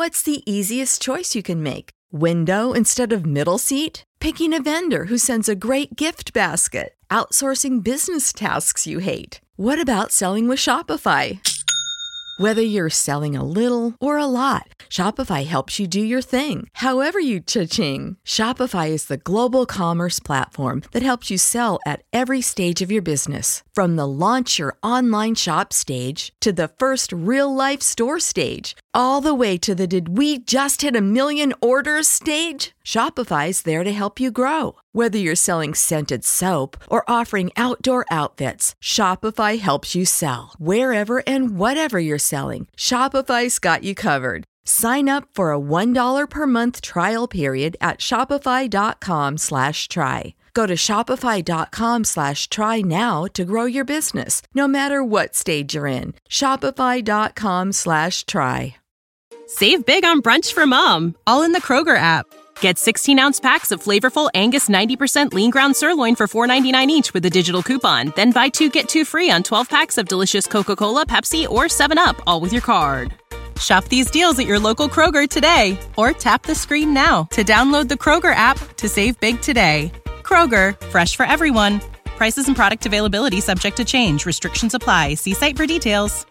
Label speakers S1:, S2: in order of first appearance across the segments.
S1: What's the easiest choice you can make? Window instead of middle seat? Picking a vendor who sends a great gift basket? Outsourcing business tasks you hate? What about selling with Shopify? Whether you're selling a little or a lot, Shopify helps you do your thing, however you cha-ching. Shopify is the global commerce platform that helps you sell at every stage of your business. From the launch your online shop stage to the first real-life store stage, all the way to the did we just hit a million orders stage. Shopify's there to help you grow. Whether you're selling scented soap or offering outdoor outfits, Shopify helps you sell. Wherever and whatever you're selling, Shopify's got you covered. Sign up for a $1 per month trial period at shopify.com/try. Go to shopify.com/try now to grow your business, no matter what stage you're in. Shopify.com/try.
S2: Save big on brunch for mom, all in the Kroger app. Get 16-ounce packs of flavorful Angus 90% lean ground sirloin for $4.99 each with a digital coupon. Then buy 2, get 2 free on 12 packs of delicious Coca-Cola, Pepsi, or 7-Up, all with your card. Shop these deals at your local Kroger today, or tap the screen now to download the Kroger app to save big today. Kroger, fresh for everyone. Prices and product availability subject to change. Restrictions apply. See site for details.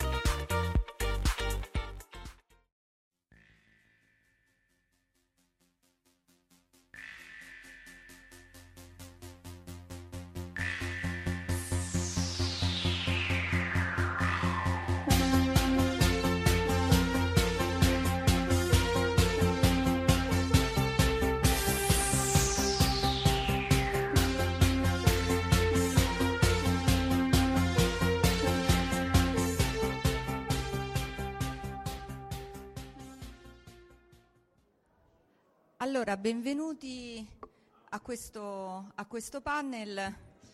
S3: Allora, benvenuti a questo panel.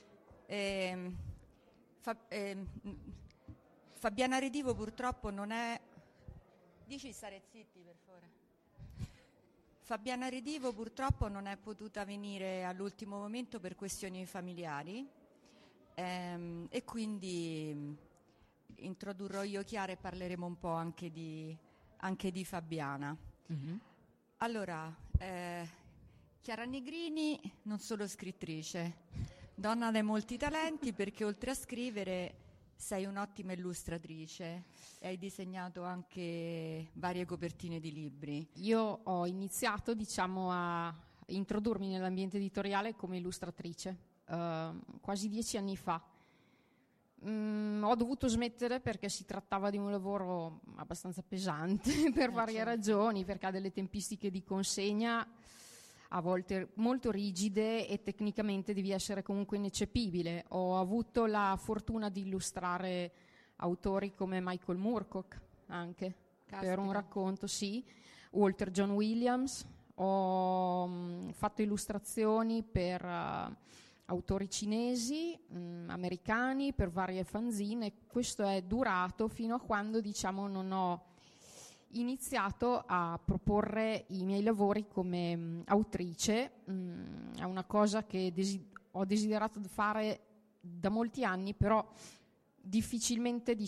S3: Fabiana Redivo purtroppo non è... Dici stare zitti, per favore. Fabiana Redivo purtroppo non è potuta venire all'ultimo momento per questioni familiari e quindi introdurrò io Chiara e parleremo un po' anche di Fabiana. Mm-hmm. Allora, Chiara Negrini, non solo scrittrice, donna dai molti talenti, perché oltre a scrivere sei un'ottima illustratrice e hai disegnato anche varie copertine di libri.
S4: Io ho iniziato, a introdurmi nell'ambiente editoriale come illustratrice quasi 10 anni fa. Ho dovuto smettere perché si trattava di un lavoro abbastanza pesante per varie ragioni, perché ha delle tempistiche di consegna a volte molto rigide e tecnicamente devi essere comunque ineccepibile. Ho avuto la fortuna di illustrare autori come Michael Moorcock anche. Caspita. Per un racconto, sì, Walter John Williams. Ho fatto illustrazioni per autori cinesi, americani, per varie fanzine. Questo è durato fino a quando non ho iniziato a proporre i miei lavori come autrice. È una cosa che ho desiderato fare da molti anni, però difficilmente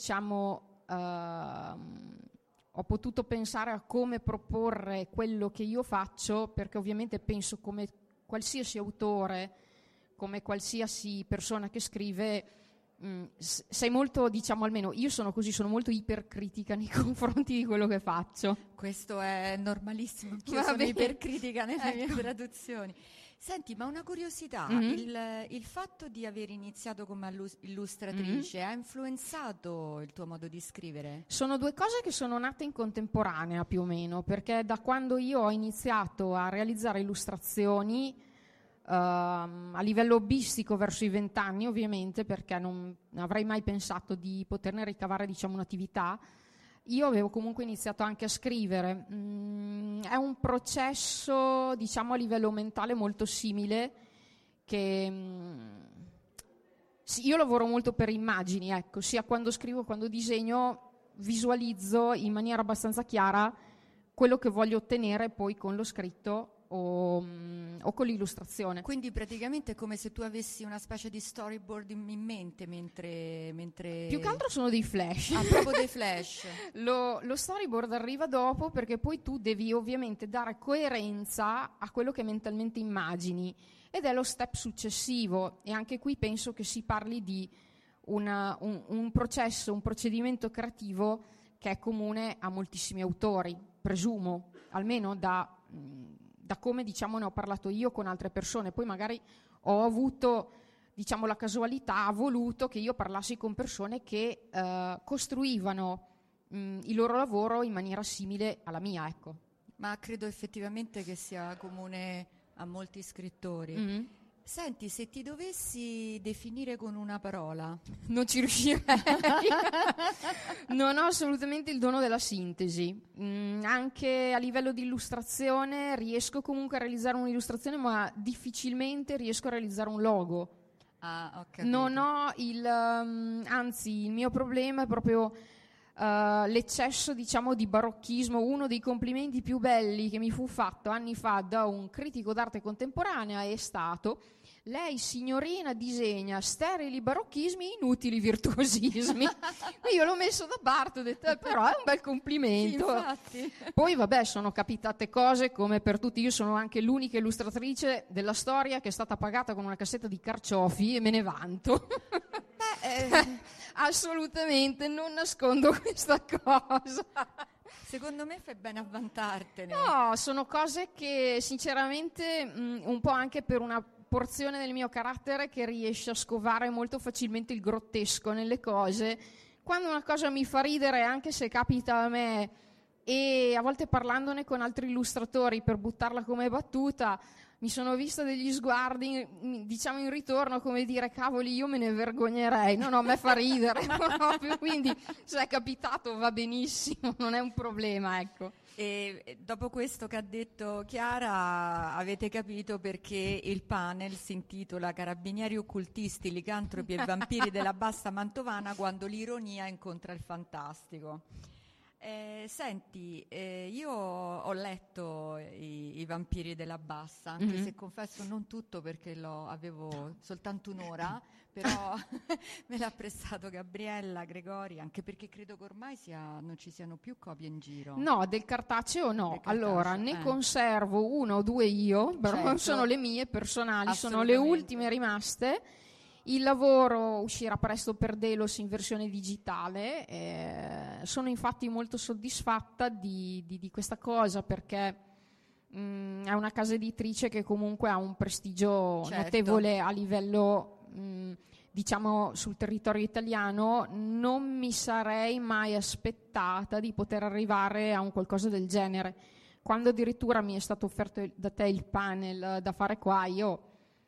S4: ho potuto pensare a come proporre quello che io faccio, perché ovviamente penso come qualsiasi autore, come qualsiasi persona che scrive, sei molto, almeno io sono così, sono molto ipercritica nei confronti di quello che faccio.
S3: Questo è normalissimo, anch'io sono ipercritica nelle mie traduzioni. Senti, ma una curiosità, il fatto di aver iniziato come illustratrice ha influenzato il tuo modo di scrivere?
S4: Sono due cose che sono nate in contemporanea più o meno, perché da quando io ho iniziato a realizzare illustrazioni a livello hobbistico verso i 20 anni, ovviamente, perché non avrei mai pensato di poterne ricavare un'attività, io avevo comunque iniziato anche a scrivere. È un processo a livello mentale molto simile, che io lavoro molto per immagini, ecco, sia quando scrivo, quando disegno, visualizzo in maniera abbastanza chiara quello che voglio ottenere poi con lo scritto o con l'illustrazione.
S3: Quindi praticamente è come se tu avessi una specie di storyboard in mente mentre...
S4: Più che altro sono dei flash.
S3: Ah, proprio dei flash.
S4: Lo storyboard arriva dopo, perché poi tu devi ovviamente dare coerenza a quello che mentalmente immagini, ed è lo step successivo, e anche qui penso che si parli di un processo, un procedimento creativo che è comune a moltissimi autori, presumo, almeno da come ne ho parlato io con altre persone. Poi magari ho avuto la casualità, ha voluto che io parlassi con persone che costruivano il loro lavoro in maniera simile alla mia, ecco.
S3: Ma credo effettivamente che sia comune a molti scrittori.
S4: Mm-hmm.
S3: Senti, se ti dovessi definire con una parola...
S4: Non ci riuscirei. Non ho assolutamente il dono della sintesi. Anche a livello di illustrazione riesco comunque a realizzare un'illustrazione, ma difficilmente riesco a realizzare un logo.
S3: Ah, ho capito.
S4: Non ho anzi, il mio problema è proprio l'eccesso, di barocchismo. Uno dei complimenti più belli che mi fu fatto anni fa da un critico d'arte contemporanea è stato: lei, signorina, disegna sterili barocchismi, inutili virtuosismi. Io l'ho messo da parte, ho detto però è un bel complimento.
S3: Infatti.
S4: Poi vabbè, sono capitate cose come per tutti. Io sono anche l'unica illustratrice della storia che è stata pagata con una cassetta di carciofi, e me ne vanto. Assolutamente, non nascondo questa cosa.
S3: Secondo me fai bene a vantartene.
S4: No, sono cose che sinceramente un po' anche per una porzione del mio carattere che riesce a scovare molto facilmente il grottesco nelle cose. Quando una cosa mi fa ridere, anche se capita a me, e a volte parlandone con altri illustratori per buttarla come battuta, mi sono vista degli sguardi, in ritorno, come dire: cavoli, io me ne vergognerei. No, a me fa ridere proprio, quindi se è capitato va benissimo, non è un problema, ecco.
S3: E dopo questo che ha detto Chiara, avete capito perché il panel si intitola Carabinieri occultisti, licantropi e vampiri della bassa mantovana, quando l'ironia incontra il fantastico. Senti, io ho letto i vampiri della bassa, anche se confesso non tutto, perché avevo soltanto un'ora, però me l'ha prestato Gabriella Gregori, anche perché credo che ormai non ci siano più copie in giro.
S4: No, del cartaceo no.
S3: Del cartaceo,
S4: allora ne conservo 1 o 2 io, però
S3: certo.
S4: Sono le mie personali, sono le ultime rimaste. Il lavoro uscirà presto per Delos in versione digitale. Sono infatti molto soddisfatta di questa cosa, perché è una casa editrice che comunque ha un prestigio notevole a livello sul territorio italiano. Non mi sarei mai aspettata di poter arrivare a un qualcosa del genere. Quando addirittura mi è stato offerto da te il panel da fare qua, io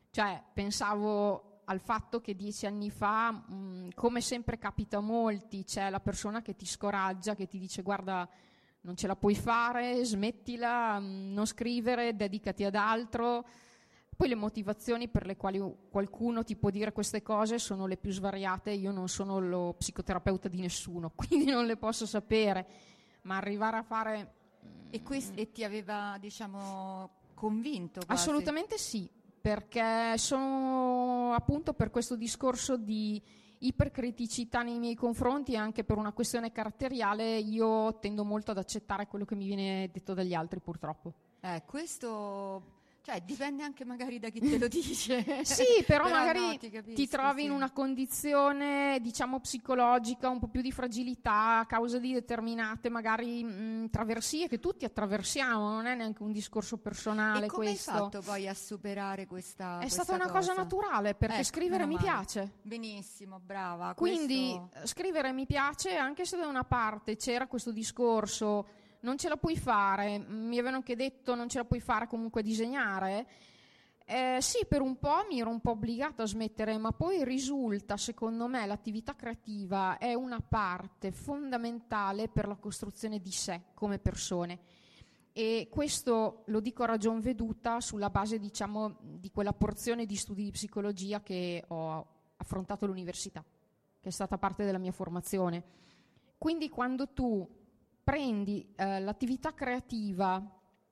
S4: pensavo al fatto che 10 anni fa, come sempre capita a molti, c'è la persona che ti scoraggia, che ti dice: guarda, non ce la puoi fare, smettila, non scrivere, dedicati ad altro. Poi le motivazioni per le quali qualcuno ti può dire queste cose sono le più svariate. Io non sono lo psicoterapeuta di nessuno, quindi non le posso sapere, ma arrivare a fare...
S3: E ti aveva, convinto quasi?
S4: Assolutamente sì, perché sono appunto per questo discorso di ipercriticità nei miei confronti, e anche per una questione caratteriale io tendo molto ad accettare quello che mi viene detto dagli altri, purtroppo.
S3: Questo dipende anche magari da chi te lo dice.
S4: Sì, però magari
S3: no,
S4: ti trovi in una condizione psicologica un po' più di fragilità a causa di determinate magari traversie che tutti attraversiamo, non è neanche un discorso personale.
S3: E come
S4: questo.
S3: hai fatto poi a superare questa
S4: È stata una
S3: cosa
S4: naturale, perché scrivere mi piace.
S3: Benissimo, brava.
S4: Quindi scrivere mi piace, anche se da una parte c'era questo discorso: non ce la puoi fare, mi avevano anche detto non ce la puoi fare comunque a disegnare. Sì, per un po' mi ero un po' obbligata a smettere, ma poi risulta, secondo me, l'attività creativa è una parte fondamentale per la costruzione di sé come persone. E questo lo dico a ragion veduta sulla base, di quella porzione di studi di psicologia che ho affrontato all'università, che è stata parte della mia formazione. Quindi quando tu prendi l'attività creativa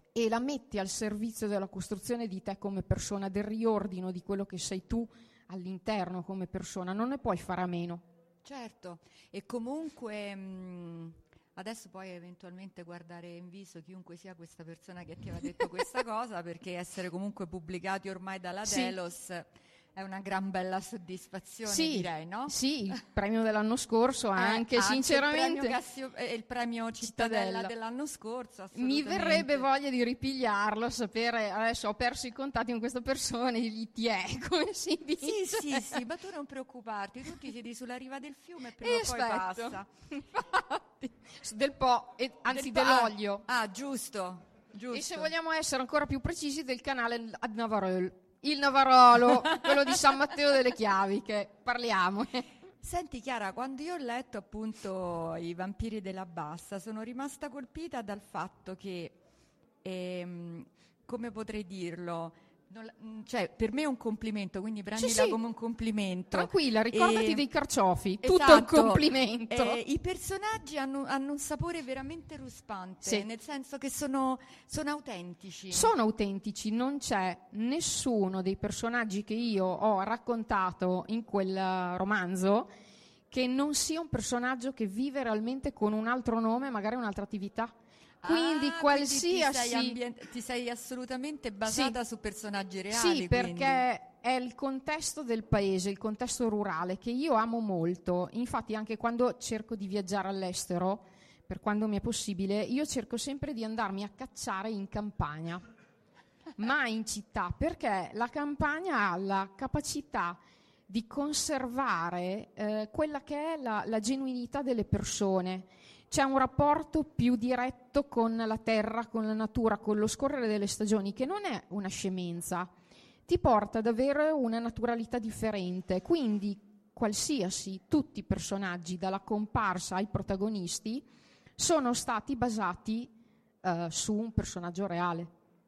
S4: e la metti al servizio della costruzione di te come persona, del riordino di quello che sei tu all'interno come persona, non ne puoi fare a meno.
S3: Certo, e comunque adesso poi eventualmente guardare in viso chiunque sia questa persona che ti aveva detto questa cosa, perché essere comunque pubblicati ormai dalla Delos è una gran bella soddisfazione, direi, no?
S4: Sì, il premio dell'anno scorso anche, sinceramente.
S3: Il premio Cittadella dell'anno scorso,
S4: mi verrebbe voglia di ripigliarlo, sapere, adesso ho perso i contatti con questa persona, e gli ti è, come si dice.
S3: Sì, ma tu non preoccuparti, tu ti siedi sulla riva del fiume e prima o poi passa.
S4: Infatti, del Po, anzi dell'olio.
S3: Giusto.
S4: E se vogliamo essere ancora più precisi, del canale ad Navarol. Il Navarolo, quello di San Matteo delle Chiaviche, parliamo.
S3: Senti Chiara, quando io ho letto appunto I vampiri della Bassa, sono rimasta colpita dal fatto che, come potrei dirlo, cioè per me è un complimento, quindi prendila come un complimento.
S4: Tranquilla, ricordati dei carciofi,
S3: esatto,
S4: tutto un complimento.
S3: I personaggi hanno un sapore veramente ruspante, nel senso che sono autentici.
S4: Sono autentici, non c'è nessuno dei personaggi che io ho raccontato in quel romanzo che non sia un personaggio che vive realmente con un altro nome, magari un'altra attività. Quindi qualsiasi
S3: ti sei assolutamente basata su personaggi reali.
S4: Sì, perché è il contesto del paese, il contesto rurale che io amo molto. Infatti anche quando cerco di viaggiare all'estero, per quando mi è possibile, io cerco sempre di andarmi a cacciare in campagna, mai in città, perché la campagna ha la capacità di conservare quella che è la genuinità delle persone. C'è un rapporto più diretto con la terra, con la natura, con lo scorrere delle stagioni, che non è una scemenza, ti porta ad avere una naturalità differente. Quindi tutti i personaggi, dalla comparsa ai protagonisti, sono stati basati su un personaggio reale.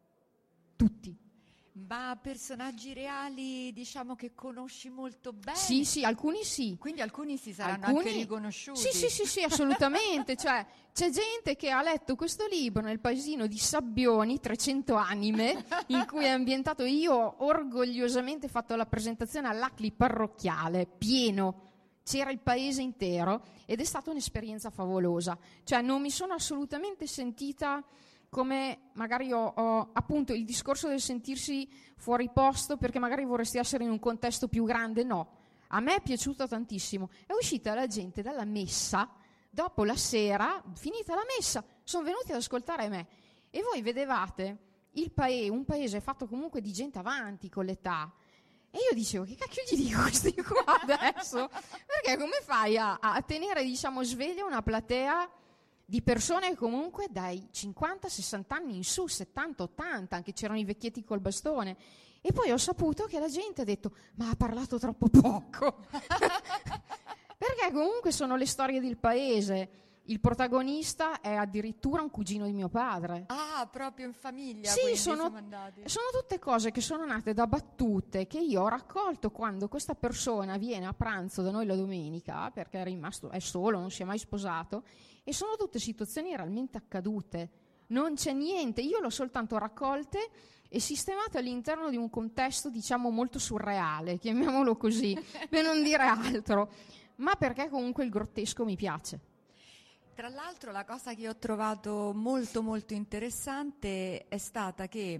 S4: Tutti.
S3: Ma personaggi reali, diciamo, che conosci molto bene?
S4: Sì, alcuni sì.
S3: Quindi alcuni si saranno anche riconosciuti?
S4: Sì, assolutamente. Cioè, c'è gente che ha letto questo libro nel paesino di Sabbioni, 300 anime, in cui è ambientato. Io ho orgogliosamente fatto la presentazione all'Acli parrocchiale, pieno. C'era il paese intero ed è stata un'esperienza favolosa. Cioè, non mi sono assolutamente sentita come magari ho appunto il discorso del sentirsi fuori posto perché magari vorresti essere in un contesto più grande. No, a me è piaciuto tantissimo. È uscita la gente dalla messa, dopo la sera, finita la messa, sono venuti ad ascoltare me. E voi vedevate un paese fatto comunque di gente avanti con l'età. E io dicevo, che cacchio gli dico questi qua adesso? Perché come fai a tenere, diciamo, sveglia una platea di persone comunque dai 50-60 anni in su, 70-80, anche c'erano i vecchietti col bastone. E poi ho saputo che la gente ha detto, ma ha parlato troppo poco. Perché comunque sono le storie del paese. Il protagonista è addirittura un cugino di mio padre.
S3: Ah, proprio in famiglia.
S4: Sì, sono tutte cose che sono nate da battute che io ho raccolto quando questa persona viene a pranzo da noi la domenica, perché è solo, non si è mai sposato, e sono tutte situazioni realmente accadute. Non c'è niente, io l'ho soltanto raccolte e sistemate all'interno di un contesto, diciamo, molto surreale, chiamiamolo così, per non dire altro, ma perché comunque il grottesco mi piace.
S3: Tra l'altro la cosa che ho trovato molto molto interessante è stata che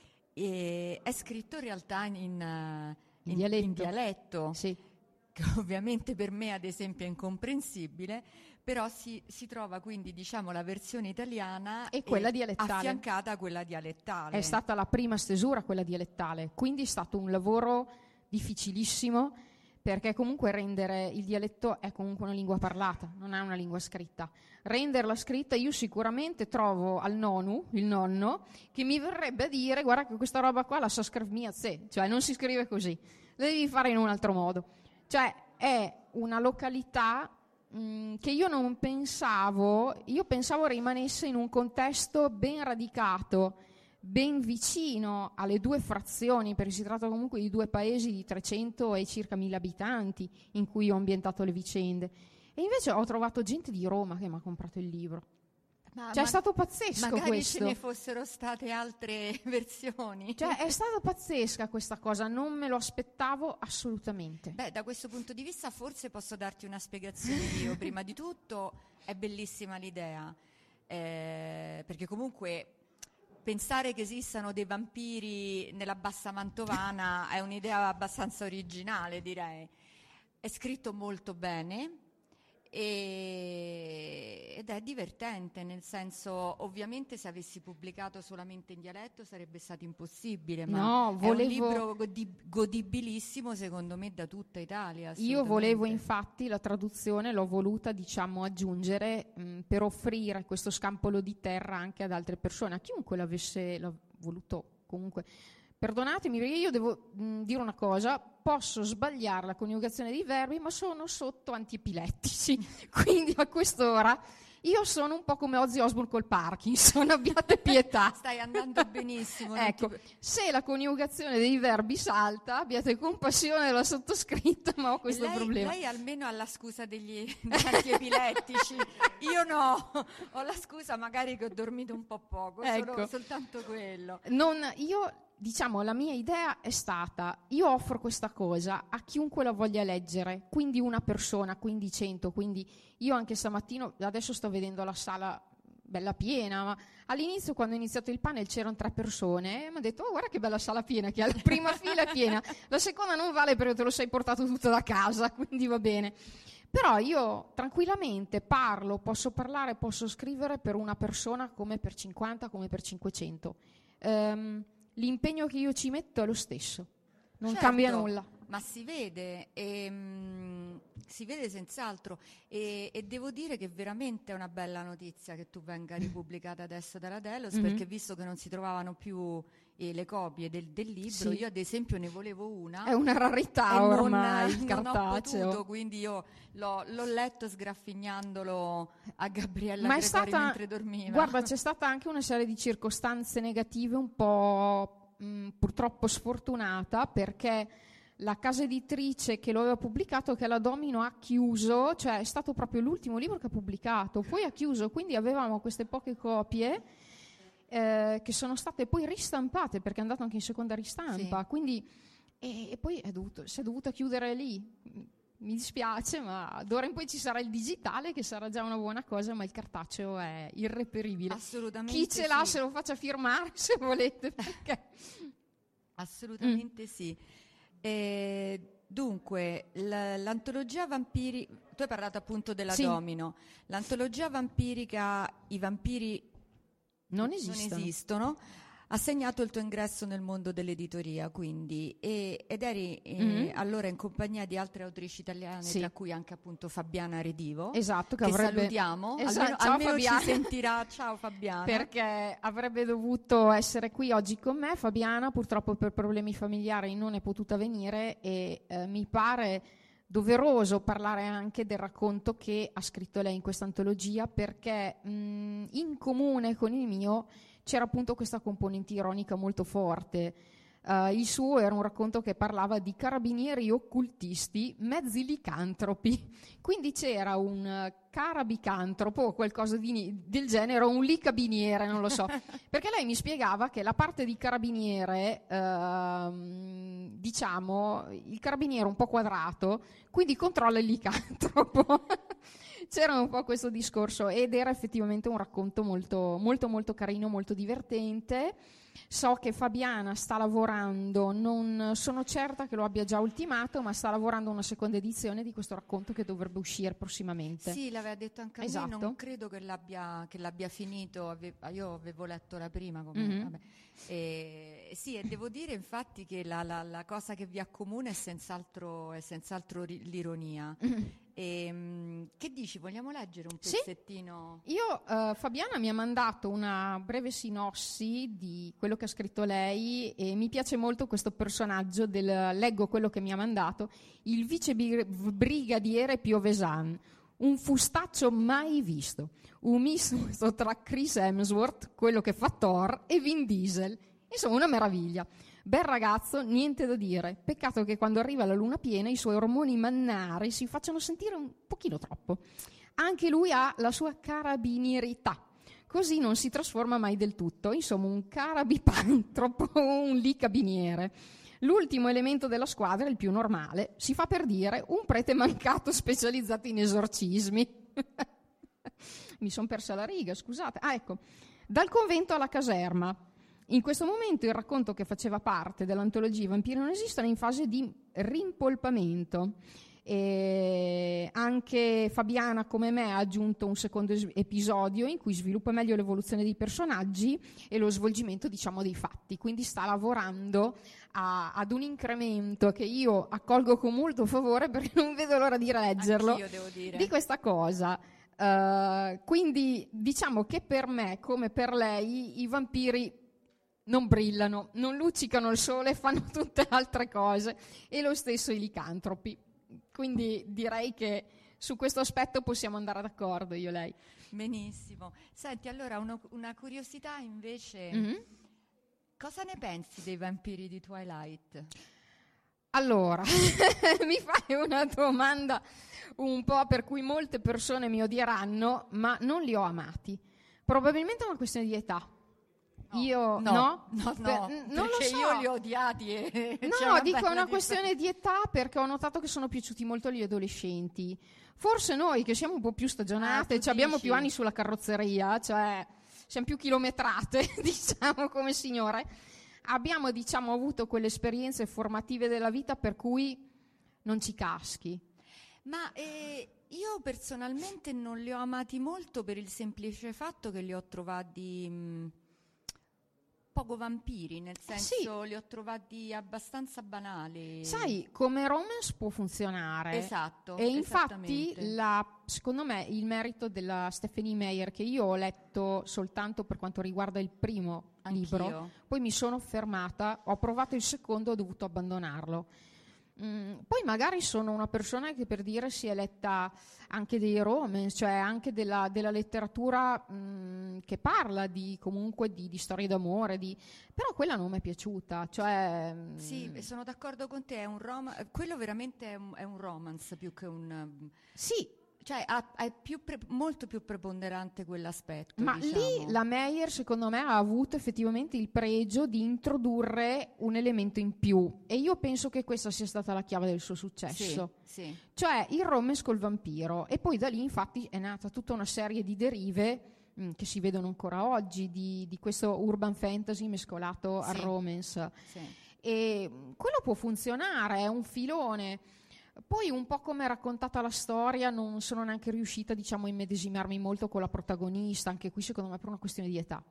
S3: è scritto in realtà in dialetto,
S4: sì.
S3: Che ovviamente per me ad esempio è incomprensibile, però si trova quindi, diciamo, la versione italiana
S4: e quella dialettale
S3: affiancata a quella dialettale.
S4: È stata la prima stesura quella dialettale, quindi è stato un lavoro difficilissimo, perché comunque rendere il dialetto è comunque una lingua parlata, non è una lingua scritta. Renderla scritta, io sicuramente trovo al il nonno, che mi verrebbe a dire, guarda che questa roba qua la sa scrivere cioè non si scrive così, la devi fare in un altro modo. Cioè è una località che io non pensavo, io pensavo rimanesse in un contesto ben radicato, ben vicino alle due frazioni, perché si tratta comunque di due paesi di 300 e circa 1000 abitanti in cui ho ambientato le vicende. E invece ho trovato gente di Roma che mi ha comprato il libro. Cioè è stato pazzesco
S3: magari
S4: questo.
S3: ce ne fossero state altre versioni.
S4: Cioè è stata pazzesca questa cosa, non me lo aspettavo assolutamente.
S3: Beh, da questo punto di vista forse posso darti una spiegazione io. Prima di tutto è bellissima l'idea, perché comunque pensare che esistano dei vampiri nella bassa mantovana è un'idea abbastanza originale, direi. È scritto molto bene. Ed è divertente, nel senso, ovviamente se avessi pubblicato solamente in dialetto sarebbe stato impossibile, ma
S4: No,
S3: è un libro godibilissimo secondo me da tutta Italia.
S4: Io volevo infatti la traduzione, l'ho voluta aggiungere per offrire questo scampolo di terra anche ad altre persone, a chiunque l'ha voluto comunque. Perdonatemi perché io devo dire una cosa, posso sbagliare la coniugazione dei verbi ma sono sotto antiepilettici, quindi a quest'ora io sono un po' come Ozzy Osbourne col Parkinson, abbiate pietà.
S3: Stai andando benissimo.
S4: Ecco, se la coniugazione dei verbi salta, abbiate compassione della sottoscritta, ma ho questo problema.
S3: Lei almeno ha la scusa degli antiepilettici, io no, ho la scusa magari che ho dormito un po' poco,
S4: ecco.
S3: soltanto quello.
S4: Diciamo, la mia idea è stata, io offro questa cosa a chiunque la voglia leggere, quindi una persona, quindi 100, quindi io anche stamattina, adesso sto vedendo la sala bella piena, ma all'inizio quando ho iniziato il panel c'erano 3 persone e mi ha detto, oh guarda che bella sala piena, che la prima fila è piena, la seconda non vale perché te lo sei portato tutto da casa, quindi va bene. Però io tranquillamente posso parlare, posso scrivere per una persona come per 50, come per 500. L'impegno che io ci metto è lo stesso, non cambia nulla.
S3: Ma si vede senz'altro e devo dire che veramente è una bella notizia che tu venga ripubblicata adesso dalla Delos, perché visto che non si trovavano più le copie del libro, io ad esempio ne volevo una.
S4: È una rarità ormai il
S3: non
S4: cartaceo.
S3: ho potuto, quindi io l'ho letto sgraffignandolo a Gabriella
S4: Ma
S3: Gregori mentre dormiva.
S4: Guarda, c'è stata anche una serie di circostanze negative un po' purtroppo sfortunata, perché la casa editrice che lo aveva pubblicato, che è la Domino, ha chiuso, cioè è stato proprio l'ultimo libro che ha pubblicato, poi ha chiuso, quindi avevamo queste poche copie che sono state poi ristampate, perché è andato anche in seconda ristampa,
S3: sì.
S4: Quindi e poi si è dovuta chiudere lì. Mi dispiace, ma d'ora in poi ci sarà il digitale, che sarà già una buona cosa, ma il cartaceo è irreperibile.
S3: Assolutamente.
S4: Chi ce l'ha se lo faccia firmare, se volete, perché...
S3: Assolutamente sì. Dunque, l'antologia vampiri, tu hai parlato appunto della Domino, l'antologia vampirica I vampiri non esistono, ha segnato il tuo ingresso nel mondo dell'editoria, quindi, ed eri allora in compagnia di altre autrici italiane, tra cui anche appunto Fabiana Redivo,
S4: esatto,
S3: che salutiamo, almeno ci sentirà. Ciao Fabiana.
S4: Perché avrebbe dovuto essere qui oggi con me. Fabiana purtroppo per problemi familiari non è potuta venire e mi pare doveroso parlare anche del racconto che ha scritto lei in questa antologia, perché in comune con il mio c'era appunto questa componente ironica molto forte. Il suo era un racconto che parlava di carabinieri occultisti mezzi licantropi, quindi c'era un carabicantropo o qualcosa del genere, o un licabiniere, non lo so, perché lei mi spiegava che la parte di carabiniere, diciamo, il carabiniere un po' quadrato, quindi controlla il licantropo. C'era un po' questo discorso ed era effettivamente un racconto molto, molto, molto carino, molto divertente. So che Fabiana sta lavorando, non sono certa che lo abbia già ultimato, ma sta lavorando a una seconda edizione di questo racconto che dovrebbe uscire prossimamente.
S3: Sì, l'aveva detto anche a me, non credo che l'abbia finito, io avevo letto la prima. Vabbè. Sì, e devo dire infatti che la cosa che vi accomuna è senz'altro l'ironia. Che dici, vogliamo leggere un pezzettino?
S4: Sì. Fabiana mi ha mandato una breve sinossi di quello che ha scritto lei e mi piace molto questo personaggio leggo quello che mi ha mandato: il vice brigadiere Piovesan, un fustaccio mai visto, un misto tra Chris Hemsworth, quello che fa Thor, e Vin Diesel, insomma una meraviglia. Bel ragazzo, niente da dire. Peccato che quando arriva la luna piena i suoi ormoni mannari si facciano sentire un pochino troppo. Anche lui ha la sua carabinierità, così non si trasforma mai del tutto. Insomma, un carabipantropo, un licabiniere. L'ultimo elemento della squadra, il più normale, si fa per dire un prete mancato specializzato in esorcismi. Mi sono persa la riga, scusate. Ecco, dal convento alla caserma. In questo momento il racconto, che faceva parte dell'antologia I vampiri non esistono, è in fase di rimpolpamento. E anche Fabiana, come me, ha aggiunto un secondo episodio in cui sviluppa meglio l'evoluzione dei personaggi e lo svolgimento, diciamo, dei fatti. Quindi sta lavorando ad un incremento che io accolgo con molto favore, perché non vedo l'ora di leggerlo.
S3: Anch'io, devo dire.
S4: Di questa cosa. Quindi diciamo che per me, come per lei, i vampiri non brillano, non luccicano il sole, fanno tutte altre cose, e lo stesso i licantropi. Quindi direi che su questo aspetto possiamo andare d'accordo io e lei.
S3: Benissimo. Senti, allora una curiosità invece, cosa ne pensi dei vampiri di Twilight?
S4: Allora, mi fai una domanda un po' per cui molte persone mi odieranno, ma non li ho amati. Probabilmente è una questione di età. Io no, non lo so.
S3: Io li ho odiati.
S4: No, dico è una questione di età, perché ho notato che sono piaciuti molto agli adolescenti. Forse noi che siamo un po' più stagionate, abbiamo più anni sulla carrozzeria, cioè siamo più chilometrate, diciamo, come signore, abbiamo, diciamo, avuto quelle esperienze formative della vita per cui non ci caschi.
S3: Ma io personalmente non li ho amati molto, per il semplice fatto che li ho trovati poco vampiri, nel senso li ho trovati abbastanza banali.
S4: Sai, come romance può funzionare.
S3: Esatto.
S4: E infatti secondo me il merito della Stephenie Meyer, che io ho letto soltanto per quanto riguarda il primo libro, poi mi sono fermata, ho provato il secondo, ho dovuto abbandonarlo. Poi magari sono una persona che, per dire, si è letta anche dei romance, cioè anche della letteratura che parla comunque di storie d'amore, però quella non mi è piaciuta, cioè
S3: sì, sono d'accordo con te, quello veramente è un romance più che un
S4: sì.
S3: Cioè è molto più preponderante quell'aspetto.
S4: Ma
S3: diciamo.
S4: Lì la Meyer, secondo me, ha avuto effettivamente il pregio di introdurre un elemento in più, e io penso che questa sia stata la chiave del suo successo.
S3: Sì.
S4: Cioè il romance col vampiro, e poi da lì infatti è nata tutta una serie di derive che si vedono ancora oggi, di questo urban fantasy mescolato al romance.
S3: Sì.
S4: E quello può funzionare, è un filone. Poi, un po' come è raccontata la storia, non sono neanche riuscita, diciamo, a immedesimarmi molto con la protagonista, anche qui secondo me per una questione di età.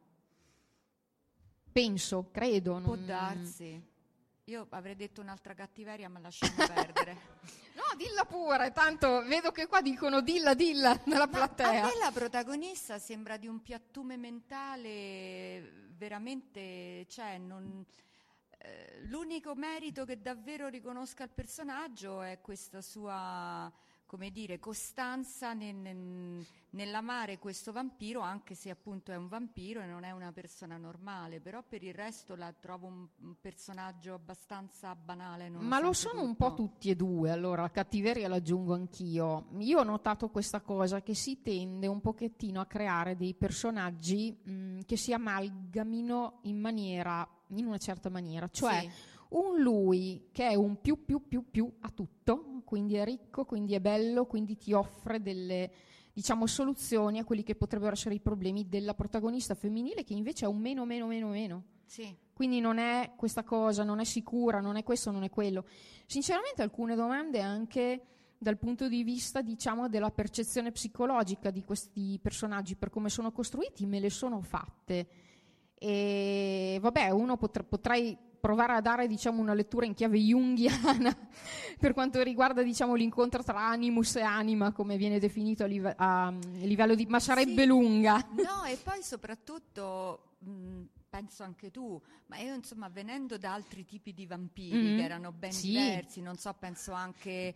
S4: Penso, credo.
S3: Può darsi. Io avrei detto un'altra cattiveria, ma lasciamo perdere.
S4: No, dilla pure, tanto vedo che qua dicono dilla nella platea.
S3: A me la protagonista sembra di un piattume mentale veramente, cioè l'unico merito che davvero riconosca al personaggio è questa sua, come dire, costanza nell'amare questo vampiro, anche se appunto è un vampiro e non è una persona normale, però per il resto la trovo un personaggio abbastanza banale.
S4: Ma lo sono un po' tutti e due, allora la cattiveria l'aggiungo anch'io. Io ho notato questa cosa, che si tende un pochettino a creare dei personaggi che si amalgamino in una certa maniera, cioè un lui che è un più a tutto, quindi è ricco, quindi è bello, quindi ti offre delle, diciamo, soluzioni a quelli che potrebbero essere i problemi della protagonista femminile, che invece è un meno.
S3: Sì.
S4: Quindi non è questa cosa, non è sicura, non è questo, non è quello. Sinceramente alcune domande anche dal punto di vista, diciamo, della percezione psicologica di questi personaggi, per come sono costruiti, me le sono fatte. E vabbè, uno potrei provare a dare, diciamo, una lettura in chiave junghiana per quanto riguarda, diciamo, l'incontro tra animus e anima, come viene definito a livello di... ma sarebbe lunga.
S3: No, e poi soprattutto penso anche tu, ma io insomma venendo da altri tipi di vampiri che erano ben diversi, non so, penso anche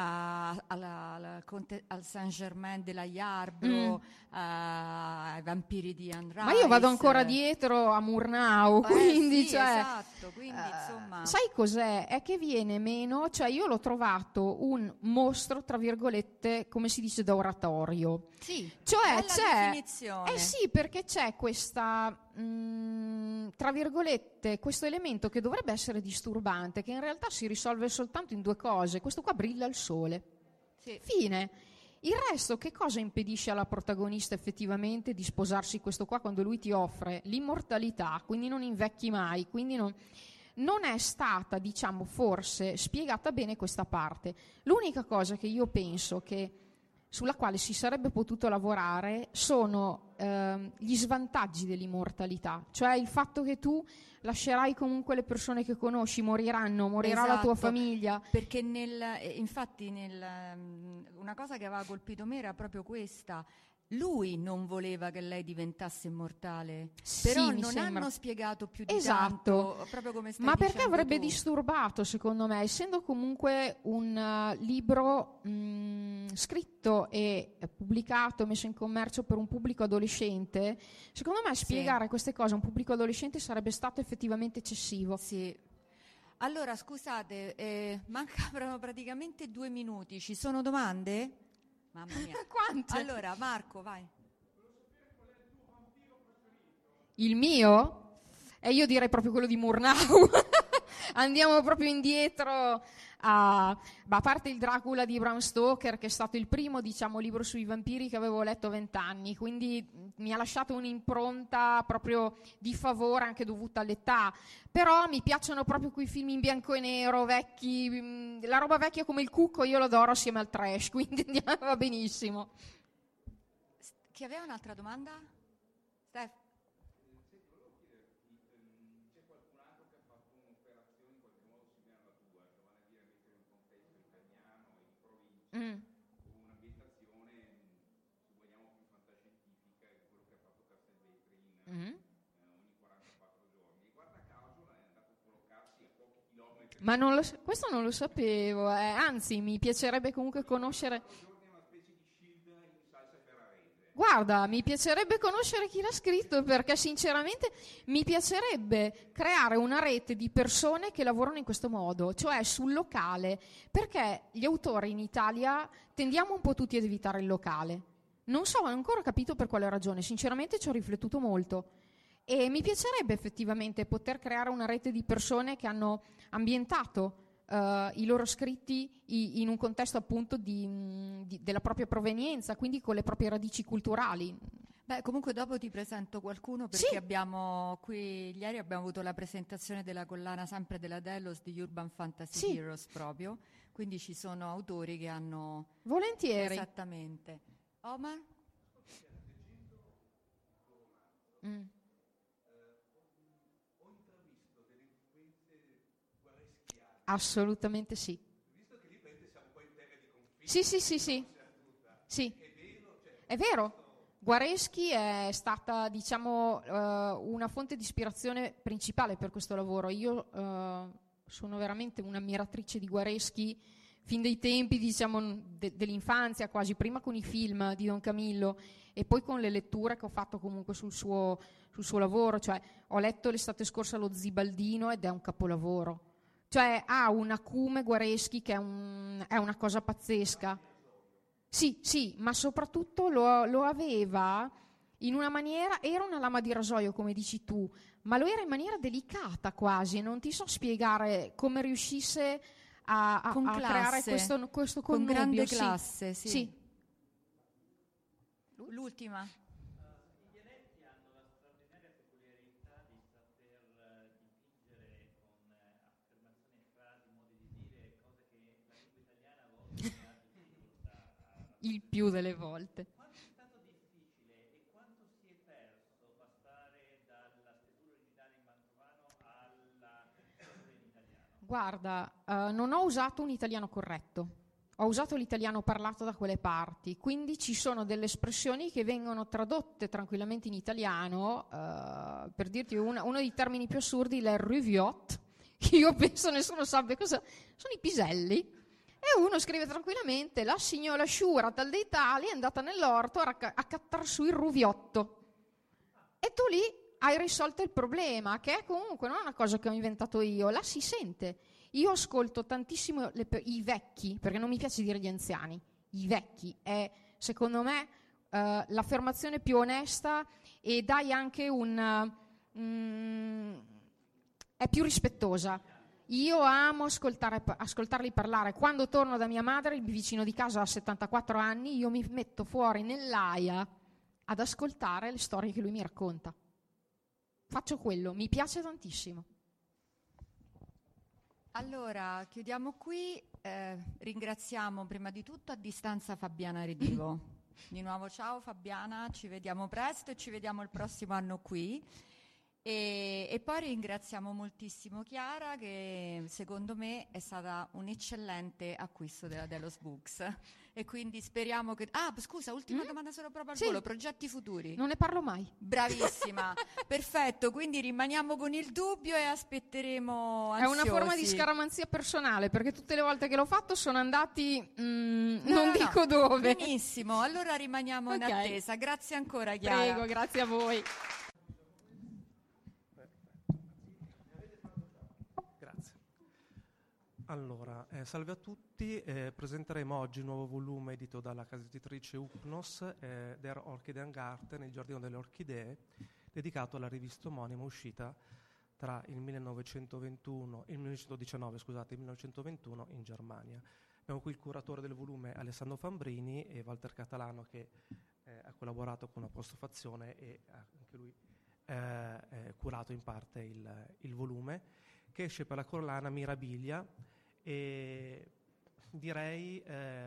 S3: al Saint-Germain della Yarbrough, ai vampiri di Anne Rice.
S4: Ma io vado ancora dietro a Murnau, quindi
S3: sì,
S4: cioè,
S3: esatto, quindi insomma...
S4: sai cos'è? È che viene meno, cioè io l'ho trovato un mostro, tra virgolette, come si dice, da oratorio.
S3: Sì,
S4: cioè
S3: bella
S4: c'è,
S3: definizione.
S4: sì, perché c'è questa, tra virgolette, questo elemento che dovrebbe essere disturbante, che in realtà si risolve soltanto in due cose. Questo qua brilla al sole.
S3: Sì.
S4: Fine. Il resto, che cosa impedisce alla protagonista effettivamente di sposarsi questo qua quando lui ti offre l'immortalità, quindi non invecchi mai, quindi non è stata, diciamo, forse spiegata bene questa parte. L'unica cosa che io penso sulla quale si sarebbe potuto lavorare sono gli svantaggi dell'immortalità, cioè il fatto che tu lascerai comunque le persone che conosci, morirà la tua famiglia.
S3: Perché infatti una cosa che aveva colpito me era proprio questa. Lui non voleva che lei diventasse immortale, però non hanno spiegato più di tanto, proprio come stai
S4: ma perché
S3: dicendo
S4: avrebbe
S3: tu.
S4: disturbato, secondo me, essendo comunque un libro scritto e pubblicato, messo in commercio per un pubblico adolescente, secondo me spiegare queste cose a un pubblico adolescente sarebbe stato effettivamente eccessivo.
S3: Sì. Allora, scusate, mancano praticamente 2 minuti, ci sono domande? Mamma mia.
S4: Quante?
S3: Allora, Marco, vai.
S4: Il mio? E io direi proprio quello di Murnau. Andiamo proprio indietro a parte il Dracula di Bram Stoker, che è stato il primo, diciamo, libro sui vampiri che avevo letto a 20 anni, quindi mi ha lasciato un'impronta proprio di favore, anche dovuta all'età. Però mi piacciono proprio quei film in bianco e nero, vecchi, la roba vecchia come il Cucco, io lo adoro assieme al trash, quindi va benissimo.
S3: Chi aveva un'altra domanda? Steph?
S5: Un'ambientazione, se vogliamo, più fantascientifica di quello che ha fatto Castelvetri ogni 44 giorni. Guarda caso è andato a collocarsi a pochi chilometri.
S4: Ma questo non lo sapevo, anzi mi piacerebbe comunque conoscere.
S5: Una specie di shield in salsa ferrarese.
S4: Guarda, mi piacerebbe conoscere chi l'ha scritto, perché sinceramente mi piacerebbe creare una rete di persone che lavorano in questo modo, cioè sul locale, perché gli autori in Italia tendiamo un po' tutti ad evitare il locale. Non so, non ho ancora capito per quale ragione, sinceramente ci ho riflettuto molto e mi piacerebbe effettivamente poter creare una rete di persone che hanno ambientato i loro scritti in un contesto appunto della propria provenienza, quindi con le proprie radici culturali.
S3: Beh, comunque dopo ti presento qualcuno, perché abbiamo qui, ieri abbiamo avuto la presentazione della collana sempre della Delos di Urban Fantasy Heroes proprio, quindi ci sono autori che hanno...
S4: Volentieri.
S3: Esattamente. Omar?
S4: Assolutamente sì.
S5: Visto che lì siamo poi in terra di conflitto.
S4: Sì. È vero. Guareschi è stata, diciamo, una fonte di ispirazione principale per questo lavoro. Io sono veramente un'ammiratrice di Guareschi fin dai tempi, diciamo, dell'infanzia, quasi prima con i film di Don Camillo e poi con le letture che ho fatto comunque sul suo lavoro. Cioè, ho letto l'estate scorsa Lo Zibaldino ed è un capolavoro. Cioè ha un acume Guareschi che è una cosa pazzesca. Sì, ma soprattutto lo aveva in una maniera, era una lama di rasoio come dici tu, ma lo era in maniera delicata quasi, non ti so spiegare come riuscisse a creare questo connubio.
S3: Con grande classe, sì. L'ultima.
S4: Il più delle volte.
S5: Quanto è stato difficile e quanto si è perso passare dalla stesura originale in mantovano alla stesura in italiano?
S4: Guarda, non ho usato un italiano corretto. ho usato l'italiano parlato da quelle parti, quindi ci sono delle espressioni che vengono tradotte tranquillamente in italiano. Per dirti uno dei termini più assurdi, il ruviot, che io penso nessuno sappia cosa sono, i piselli, e uno scrive tranquillamente: la signora Sciura tal dei tali è andata nell'orto a cattar su il ruviotto, e tu lì hai risolto il problema, che è comunque non è una cosa che ho inventato io, là si sente. Io ascolto tantissimo i vecchi, perché non mi piace dire gli anziani, i vecchi è secondo me l'affermazione più onesta, e dai anche è più rispettosa. Io amo ascoltarli parlare. Quando torno da mia madre, il vicino di casa ha 74 anni, io mi metto fuori nell'aia ad ascoltare le storie che lui mi racconta. Faccio quello, mi piace tantissimo.
S3: Allora, chiudiamo qui. Ringraziamo prima di tutto a distanza Fabiana Redivo. Di nuovo ciao Fabiana, ci vediamo presto e ci vediamo il prossimo anno qui. E poi ringraziamo moltissimo Chiara, che secondo me è stata un eccellente acquisto della Delos Books, e quindi speriamo che... scusa, ultima domanda solo proprio al volo, progetti futuri?
S4: Non ne parlo mai.
S3: Bravissima, perfetto, quindi rimaniamo con il dubbio e aspetteremo ansiosi.
S4: È una forma di scaramanzia personale, perché tutte le volte che l'ho fatto sono andati non dico dove.
S3: Benissimo, allora rimaniamo in attesa. Grazie ancora Chiara.
S4: Prego, grazie a voi.
S6: Allora, salve a tutti, presenteremo oggi il nuovo volume edito dalla casa editrice Upnos, Der Orchideengarten, il giardino delle orchidee, dedicato alla rivista omonima uscita tra il 1919 e il 1921 in Germania. Abbiamo qui il curatore del volume Alessandro Fambrini e Walter Catalano, che ha collaborato con Apostrofazione e anche lui curato in parte il volume, che esce per la collana Mirabilia, e direi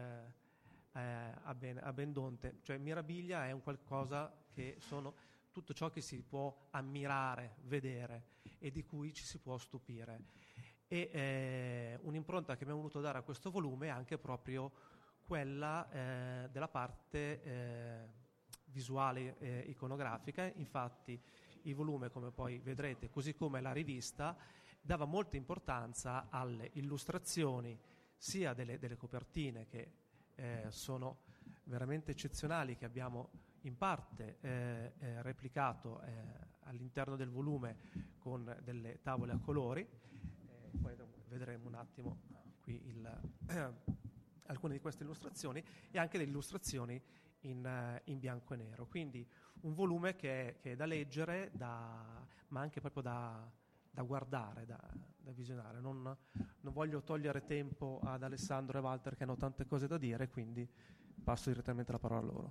S6: a Bendonte, cioè Mirabilia è un qualcosa che sono tutto ciò che si può ammirare, vedere e di cui ci si può stupire, e un'impronta che abbiamo voluto dare a questo volume è anche proprio quella della parte visuale iconografica. Infatti il volume, come poi vedrete, così come la rivista, dava molta importanza alle illustrazioni, sia delle copertine, che sono veramente eccezionali, che abbiamo in parte replicato all'interno del volume con delle tavole a colori. Poi vedremo un attimo qui alcune di queste illustrazioni, e anche delle illustrazioni in bianco e nero. Quindi un volume che è da leggere, ma anche proprio da guardare, da visionare. Non voglio togliere tempo ad Alessandro e Walter, che hanno tante cose da dire, quindi passo direttamente la parola a loro.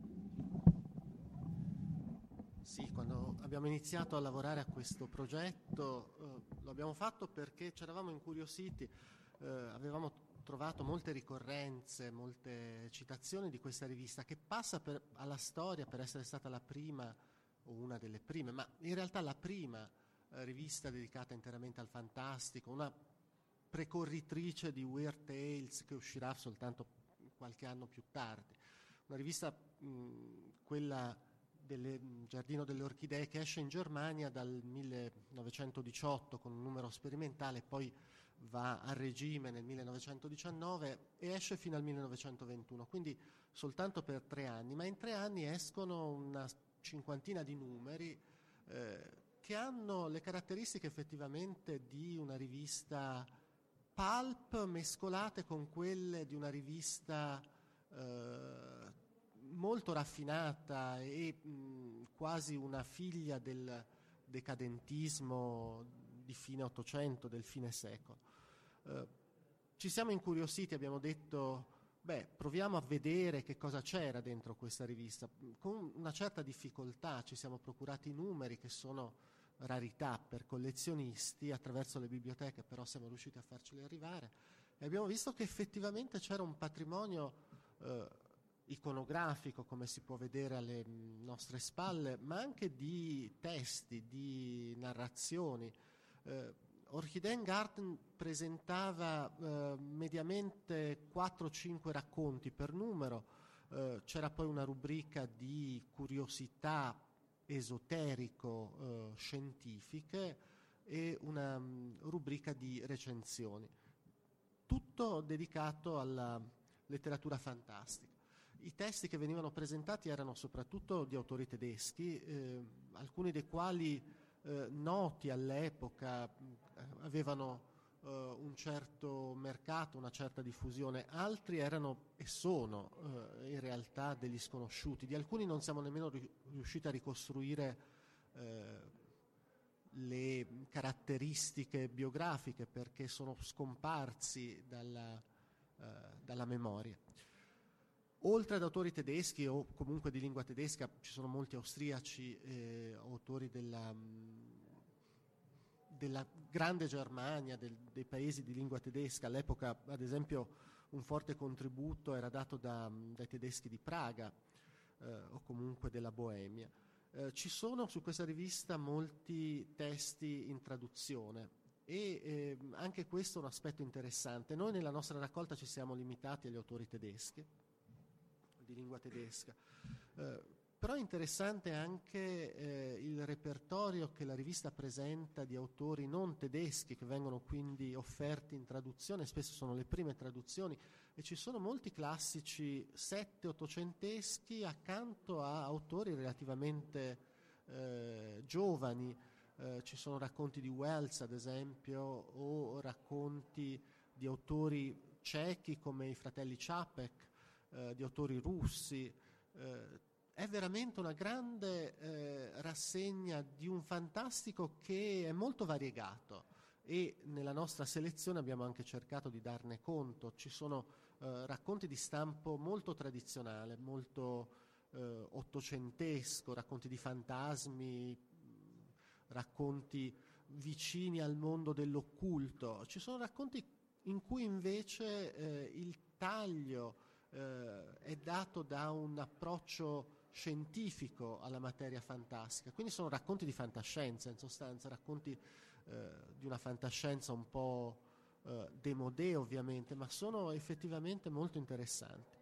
S7: Sì, quando abbiamo iniziato a lavorare a questo progetto lo abbiamo fatto perché ci eravamo incuriositi, avevamo trovato molte ricorrenze, molte citazioni di questa rivista, che passa alla storia per essere stata la prima, o una delle prime, ma in realtà la prima rivista dedicata interamente al fantastico, una precorritrice di Weird Tales che uscirà soltanto qualche anno più tardi, una rivista, quella del Giardino delle Orchidee, che esce in Germania dal 1918 con un numero sperimentale, poi va a regime nel 1919 e esce fino al 1921, quindi soltanto per 3 anni, ma in 3 anni escono una cinquantina di numeri che hanno le caratteristiche effettivamente di una rivista pulp mescolate con quelle di una rivista molto raffinata e quasi una figlia del decadentismo di fine Ottocento, del fine secolo. Ci siamo incuriositi, abbiamo detto proviamo a vedere che cosa c'era dentro questa rivista. Con una certa difficoltà ci siamo procurati i numeri, che sono rarità per collezionisti, attraverso le biblioteche però siamo riusciti a farceli arrivare, e abbiamo visto che effettivamente c'era un patrimonio iconografico, come si può vedere alle nostre spalle, ma anche di testi, di narrazioni. Orchidea Garden presentava mediamente 4-5 racconti per numero, c'era poi una rubrica di curiosità esoterico-scientifiche e una rubrica di recensioni, tutto dedicato alla letteratura fantastica. I testi che venivano presentati erano soprattutto di autori tedeschi, alcuni dei quali noti all'epoca, avevano un certo mercato, una certa diffusione, altri erano e sono in realtà degli sconosciuti. Di alcuni non siamo nemmeno riusciti a ricostruire le caratteristiche biografiche perché sono scomparsi dalla memoria. Oltre ad autori tedeschi o comunque di lingua tedesca, ci sono molti austriaci, autori della grande Germania, dei paesi di lingua tedesca. All'epoca, ad esempio, un forte contributo era dato dai tedeschi di Praga o comunque della Boemia. Ci sono su questa rivista molti testi in traduzione e anche questo è un aspetto interessante. Noi nella nostra raccolta ci siamo limitati agli autori tedeschi, di lingua tedesca, però è interessante anche il repertorio che la rivista presenta di autori non tedeschi che vengono quindi offerti in traduzione, spesso sono le prime traduzioni, e ci sono molti classici 7-800eschi accanto a autori relativamente giovani. Ci sono racconti di Wells ad esempio, o racconti di autori cechi come i fratelli Čapek, di autori russi. È veramente una grande rassegna di un fantastico che è molto variegato, e nella nostra selezione abbiamo anche cercato di darne conto. Ci sono racconti di stampo molto tradizionale, molto ottocentesco, racconti di fantasmi, racconti vicini al mondo dell'occulto. Ci sono racconti in cui invece il taglio è dato da un approccio scientifico alla materia fantastica, quindi sono racconti di fantascienza, in sostanza racconti di una fantascienza un po' démodé ovviamente, ma sono effettivamente molto interessanti.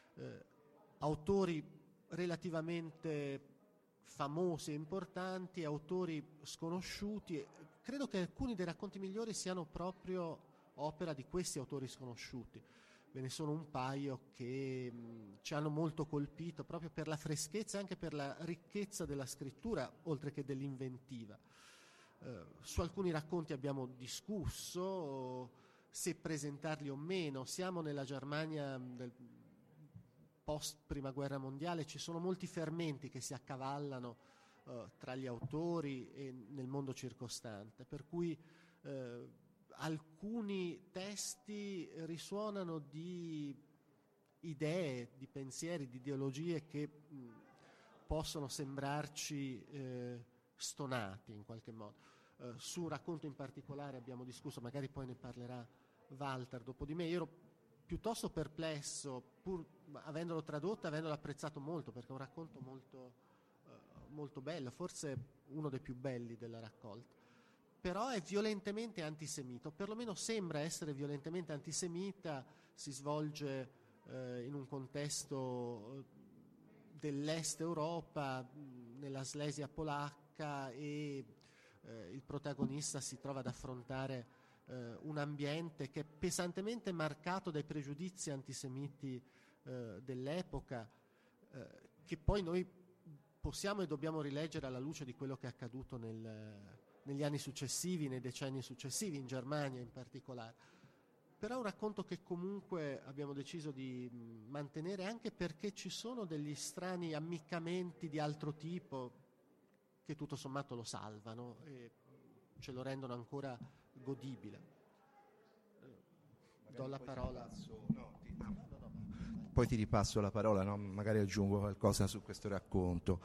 S7: Autori relativamente famosi e importanti, autori sconosciuti. Credo che alcuni dei racconti migliori siano proprio opera di questi autori sconosciuti. Ve ne sono un paio che ci hanno molto colpito proprio per la freschezza e anche per la ricchezza della scrittura, oltre che dell'inventiva. Su alcuni racconti abbiamo discusso se presentarli o meno. Siamo nella Germania del post prima guerra mondiale, ci sono molti fermenti che si accavallano tra gli autori e nel mondo circostante, per cui alcuni testi risuonano di idee, di pensieri, di ideologie che possono sembrarci stonati in qualche modo. Su un racconto in particolare abbiamo discusso, magari poi ne parlerà Walter dopo di me. Io ero piuttosto perplesso, pur avendolo tradotto, avendolo apprezzato molto, perché è un racconto molto bello, forse uno dei più belli della raccolta. Però è violentemente antisemita, o perlomeno sembra essere violentemente antisemita. Si svolge in un contesto dell'est Europa, nella Slesia polacca, e il protagonista si trova ad affrontare un ambiente che è pesantemente marcato dai pregiudizi antisemiti dell'epoca, che poi noi possiamo e dobbiamo rileggere alla luce di quello che è accaduto negli anni successivi, nei decenni successivi, in Germania in particolare. Però è un racconto che comunque abbiamo deciso di mantenere, anche perché ci sono degli strani ammiccamenti di altro tipo che tutto sommato lo salvano e ce lo rendono ancora godibile. Do la parola.
S8: Poi ti ripasso la parola, no? Magari aggiungo qualcosa su questo racconto.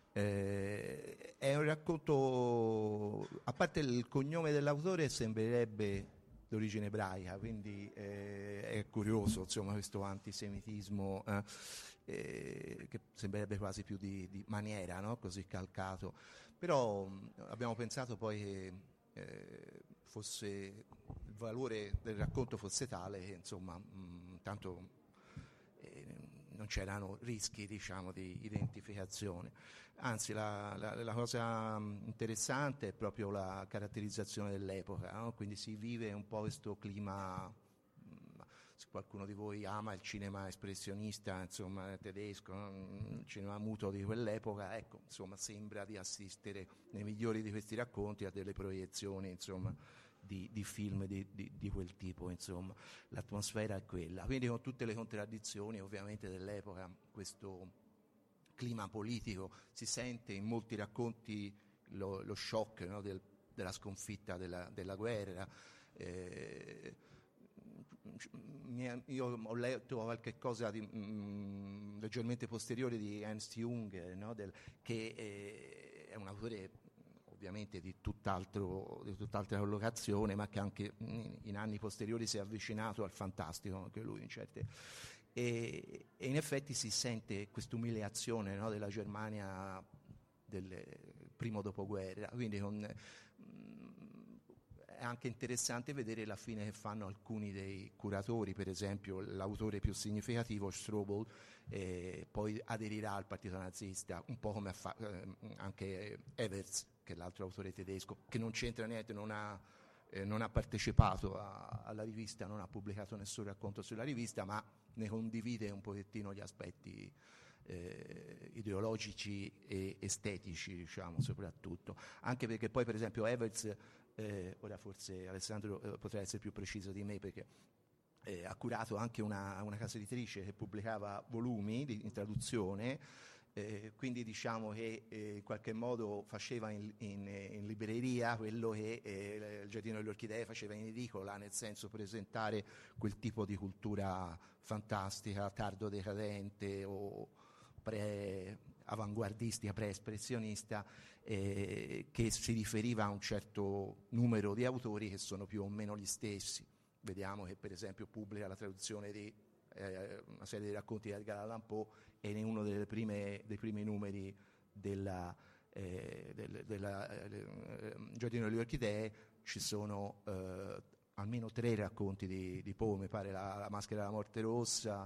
S8: È un racconto, a parte il cognome dell'autore, sembrerebbe d'origine ebraica, quindi è curioso, insomma, questo antisemitismo che sembrerebbe quasi più di maniera, no? Così calcato. Però abbiamo pensato poi che il valore del racconto fosse tale che insomma tanto non c'erano rischi, diciamo, di identificazione. Anzi, la cosa interessante è proprio la caratterizzazione dell'epoca, no? Quindi si vive un po' questo clima, se qualcuno di voi ama il cinema espressionista, insomma, tedesco, no? Il cinema muto di quell'epoca, ecco, insomma, sembra di assistere nei migliori di questi racconti a delle proiezioni, insomma, di film di quel tipo, insomma. L'atmosfera è quella, quindi con tutte le contraddizioni ovviamente dell'epoca. Questo clima politico si sente in molti racconti, lo shock, no, della sconfitta della guerra. Io ho letto qualche cosa di leggermente posteriore di Ernst Jung, no, che è un autore ovviamente di tutt'altra collocazione, ma che anche in anni posteriori si è avvicinato al fantastico, anche lui in certe. E in effetti si sente questa umiliazione, no, della Germania del primo dopoguerra, quindi è anche interessante vedere la fine che fanno alcuni dei curatori, per esempio l'autore più significativo, Strobel, poi aderirà al partito nazista, un po' come anche Everts, che è l'altro autore tedesco, che non c'entra niente, non ha partecipato alla rivista, non ha pubblicato nessun racconto sulla rivista, ma ne condivide un pochettino gli aspetti ideologici e estetici, diciamo, soprattutto. Anche perché poi, per esempio, Everts, ora forse Alessandro potrà essere più preciso di me, perché ha curato anche una casa editrice che pubblicava volumi in traduzione, quindi diciamo che in qualche modo faceva in libreria quello che il Giardino delle Orchidee faceva in edicola, nel senso presentare quel tipo di cultura fantastica, tardo decadente o pre-avanguardistica, pre-espressionista, che si riferiva a un certo numero di autori che sono più o meno gli stessi. Vediamo che per esempio pubblica la traduzione di una serie di racconti di Edgar Allan Poe, e in uno dei primi numeri della Giardino delle Orchidee ci sono almeno 3 racconti di Poe, mi pare la Maschera della Morte Rossa,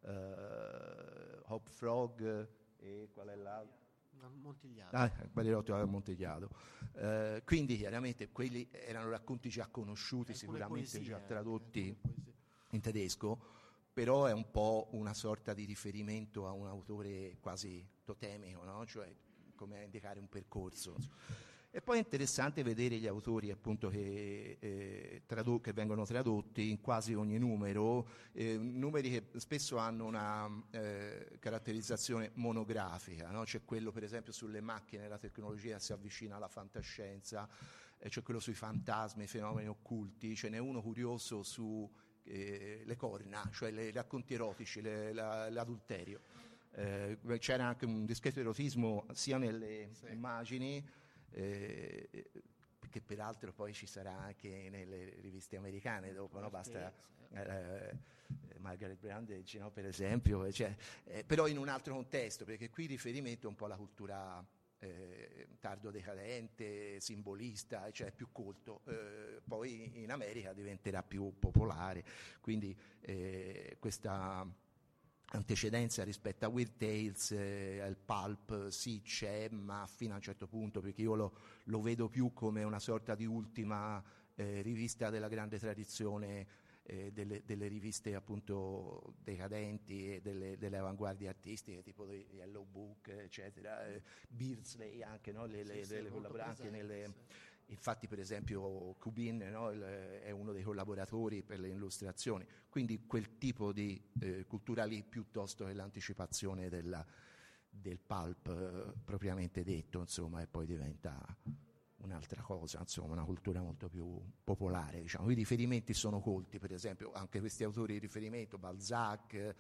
S8: Hop Frog e qual è l'altro?
S7: Montigliado.
S8: Barilotto a Montigliado. Quindi chiaramente quelli erano racconti già conosciuti, sicuramente poesie, già tradotti in tedesco, però è un po' una sorta di riferimento a un autore quasi totemico, no? Cioè come a indicare un percorso. E poi è interessante vedere gli autori appunto che vengono tradotti in quasi ogni numero, numeri che spesso hanno una caratterizzazione monografica, no? C'è quello per esempio sulle macchine, la tecnologia si avvicina alla fantascienza, c'è quello sui fantasmi, i fenomeni occulti, ce n'è uno curioso su le corna, cioè i racconti erotici, l'adulterio. C'era anche un discreto erotismo sia nelle immagini, che peraltro poi ci sarà anche nelle riviste americane dopo, no? Basta Margaret Brandage, no? Per esempio, però in un altro contesto, perché qui il riferimento è un po' alla cultura tardo decadente, simbolista, cioè più colto, poi in America diventerà più popolare, quindi questa antecedenza rispetto a Weird Tales, al pulp, sì c'è, ma fino a un certo punto, perché io lo vedo più come una sorta di ultima rivista della grande tradizione delle riviste appunto decadenti e delle avanguardie artistiche, tipo di Yellow Book, eccetera, Beardsley anche, no? le collaboranti nelle... Infatti per esempio Kubin, no, è uno dei collaboratori per le illustrazioni, quindi quel tipo di cultura lì piuttosto che l'anticipazione del pulp propriamente detto, insomma, e poi diventa un'altra cosa, insomma, una cultura molto più popolare, diciamo. I riferimenti sono colti, per esempio anche questi autori di riferimento, Balzac,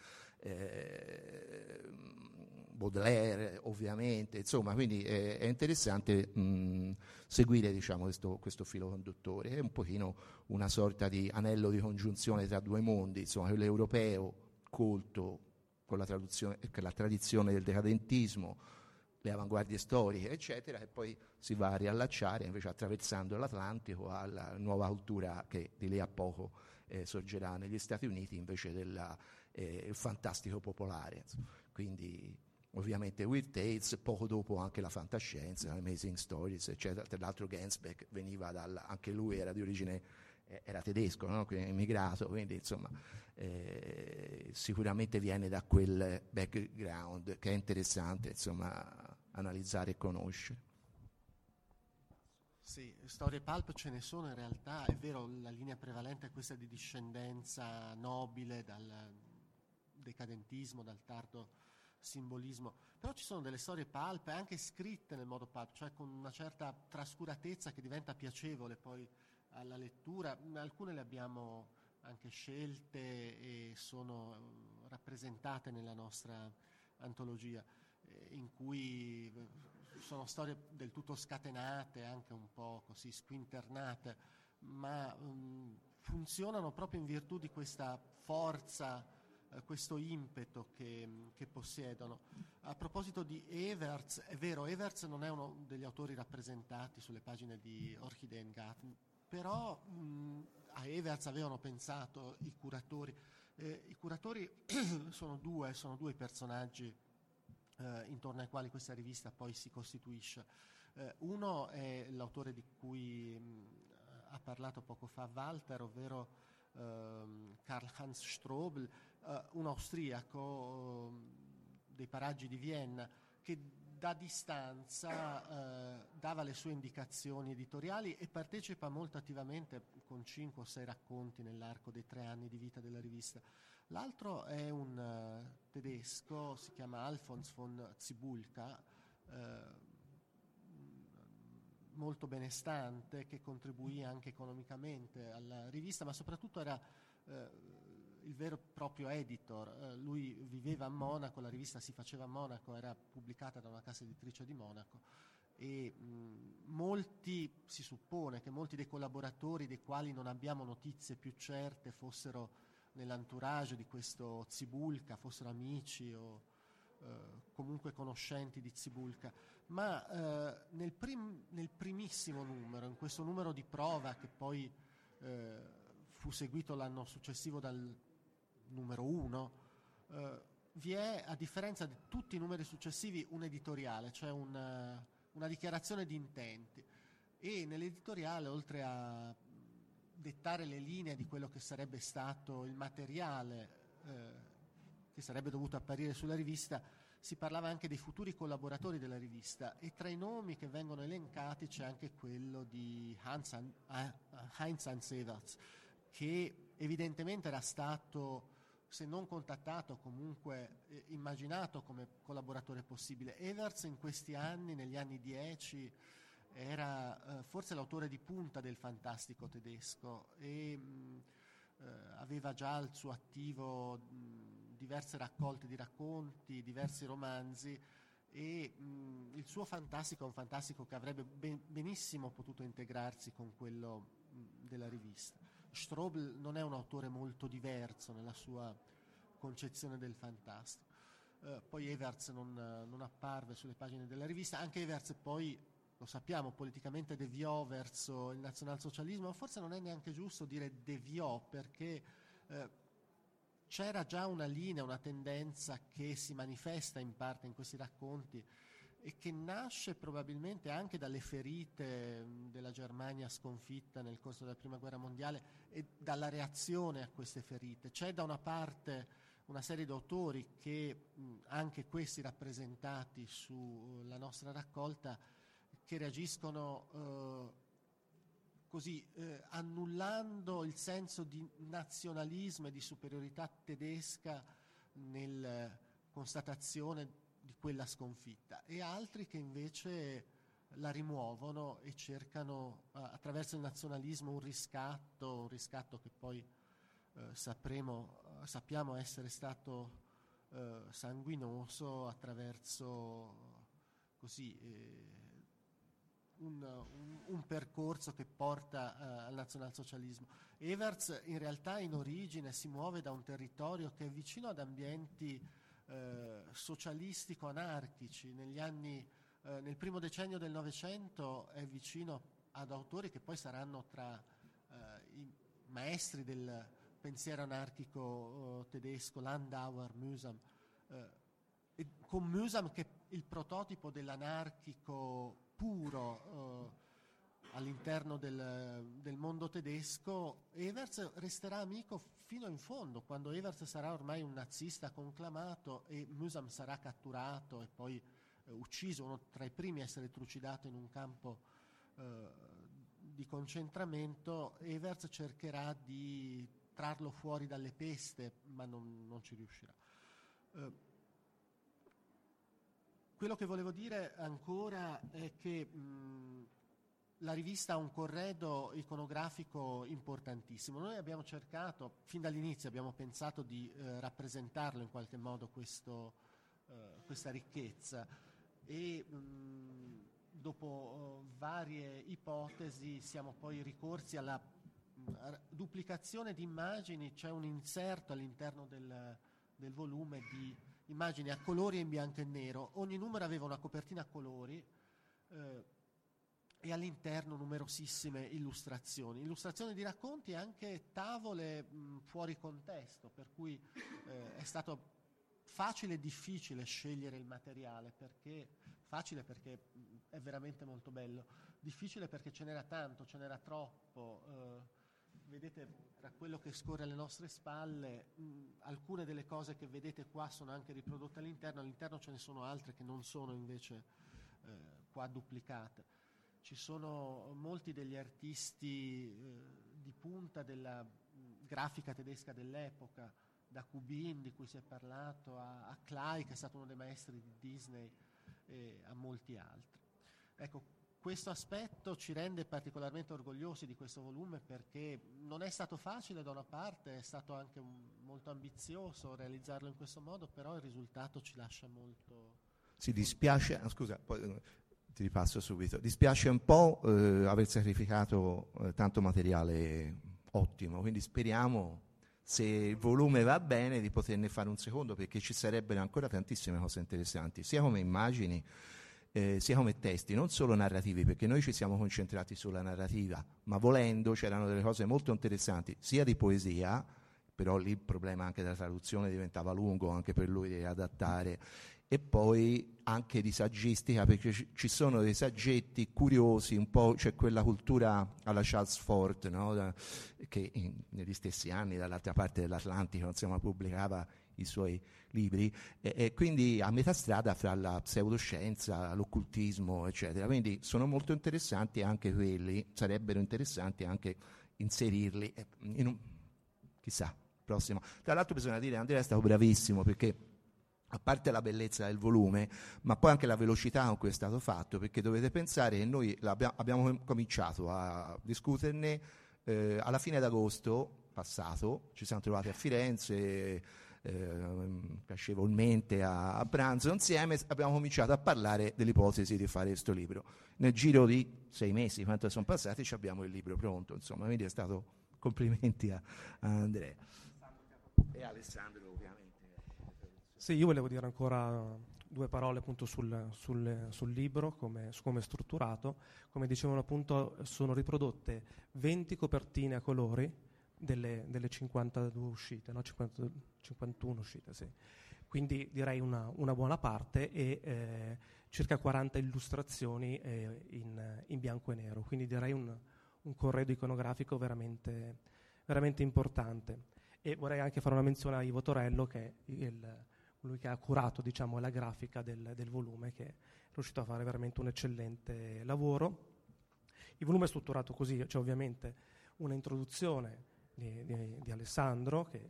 S8: Baudelaire ovviamente, insomma, quindi è interessante seguire, diciamo, questo filo conduttore, è un pochino una sorta di anello di congiunzione tra due mondi, insomma, quello europeo colto con la tradizione del decadentismo, le avanguardie storiche, eccetera, e poi si va a riallacciare invece attraversando l'Atlantico alla nuova cultura che di lì a poco sorgerà negli Stati Uniti invece del fantastico popolare. Quindi ovviamente Weird Tales, poco dopo anche la fantascienza, Amazing Stories, eccetera. Tra l'altro Gainsbourg veniva anche lui era di origine, era tedesco, no? Quindi immigrato, quindi insomma sicuramente viene da quel background che è interessante insomma analizzare e conoscere.
S7: Sì, storie pulp ce ne sono in realtà, è vero, la linea prevalente è questa di discendenza nobile dal decadentismo, dal tardo simbolismo, però ci sono delle storie pulp anche scritte nel modo pulp, cioè con una certa trascuratezza che diventa piacevole poi alla lettura. Alcune le abbiamo anche scelte e sono rappresentate nella nostra antologia, in cui sono storie del tutto scatenate, anche un po' così squinternate, ma funzionano proprio in virtù di questa forza, questo impeto che possiedono. A proposito di Everts, è vero, Everts non è uno degli autori rappresentati sulle pagine di Orchideengarten, però a Everts avevano pensato i curatori. I curatori sono due i personaggi intorno ai quali questa rivista poi si costituisce. Uno è l'autore di cui ha parlato poco fa Walter, ovvero Karl-Heinz Strobl, un austriaco dei paraggi di Vienna, che da distanza dava le sue indicazioni editoriali e partecipa molto attivamente con 5 o 6 racconti nell'arco dei 3 anni di vita della rivista. L'altro è un tedesco, si chiama Alfons von Zibulka, molto benestante, che contribuì anche economicamente alla rivista, ma soprattutto era il vero e proprio editor. Lui viveva a Monaco, la rivista si faceva a Monaco, era pubblicata da una casa editrice di Monaco e si suppone che molti dei collaboratori dei quali non abbiamo notizie più certe fossero nell'entourage di questo Zibulka, fossero amici o comunque conoscenti di Zibulka, ma nel primissimo numero, in questo numero di prova che poi fu seguito l'anno successivo dal numero 1, vi è, a differenza di tutti i numeri successivi, un editoriale, cioè una dichiarazione di intenti, e nell'editoriale, oltre a dettare le linee di quello che sarebbe stato il materiale che sarebbe dovuto apparire sulla rivista, si parlava anche dei futuri collaboratori della rivista, e tra i nomi che vengono elencati c'è anche quello di Heinz Everts, che evidentemente era stato, se non contattato, comunque immaginato come collaboratore possibile. Everts in questi anni, negli anni 10, era forse l'autore di punta del fantastico tedesco e aveva già al suo attivo diverse raccolte di racconti, diversi romanzi, e il suo fantastico è un fantastico che avrebbe benissimo potuto integrarsi con quello della rivista. Strobl non è un autore molto diverso nella sua concezione del fantastico. Poi Everts non apparve sulle pagine della rivista, anche Everts poi, lo sappiamo, politicamente deviò verso il nazionalsocialismo, ma forse non è neanche giusto dire deviò, perché c'era già una linea, una tendenza che si manifesta in parte in questi racconti e che nasce probabilmente anche dalle ferite della Germania sconfitta nel corso della Prima Guerra Mondiale e dalla reazione a queste ferite. C'è da una parte una serie di autori che, anche questi rappresentati sulla nostra raccolta, che reagiscono annullando il senso di nazionalismo e di superiorità tedesca nel constatazione di quella sconfitta, e altri che invece la rimuovono e cercano attraverso il nazionalismo un riscatto che poi sappiamo essere stato sanguinoso, attraverso un percorso che porta al nazionalsocialismo. Everts in realtà in origine si muove da un territorio che è vicino ad ambienti socialistico-anarchici nel primo decennio del Novecento è vicino ad autori che poi saranno tra i maestri del pensiero anarchico tedesco, Landauer, Mühsam, e con Mühsam che è il prototipo dell'anarchico puro all'interno del mondo tedesco. Evers resterà amico fino in fondo, quando Evers sarà ormai un nazista conclamato e Mühsam sarà catturato e poi ucciso, uno tra i primi a essere trucidato in un campo di concentramento. Evers cercherà di trarlo fuori dalle peste, ma non ci riuscirà. Quello che volevo dire ancora è che la rivista ha un corredo iconografico importantissimo. Noi abbiamo cercato, fin dall'inizio abbiamo pensato di rappresentarlo in qualche modo questa ricchezza, e dopo varie ipotesi siamo poi ricorsi alla duplicazione di immagini. C'è un inserto all'interno del volume di immagini a colori e in bianco e nero. Ogni numero aveva una copertina a colori e all'interno numerosissime illustrazioni di racconti e anche tavole fuori contesto, per cui è stato facile e difficile scegliere il materiale, perché facile perché è veramente molto bello, difficile perché ce n'era tanto, ce n'era troppo. Vedete, tra quello che scorre alle nostre spalle, alcune delle cose che vedete qua sono anche riprodotte all'interno ce ne sono altre che non sono invece qua duplicate. Ci sono molti degli artisti di punta della grafica tedesca dell'epoca, da Kubin, di cui si è parlato, a Klei, che è stato uno dei maestri di Disney, e a molti altri. Ecco, questo aspetto ci rende particolarmente orgogliosi di questo volume, perché non è stato facile da una parte, è stato anche molto ambizioso realizzarlo in questo modo, però il risultato ci lascia molto...
S8: Si dispiace, scusa, poi ti ripasso subito, dispiace un po' aver sacrificato tanto materiale ottimo, quindi speriamo, se il volume va bene, di poterne fare un secondo, perché ci sarebbero ancora tantissime cose interessanti, sia come immagini, sia come testi, non solo narrativi, perché noi ci siamo concentrati sulla narrativa, ma volendo c'erano delle cose molto interessanti, sia di poesia, però lì il problema anche della traduzione diventava lungo, anche per lui di adattare, e poi anche di saggistica, perché ci sono dei saggetti curiosi, un po' c'è quella cultura alla Charles Fort, no? Che negli stessi anni dall'altra parte dell'Atlantico, insomma, pubblicava i suoi libri, e quindi a metà strada fra la pseudoscienza, l'occultismo, eccetera. Quindi sono molto interessanti anche quelli, sarebbero interessanti anche inserirli in un, chissà, prossimo. Tra l'altro bisogna dire che Andrea è stato bravissimo, perché a parte la bellezza del volume, ma poi anche la velocità con cui è stato fatto, perché dovete pensare che noi abbiamo cominciato a discuterne alla fine d'agosto passato, ci siamo trovati a Firenze, piacevolmente a pranzo insieme, abbiamo cominciato a parlare dell'ipotesi di fare questo libro. Nel giro di 6 mesi, quanto sono passati, abbiamo il libro pronto, insomma, quindi è stato, complimenti a Andrea e Alessandro, ovviamente.
S6: Sì, io volevo dire ancora 2 parole appunto sul libro, come è strutturato. Come dicevano appunto, sono riprodotte 20 copertine a colori delle 52 uscite, no? 51 uscite, sì. Quindi direi una buona parte, e circa 40 illustrazioni in bianco e nero, quindi direi un corredo iconografico veramente, veramente importante. E vorrei anche fare una menzione a Ivo Torello, che è lui che ha curato, diciamo, la grafica del volume, che è riuscito a fare veramente un eccellente lavoro. Il volume è strutturato così: c'è ovviamente una introduzione di Alessandro, che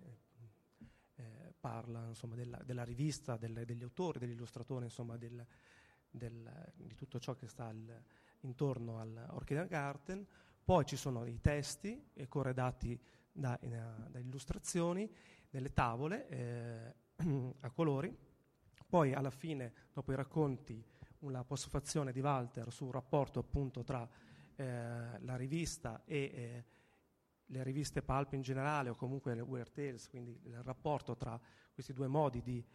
S6: parla, insomma, della rivista, degli autori, degli illustratori, insomma, di tutto ciò che sta intorno all'Orchidea Garden. Poi ci sono i testi corredati da illustrazioni, delle tavole a colori. Poi alla fine, dopo i racconti, una postfazione di Walter sul rapporto appunto tra la rivista e le riviste pulp in generale, o comunque le Weird Tales, quindi il rapporto tra questi due modi di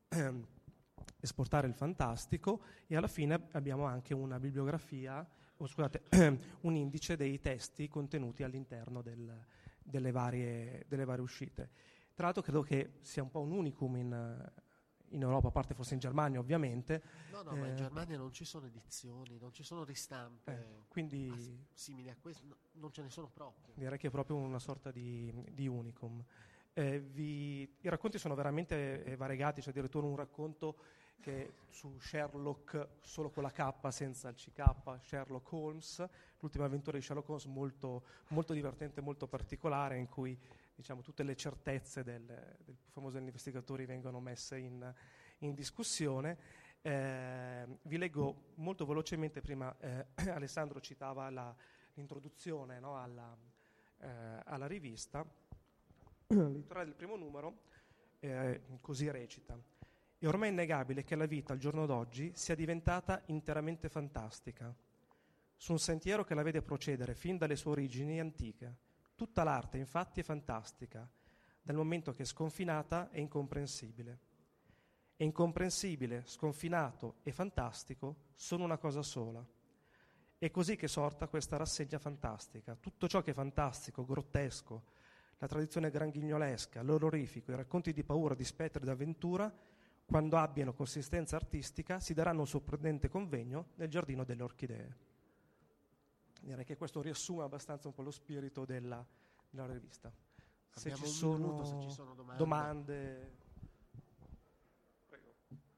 S6: esportare il fantastico, e alla fine abbiamo anche una bibliografia, un indice dei testi contenuti all'interno delle varie uscite. Tra l'altro credo che sia un po' un unicum in Europa, a parte forse in Germania ovviamente.
S7: No, ma in Germania non ci sono edizioni, non ci sono ristampe
S6: quindi
S7: simili a questo, non ce ne sono proprio.
S6: Direi che è proprio una sorta di unicum. I racconti sono veramente variegati, c'è addirittura un racconto che su Sherlock solo con la K senza il CK, Sherlock Holmes, l'ultima avventura di Sherlock Holmes, molto, molto divertente, molto particolare, in cui diciamo tutte le certezze del famoso investigatori vengono messe in discussione. Vi leggo molto velocemente, prima Alessandro citava l'introduzione, no, alla rivista. L'editoriale del primo numero così recita: è ormai innegabile che la vita al giorno d'oggi sia diventata interamente fantastica, su un sentiero che la vede procedere fin dalle sue origini antiche. Tutta l'arte, infatti, è fantastica, dal momento che è sconfinata e incomprensibile. E incomprensibile, sconfinato e fantastico sono una cosa sola. È così che sorta questa rassegna fantastica. Tutto ciò che è fantastico, grottesco, la tradizione granghignolesca, l'orrorifico, i racconti di paura, di spettri e d'avventura, quando abbiano consistenza artistica, si daranno un sorprendente convegno nel giardino delle orchidee. Direi che questo riassume abbastanza un po' lo spirito della rivista. Se ci sono domande. Prego.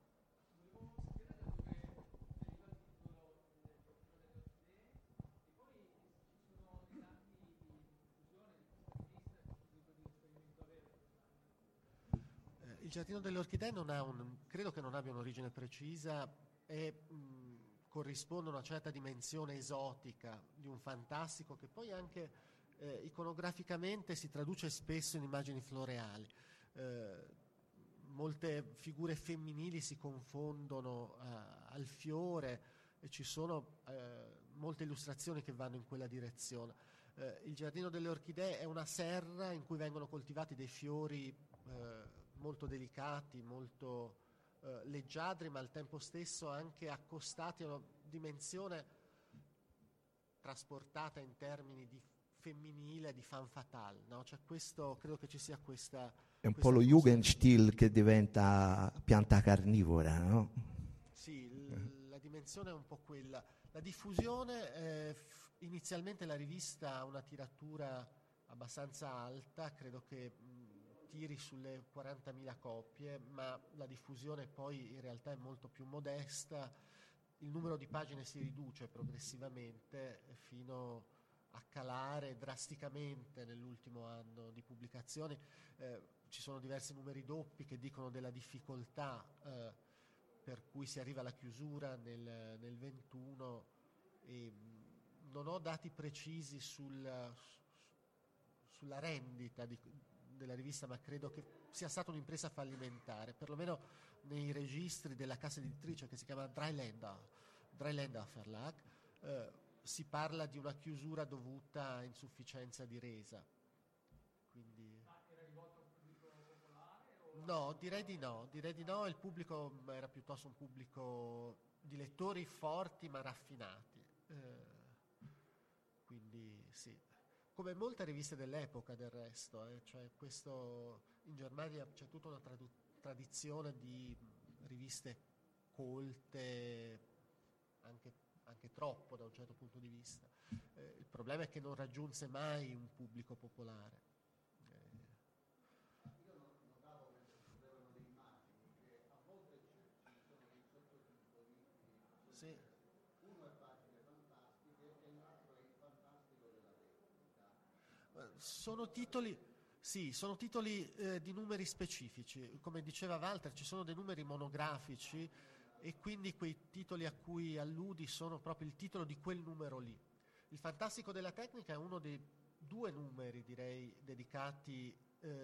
S7: Il giardino delle orchidee credo che non abbia un'origine precisa e corrisponde a una certa dimensione esotica di un fantastico che poi anche iconograficamente si traduce spesso in immagini floreali. Molte figure femminili si confondono al fiore e ci sono molte illustrazioni che vanno in quella direzione. Il giardino delle orchidee è una serra in cui vengono coltivati dei fiori molto delicati, molto leggiadri, ma al tempo stesso anche accostati a una dimensione trasportata in termini di femminile, di femme fatale, no? Cioè questo, credo che ci sia questa...
S8: È un po' lo Jugendstil che diventa pianta carnivora, no?
S7: Sì, la dimensione è un po' quella. La diffusione, inizialmente la rivista ha una tiratura abbastanza alta, credo che tiri sulle 40.000 copie, ma la diffusione poi in realtà è molto più modesta. Il numero di pagine si riduce progressivamente fino a calare drasticamente nell'ultimo anno di pubblicazioni. Ci sono diversi numeri doppi che dicono della difficoltà per cui si arriva alla chiusura nel 21, e non ho dati precisi sulla rendita della rivista, ma credo che sia stata un'impresa fallimentare, perlomeno nei registri della casa editrice che si chiama Dreiländer Verlag. Si parla di una chiusura dovuta a insufficienza di resa. Quindi... Ma era rivolto a un pubblico popolare? No, direi di no. Il pubblico era piuttosto un pubblico di lettori forti ma raffinati. Quindi sì. Come molte riviste dell'epoca del resto, cioè questo, in Germania c'è tutta una tradizione di riviste colte, anche troppo da un certo punto di vista. Il problema è che non raggiunse mai un pubblico popolare.
S9: Io notavo mentre scorrevano le immagini che a volte ci sono dei sottotitoli.
S7: Sì.
S9: Uno è Pagine fantastiche e l'altro è Il fantastico della tecnica.
S7: Sono titoli di numeri specifici. Come diceva Walter, ci sono dei numeri monografici e quindi quei titoli a cui alludi sono proprio il titolo di quel numero lì. Il fantastico della tecnica è uno dei 2 numeri, direi, dedicati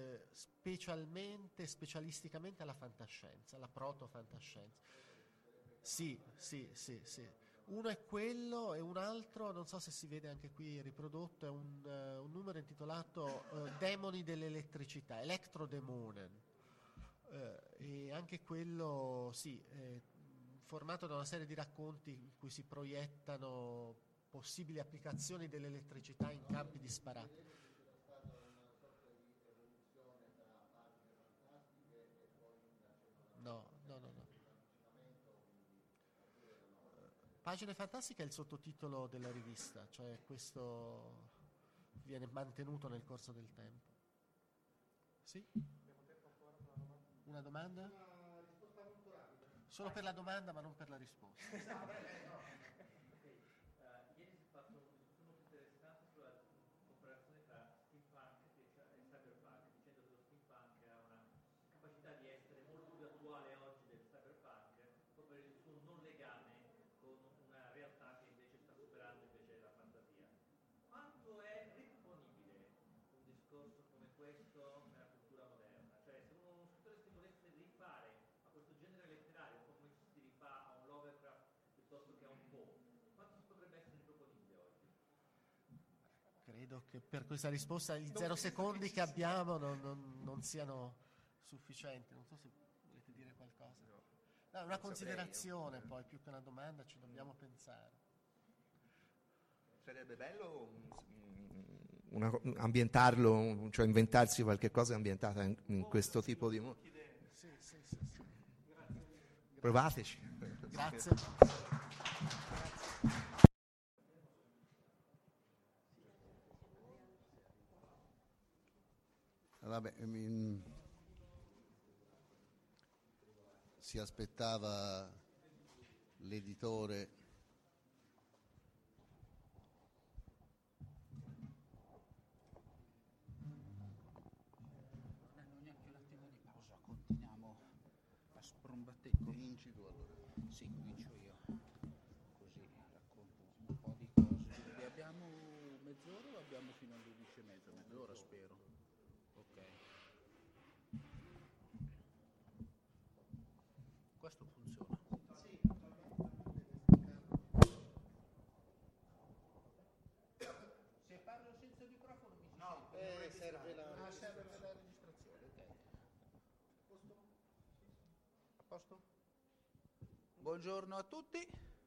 S7: specialisticamente alla fantascienza, alla proto-fantascienza. Sì. Uno è quello e un altro, non so se si vede anche qui riprodotto, è un numero intitolato Demoni dell'elettricità, Elektrodämonen. e anche quello, sì, formato da una serie di racconti in cui si proiettano possibili applicazioni dell'elettricità in campi disparati. No. Pagine fantastiche è il sottotitolo della rivista, cioè questo viene mantenuto nel corso del tempo. Sì? Una domanda? Solo per la domanda ma non per la risposta.
S9: Ieri si è fatto un discorso molto interessante sulla comparazione tra steampunk e cyberpunk, dicendo che lo steampunk ha una capacità di essere molto più attuale oggi del cyberpunk, proprio per il suo non legame con una realtà che invece sta superando invece la fantasia. Quanto è riproponibile un discorso come questo nella cultura moderna? Cioè, se uno scrittore si volesse rifare a questo genere letterario, un po' come si rifà a un Lovecraft piuttosto che a un Poe, quanto potrebbe essere riproponibile oggi?
S7: Credo che per questa risposta i 0 secondi che abbiamo non siano sufficienti. Non so se volete dire qualcosa. No, è una considerazione, poi più che una domanda, ci dobbiamo pensare.
S8: Sarebbe bello ambientarlo, cioè inventarsi qualche cosa ambientata in questo tipo di mondo.
S7: Sì.
S8: Provateci.
S7: Grazie.
S10: Vabbè, si aspettava l'editore
S5: Neanche un attimo di pausa, continuiamo a sprombattere.
S10: Cominci tu allora.
S5: Sì, comincio io, così racconto un po' di cose. Abbiamo mezz'ora o abbiamo fino alle 11:30? Mezz'ora spero. Ok. Questo funziona. Se parlo senza microfono mi si sente?
S10: Serve la
S5: Serve per la registrazione, ok. A posto? Buongiorno a tutti.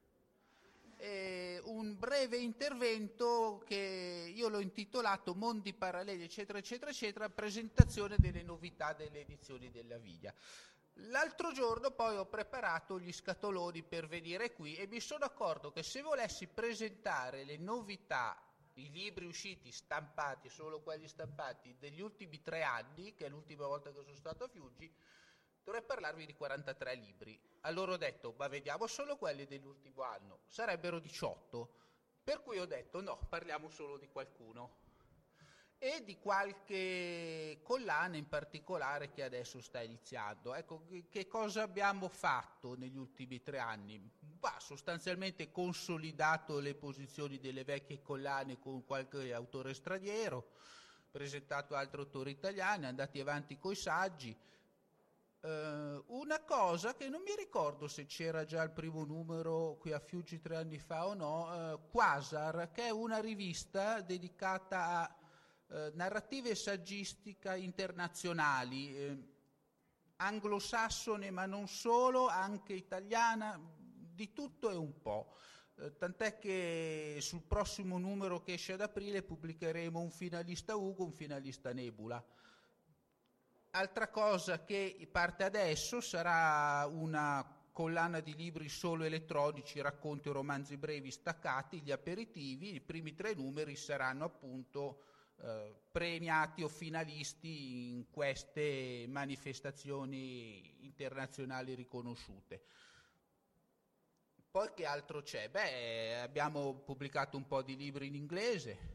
S5: Un breve intervento che io l'ho intitolato Mondi paralleli eccetera eccetera eccetera, presentazione delle novità delle edizioni della Viglia. L'altro giorno poi ho preparato gli scatoloni per venire qui e mi sono accorto che se volessi presentare le novità, i libri usciti stampati, solo quelli stampati degli ultimi 3 anni, che è l'ultima volta che sono stato a Fiuggi, dovrei parlarvi di 43 libri. Allora ho detto, ma vediamo solo quelli dell'ultimo anno, sarebbero 18, per cui ho detto no, parliamo solo di qualcuno e di qualche collana in particolare che adesso sta iniziando. Ecco, che cosa abbiamo fatto negli ultimi 3 anni? Sostanzialmente consolidato le posizioni delle vecchie collane con qualche autore straniero, presentato altri autori italiani, andati avanti coi saggi. Una cosa che non mi ricordo se c'era già il primo numero qui a Fiuggi 3 anni fa o no, Quasar, che è una rivista dedicata a narrative e saggistica internazionali, anglosassone ma non solo, anche italiana, di tutto e un po'. Tant'è che sul prossimo numero che esce ad aprile pubblicheremo un finalista Ugo, un finalista Nebula. Altra cosa che parte adesso sarà una collana di libri solo elettronici, racconti o romanzi brevi staccati, gli aperitivi. I primi 3 numeri saranno appunto premiati o finalisti in queste manifestazioni internazionali riconosciute. Poi che altro c'è? Abbiamo pubblicato un po' di libri in inglese.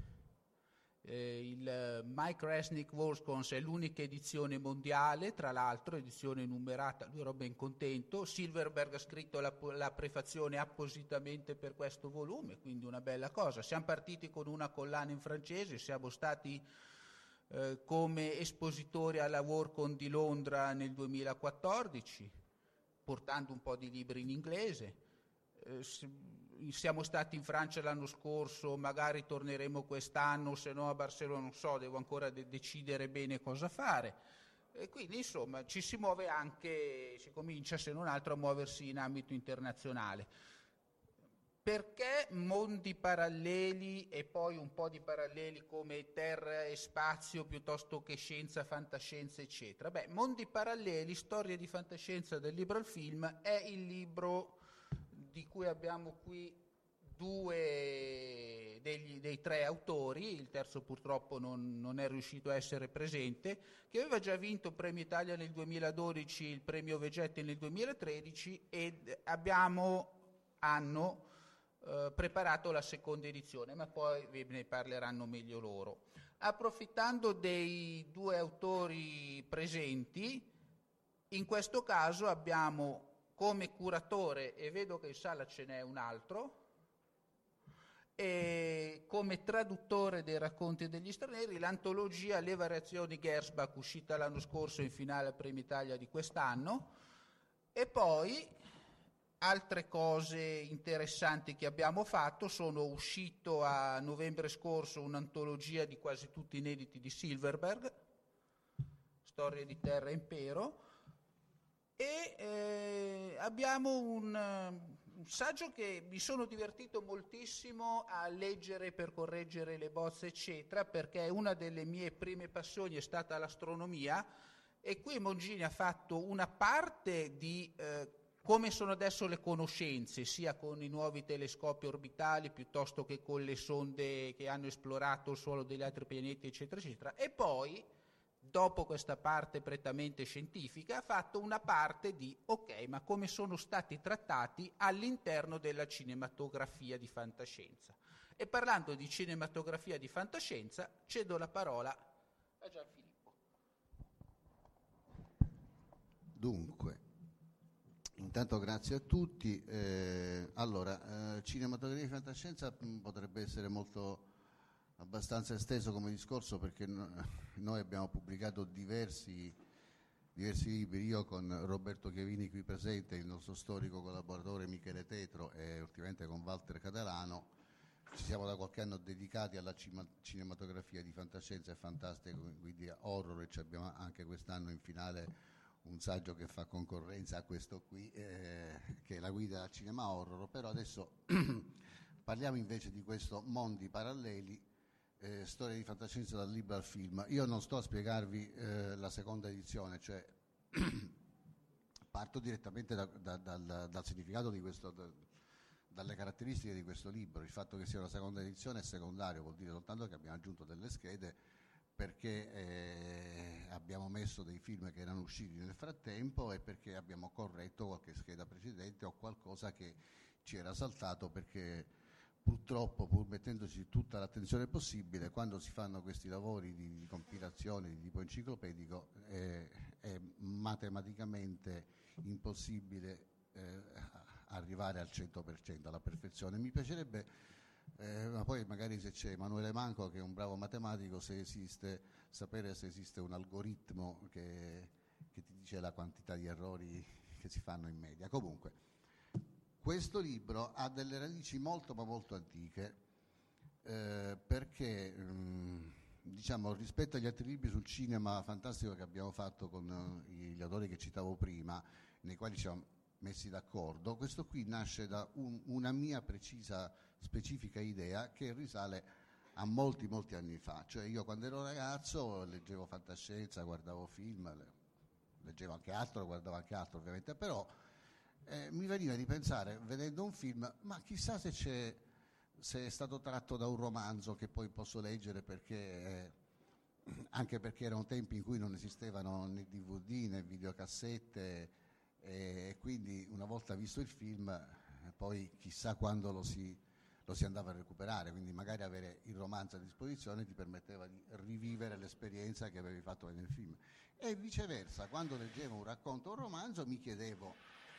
S5: Il Mike Resnick Wolfscons è l'unica edizione mondiale, tra l'altro edizione numerata, lui ero ben contento. Silverberg ha scritto la prefazione appositamente per questo volume, quindi una bella cosa. Siamo partiti con una collana in francese, siamo stati come espositori alla Worldcon di Londra nel 2014, portando un po' di libri in inglese. Siamo stati in Francia l'anno scorso, magari torneremo quest'anno, se no a Barcellona non so, devo ancora decidere bene cosa fare. E quindi insomma ci si muove anche, si comincia se non altro a muoversi in ambito internazionale. Perché mondi paralleli e poi un po' di paralleli come terra e spazio piuttosto che scienza, fantascienza, eccetera? Beh, Mondi paralleli, storie di fantascienza del libro al film, è il libro di cui abbiamo qui due dei tre autori, il terzo purtroppo non è riuscito a essere presente, che aveva già vinto il Premio Italia nel 2012, il Premio Vegetti nel 2013 ed hanno preparato la seconda edizione, ma poi ve ne parleranno meglio loro. Approfittando dei due autori presenti, in questo caso abbiamo come curatore, e vedo che in sala ce n'è un altro, e come traduttore dei racconti degli stranieri, l'antologia Le variazioni Gersbach, uscita l'anno scorso in finale al Premio Italia di quest'anno, e poi altre cose interessanti che abbiamo fatto. Sono uscito a novembre scorso un'antologia di quasi tutti inediti di Silverberg, Storie di Terra e Impero, e abbiamo un saggio che mi sono divertito moltissimo a leggere per correggere le bozze eccetera, perché una delle mie prime passioni è stata l'astronomia, e qui Mongini ha fatto una parte di come sono adesso le conoscenze, sia con i nuovi telescopi orbitali piuttosto che con le sonde che hanno esplorato il suolo degli altri pianeti, eccetera, eccetera. E poi, dopo questa parte prettamente scientifica, ha fatto una parte di, ok, ma come sono stati trattati all'interno della cinematografia di fantascienza. E parlando di cinematografia di fantascienza, cedo la parola a Gianfilippo.
S10: Dunque, intanto grazie a tutti. Cinematografia di fantascienza potrebbe essere abbastanza esteso come discorso, perché noi abbiamo pubblicato diversi libri, io con Roberto Chiavini qui presente, il nostro storico collaboratore Michele Tetro e ultimamente con Walter Catalano. Ci siamo da qualche anno dedicati alla cinematografia di fantascienza e fantastica, quindi horror, e abbiamo anche quest'anno in finale un saggio che fa concorrenza a questo qui, che è La guida al cinema horror. Però adesso parliamo invece di questo Mondi paralleli, storie di fantascienza dal libro al film. Io non sto a spiegarvi la seconda edizione, cioè parto direttamente dal significato di questo, dalle caratteristiche di questo libro. Il fatto che sia una seconda edizione è secondario, vuol dire soltanto che abbiamo aggiunto delle schede, perché abbiamo messo dei film che erano usciti nel frattempo e perché abbiamo corretto qualche scheda precedente o qualcosa che ci era saltato, perché purtroppo, pur mettendoci tutta l'attenzione possibile, quando si fanno questi lavori di compilazione di tipo enciclopedico è matematicamente impossibile arrivare al 100%, alla perfezione. Mi piacerebbe, ma poi magari se c'è Emanuele Manco, che è un bravo matematico, sapere se esiste un algoritmo che ti dice la quantità di errori che si fanno in media. Comunque, questo libro ha delle radici molto ma molto antiche, perché diciamo, rispetto agli altri libri sul cinema fantastico che abbiamo fatto con gli autori che citavo prima, nei quali ci siamo messi d'accordo, questo qui nasce da una mia precisa, specifica idea che risale a molti anni fa. Cioè, io quando ero ragazzo leggevo fantascienza, guardavo film, leggevo anche altro, guardavo anche altro ovviamente, però mi veniva di pensare, vedendo un film, ma chissà se è stato tratto da un romanzo che poi posso leggere, perché anche perché erano tempi in cui non esistevano né DVD né videocassette, e quindi una volta visto il film poi chissà quando lo si andava a recuperare, quindi magari avere il romanzo a disposizione ti permetteva di rivivere l'esperienza che avevi fatto nel film, e viceversa, quando leggevo un racconto o un romanzo mi chiedevo,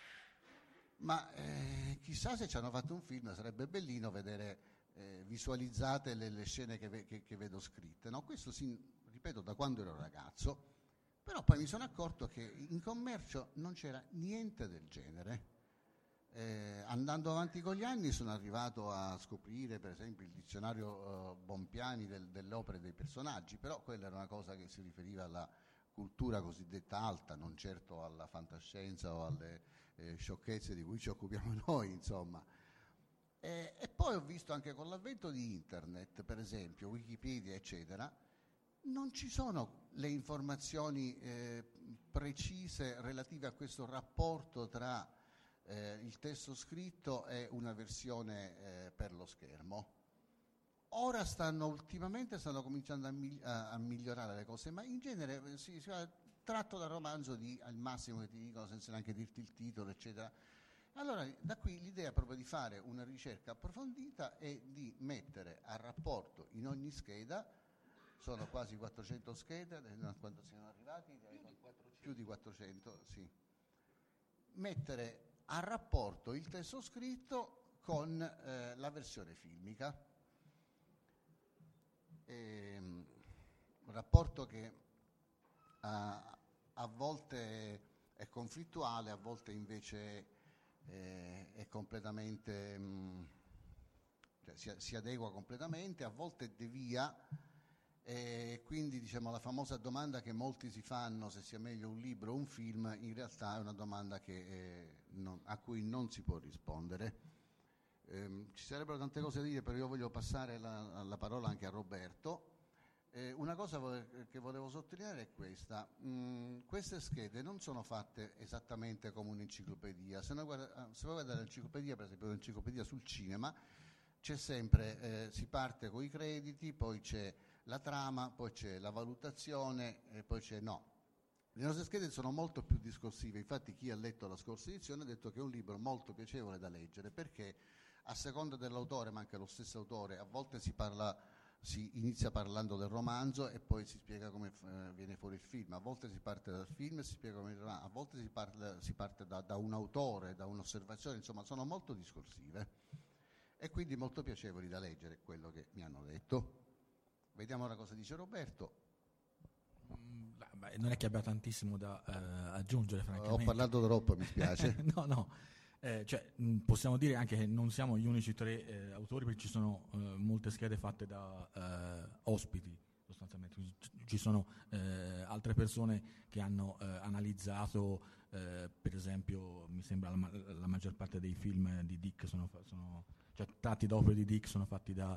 S10: ma chissà se ci hanno fatto un film, sarebbe bellino vedere visualizzate le scene che vedo scritte, no? Questo ripeto, da quando ero ragazzo. Però poi mi sono accorto che in commercio non c'era niente del genere. Andando avanti con gli anni sono arrivato a scoprire per esempio il dizionario Bonpiani delle opere dei personaggi, però quella era una cosa che si riferiva alla cultura cosiddetta alta, non certo alla fantascienza o alle sciocchezze di cui ci occupiamo noi, insomma. E poi ho visto anche con l'avvento di internet, per esempio Wikipedia eccetera, non ci sono le informazioni precise relative a questo rapporto tra il testo scritto e una versione per lo schermo. Ora ultimamente stanno cominciando a migliorare le cose, ma in genere si va tratto dal romanzo al massimo che ti dicono senza neanche dirti il titolo, eccetera. Allora, da qui l'idea proprio di fare una ricerca approfondita e di mettere a rapporto in ogni scheda, sono quasi 400 schede, quando siamo arrivati? Più di 400, sì. Mettere a rapporto il testo scritto con la versione filmica. Un rapporto che a volte è conflittuale, a volte invece è completamente, cioè si adegua completamente, a volte devia, e quindi diciamo la famosa domanda che molti si fanno se sia meglio un libro o un film, in realtà è una domanda a cui non si può rispondere. Ci sarebbero tante cose da dire, però io voglio passare la parola anche a Roberto. Una cosa che volevo sottolineare è questa: queste schede non sono fatte esattamente come un'enciclopedia. Se voi guardate l'enciclopedia, per esempio l'enciclopedia sul cinema, c'è sempre, si parte con i crediti, poi c'è la trama, poi c'è la valutazione e poi c'è no. Le nostre schede sono molto più discorsive, infatti chi ha letto la scorsa edizione ha detto che è un libro molto piacevole da leggere, perché a seconda dell'autore, ma anche lo stesso autore, a volte si inizia parlando del romanzo e poi si spiega come viene fuori il film, a volte si parte dal film e si spiega come il romanzo, a volte si parte da un autore, da un'osservazione, insomma sono molto discorsive e quindi molto piacevoli da leggere, quello che mi hanno detto. Vediamo ora cosa dice Roberto.
S11: Non è che abbia tantissimo da aggiungere, francamente.
S10: Ho parlato troppo, mi spiace.
S11: No. Possiamo dire anche che non siamo gli unici tre autori, perché ci sono molte schede fatte da ospiti, sostanzialmente. Ci sono altre persone che hanno analizzato, per esempio, mi sembra la maggior parte dei film di Dick cioè tratti da opere di Dick sono fatti da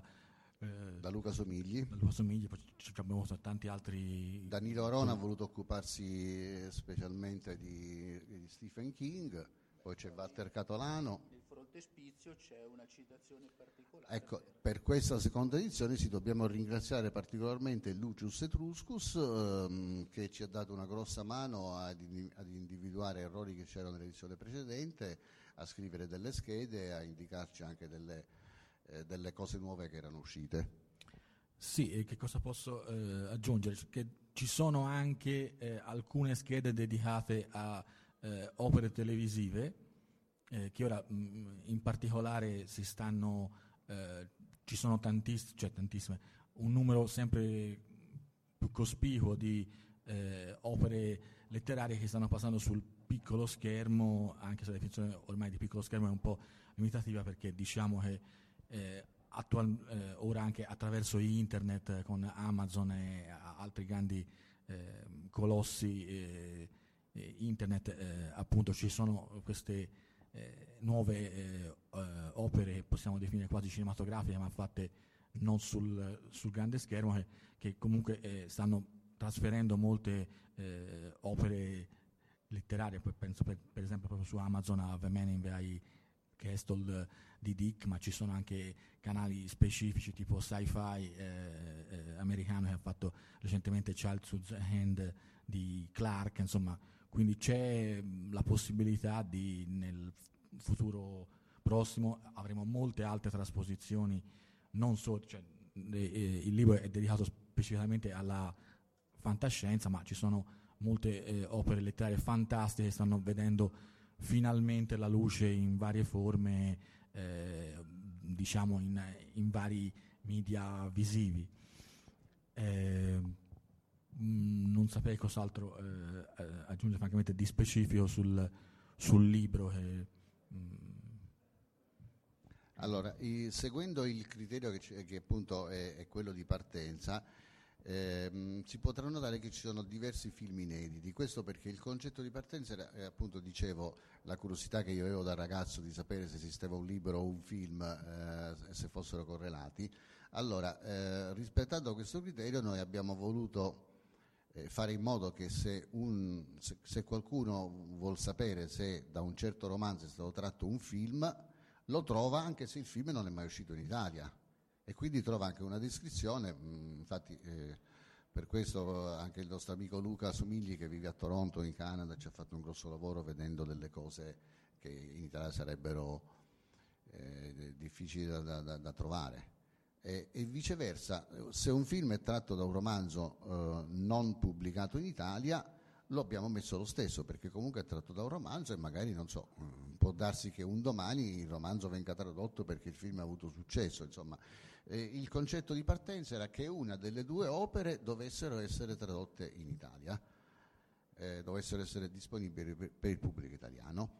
S10: Luca Somigli.
S11: Poi abbiamo tanti altri.
S10: Danilo Arona ha voluto occuparsi specialmente di Stephen King, poi c'è Walter Catolano.
S5: Nel frontespizio c'è una citazione particolare.
S10: Ecco, per questa seconda edizione dobbiamo ringraziare particolarmente Lucius Etruscus, che ci ha dato una grossa mano ad individuare errori che c'erano nell'edizione precedente, a scrivere delle schede, a indicarci anche delle cose nuove che erano uscite.
S11: Sì, e che cosa posso aggiungere? Che ci sono anche alcune schede dedicate a opere televisive, che ora in particolare ci sono tantissime, un numero sempre più cospicuo di opere letterarie che stanno passando sul piccolo schermo, anche se la definizione ormai di piccolo schermo è un po' limitativa, perché diciamo che ora anche attraverso internet, con Amazon e altri grandi colossi internet, appunto ci sono queste nuove opere, possiamo definire quasi cinematografiche, ma fatte non sul grande schermo, che comunque stanno trasferendo molte opere letterarie. Poi penso per esempio proprio su Amazon a The Man in the Castle di Dick, ma ci sono anche canali specifici tipo Sci-Fi americano, che ha fatto recentemente Childhood's Hand di Clark, insomma. Quindi c'è la possibilità nel futuro prossimo avremo molte altre trasposizioni, non solo, cioè, il libro è dedicato specificamente alla fantascienza, ma ci sono molte opere letterarie fantastiche che stanno vedendo finalmente la luce in varie forme, diciamo in vari media visivi. Non saprei cos'altro aggiungere, francamente, di specifico sul libro.
S10: Allora, seguendo il criterio che appunto è quello di partenza, Si potrà notare che ci sono diversi film inediti, questo perché il concetto di partenza era, appunto dicevo, la curiosità che io avevo da ragazzo di sapere se esisteva un libro o un film, se fossero correlati. Allora, rispettando questo criterio, noi abbiamo voluto fare in modo che se qualcuno vuol sapere se da un certo romanzo è stato tratto un film, lo trova anche se il film non è mai uscito in Italia, e quindi trova anche una descrizione. Infatti per questo anche il nostro amico Luca Somigli, che vive a Toronto in Canada, ci ha fatto un grosso lavoro vedendo delle cose che in Italia sarebbero difficili da trovare. E viceversa, se un film è tratto da un romanzo non pubblicato in Italia, lo abbiamo messo lo stesso, perché comunque è tratto da un romanzo e magari, non so, può darsi che un domani il romanzo venga tradotto perché il film ha avuto successo. Insomma, il concetto di partenza era che una delle due opere dovessero essere tradotte in Italia, dovessero essere disponibili per il pubblico italiano.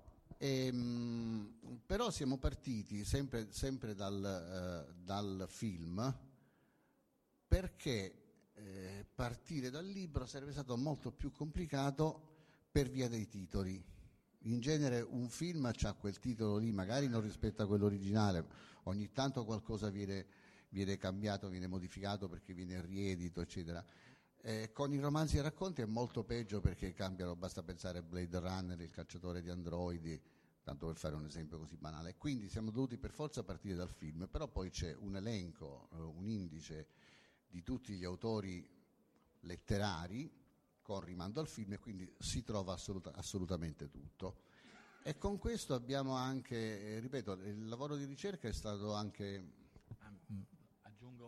S10: Però siamo partiti sempre dal film, perché partire dal libro sarebbe stato molto più complicato per via dei titoli. In genere un film ha quel titolo lì, magari non rispetta quello originale, ogni tanto qualcosa viene cambiato, viene modificato perché viene riedito, eccetera. Con i romanzi e racconti è molto peggio, perché cambiano, basta pensare a Blade Runner, Il cacciatore di androidi, tanto per fare un esempio così banale. Quindi siamo dovuti per forza partire dal film, però poi c'è un elenco, un indice di tutti gli autori letterari con rimando al film, e quindi si trova assolutamente tutto. E con questo abbiamo anche, ripeto, il lavoro di ricerca è stato anche...
S11: Aggiungo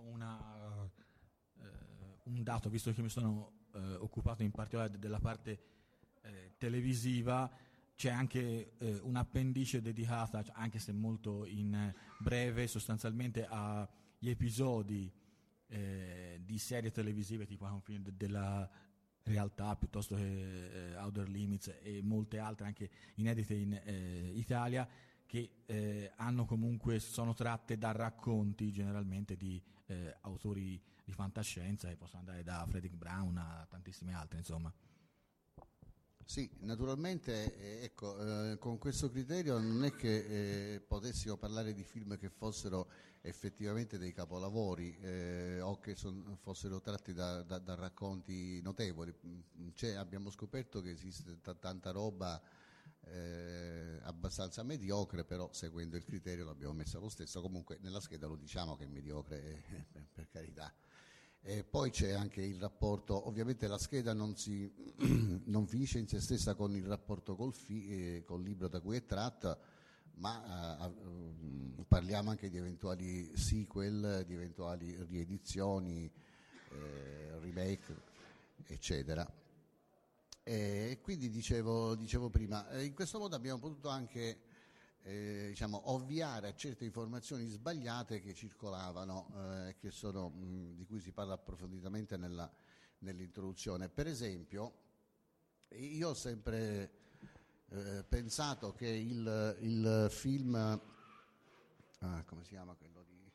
S11: un dato, visto che mi sono occupato in particolare della parte televisiva. C'è anche un'appendice dedicata, anche se molto in breve, sostanzialmente agli episodi di serie televisive tipo un film della realtà, piuttosto che Outer Limits, e molte altre anche inedite in Italia, che hanno comunque, sono tratte da racconti generalmente di autori di fantascienza, che possono andare da Fredric Brown a tantissime altre, insomma.
S10: Sì, naturalmente, ecco, con questo criterio non è che potessimo parlare di film che fossero effettivamente dei capolavori o che fossero tratti da racconti notevoli. Abbiamo scoperto che esiste tanta roba abbastanza mediocre, però seguendo il criterio l'abbiamo messa lo stesso. Comunque nella scheda lo diciamo che è mediocre, per carità. E poi c'è anche il rapporto, ovviamente la scheda non finisce in se stessa con il rapporto col libro da cui è tratta, ma parliamo anche di eventuali sequel, di eventuali riedizioni, remake, eccetera. E quindi dicevo prima, in questo modo abbiamo potuto anche ovviare a certe informazioni sbagliate che circolavano, di cui si parla approfonditamente nell'introduzione. Per esempio, io ho sempre pensato che il film, come si chiama quello di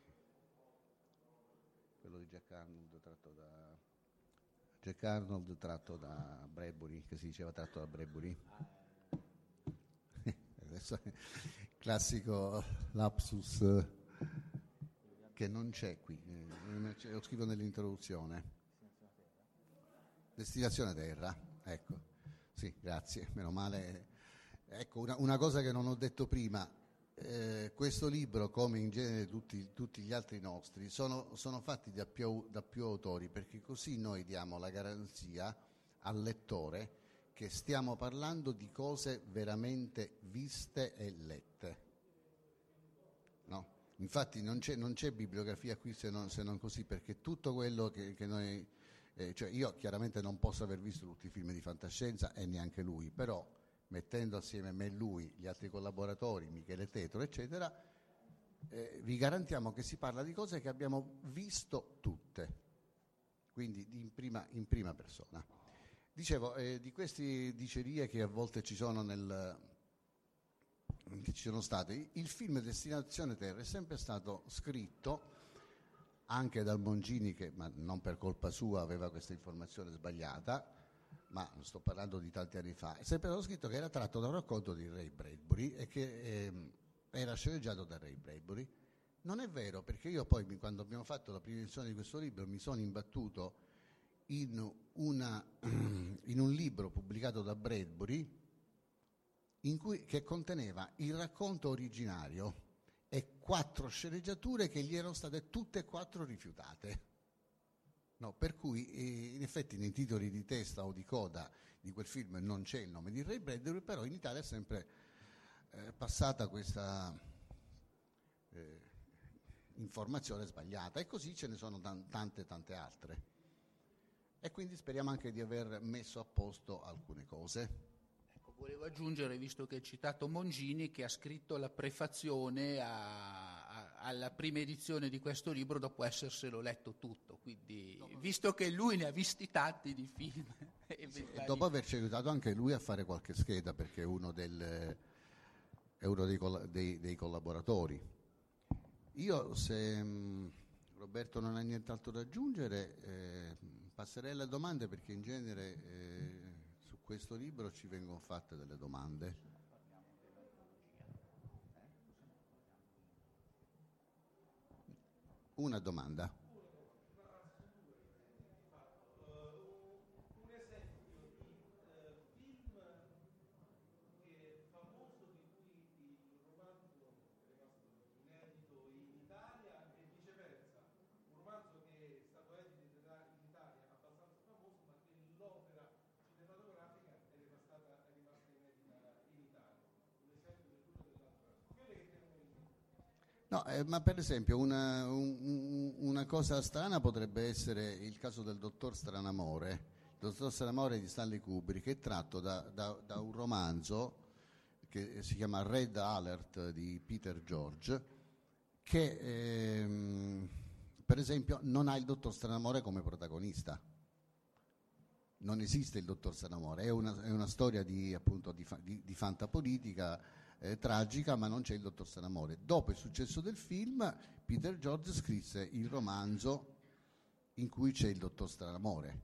S10: Jack Arnold tratto da Bradbury, che si diceva tratto da Bradbury? Adesso classico lapsus che non c'è qui, lo scrivo nell'introduzione. Destinazione Terra, ecco, sì, grazie, meno male. Ecco, una cosa che non ho detto prima, questo libro, come in genere tutti gli altri nostri, sono fatti da più autori, perché così noi diamo la garanzia al lettore che stiamo parlando di cose veramente viste e lette. No? Infatti non c'è bibliografia qui se non così, perché tutto quello che noi... cioè io chiaramente non posso aver visto tutti i film di fantascienza, e neanche lui, però mettendo assieme me e lui, gli altri collaboratori, Michele Tetro, eccetera, vi garantiamo che si parla di cose che abbiamo visto tutte, quindi in prima persona. Dicevo, di queste dicerie che a volte ci sono che ci sono state, il film Destinazione Terra è sempre stato scritto anche dal Mongini, che ma non per colpa sua aveva questa informazione sbagliata, ma sto parlando di tanti anni fa. È sempre stato scritto che era tratto da un racconto di Ray Bradbury e che era sceneggiato da Ray Bradbury. Non è vero, perché io poi, quando abbiamo fatto la prima edizione di questo libro, mi sono imbattuto in un libro pubblicato da Bradbury che conteneva il racconto originario e 4 sceneggiature che gli erano state tutte e 4 rifiutate. No, per cui in effetti nei titoli di testa o di coda di quel film non c'è il nome di Ray Bradbury, però in Italia è sempre passata questa informazione sbagliata, e così ce ne sono tante altre, e quindi speriamo anche di aver messo a posto alcune cose.
S5: Ecco, volevo aggiungere, visto che hai citato Mongini, che ha scritto la prefazione alla prima edizione di questo libro dopo esserselo letto tutto, quindi visto che lui ne ha visti tanti di film
S10: e dopo averci aiutato anche lui a fare qualche scheda, perché è uno dei collaboratori. Io, se Roberto non ha nient'altro da aggiungere, passerei alle domande, perché in genere su questo libro ci vengono fatte delle domande. Una domanda. No, ma per esempio una cosa strana potrebbe essere il caso del Dottor Stranamore. Il Dottor Stranamore di Stanley Kubrick, che è tratto da un romanzo che si chiama Red Alert di Peter George, che per esempio non ha il Dottor Stranamore come protagonista. Non esiste il Dottor Stranamore, è una storia di fantapolitica tragica, ma non c'è il Dottor Stranamore. Dopo il successo del film, Peter George scrisse il romanzo in cui c'è il Dottor Stranamore.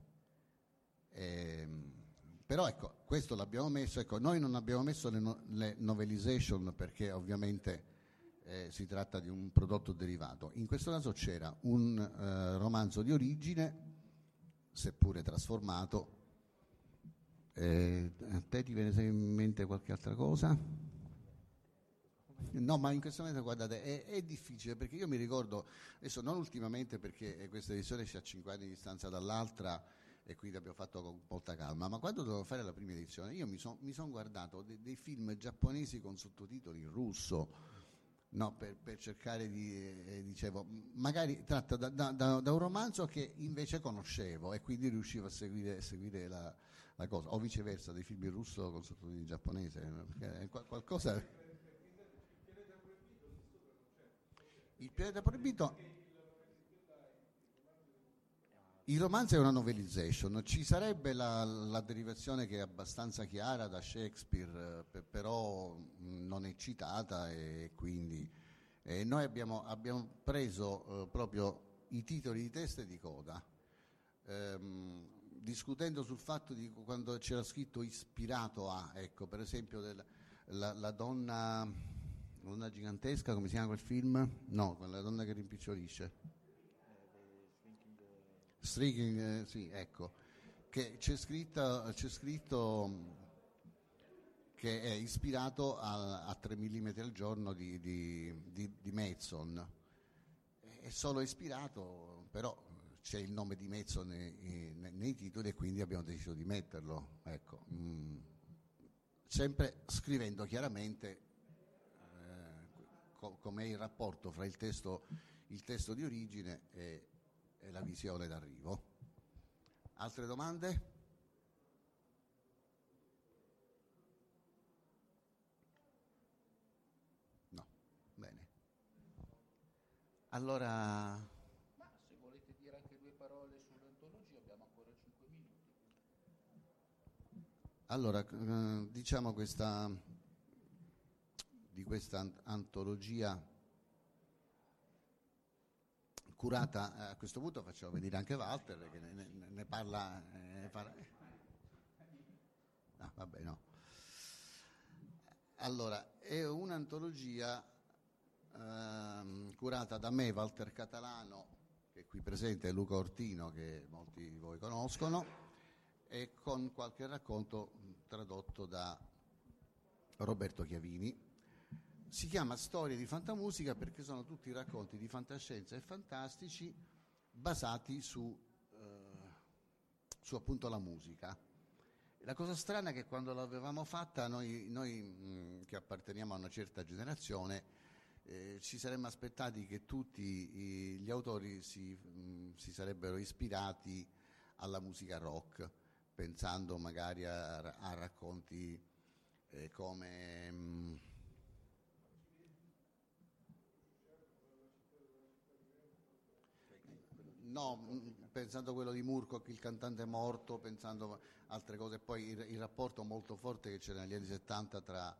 S10: Però ecco, questo l'abbiamo messo. Ecco, noi non abbiamo messo le novelization, perché ovviamente si tratta di un prodotto derivato. In questo caso c'era un romanzo di origine, seppure trasformato. A te ti viene in mente qualche altra cosa? No, ma in questo momento, guardate, è difficile, perché io mi ricordo, adesso non ultimamente, perché questa edizione c'ha 5 anni di distanza dall'altra e quindi abbiamo fatto con molta calma, ma quando dovevo fare la prima edizione io mi son guardato dei film giapponesi con sottotitoli in russo, no, per cercare dicevo, magari tratta da un romanzo che invece conoscevo, e quindi riuscivo a seguire la cosa, o viceversa, dei film in russo con sottotitoli in giapponese, perché è qualcosa. Il pianeta proibito, il romanzo è una novelization, ci sarebbe la derivazione che è abbastanza chiara da Shakespeare, però non è citata, e quindi noi abbiamo preso proprio i titoli di testa e di coda, discutendo sul fatto di quando c'era scritto ispirato a, ecco, per esempio la donna gigantesca, come si chiama quel film? No, quella donna che rimpicciolisce. Streaking, sì, ecco, che c'è scritto che è ispirato a 3 mm al giorno di Madson. È solo ispirato, però c'è il nome di Madson nei titoli, e quindi abbiamo deciso di metterlo, ecco. Sempre scrivendo chiaramente com'è il rapporto fra il testo di origine e la visione d'arrivo. Altre domande? No, bene. Allora,
S5: ma se volete dire anche 2 parole sull'antologia, abbiamo ancora 5 minuti.
S10: Allora, diciamo di questa antologia curata, a questo punto facciamo venire anche Walter che ne parla. Vabbè, no. Allora, è un'antologia curata da me, Walter Catalano, che è qui presente, e Luca Ortino, che molti di voi conoscono, e con qualche racconto tradotto da Roberto Chiavini. Si chiama Storie di Fantamusica perché sono tutti racconti di fantascienza e fantastici basati su appunto la musica. La cosa strana è che quando l'avevamo fatta noi che apparteniamo a una certa generazione ci saremmo aspettati che tutti gli autori si sarebbero ispirati alla musica rock, pensando magari a racconti come pensando a quello di Murkoch, il cantante morto, pensando a altre cose, poi il rapporto molto forte che c'era negli anni 70 tra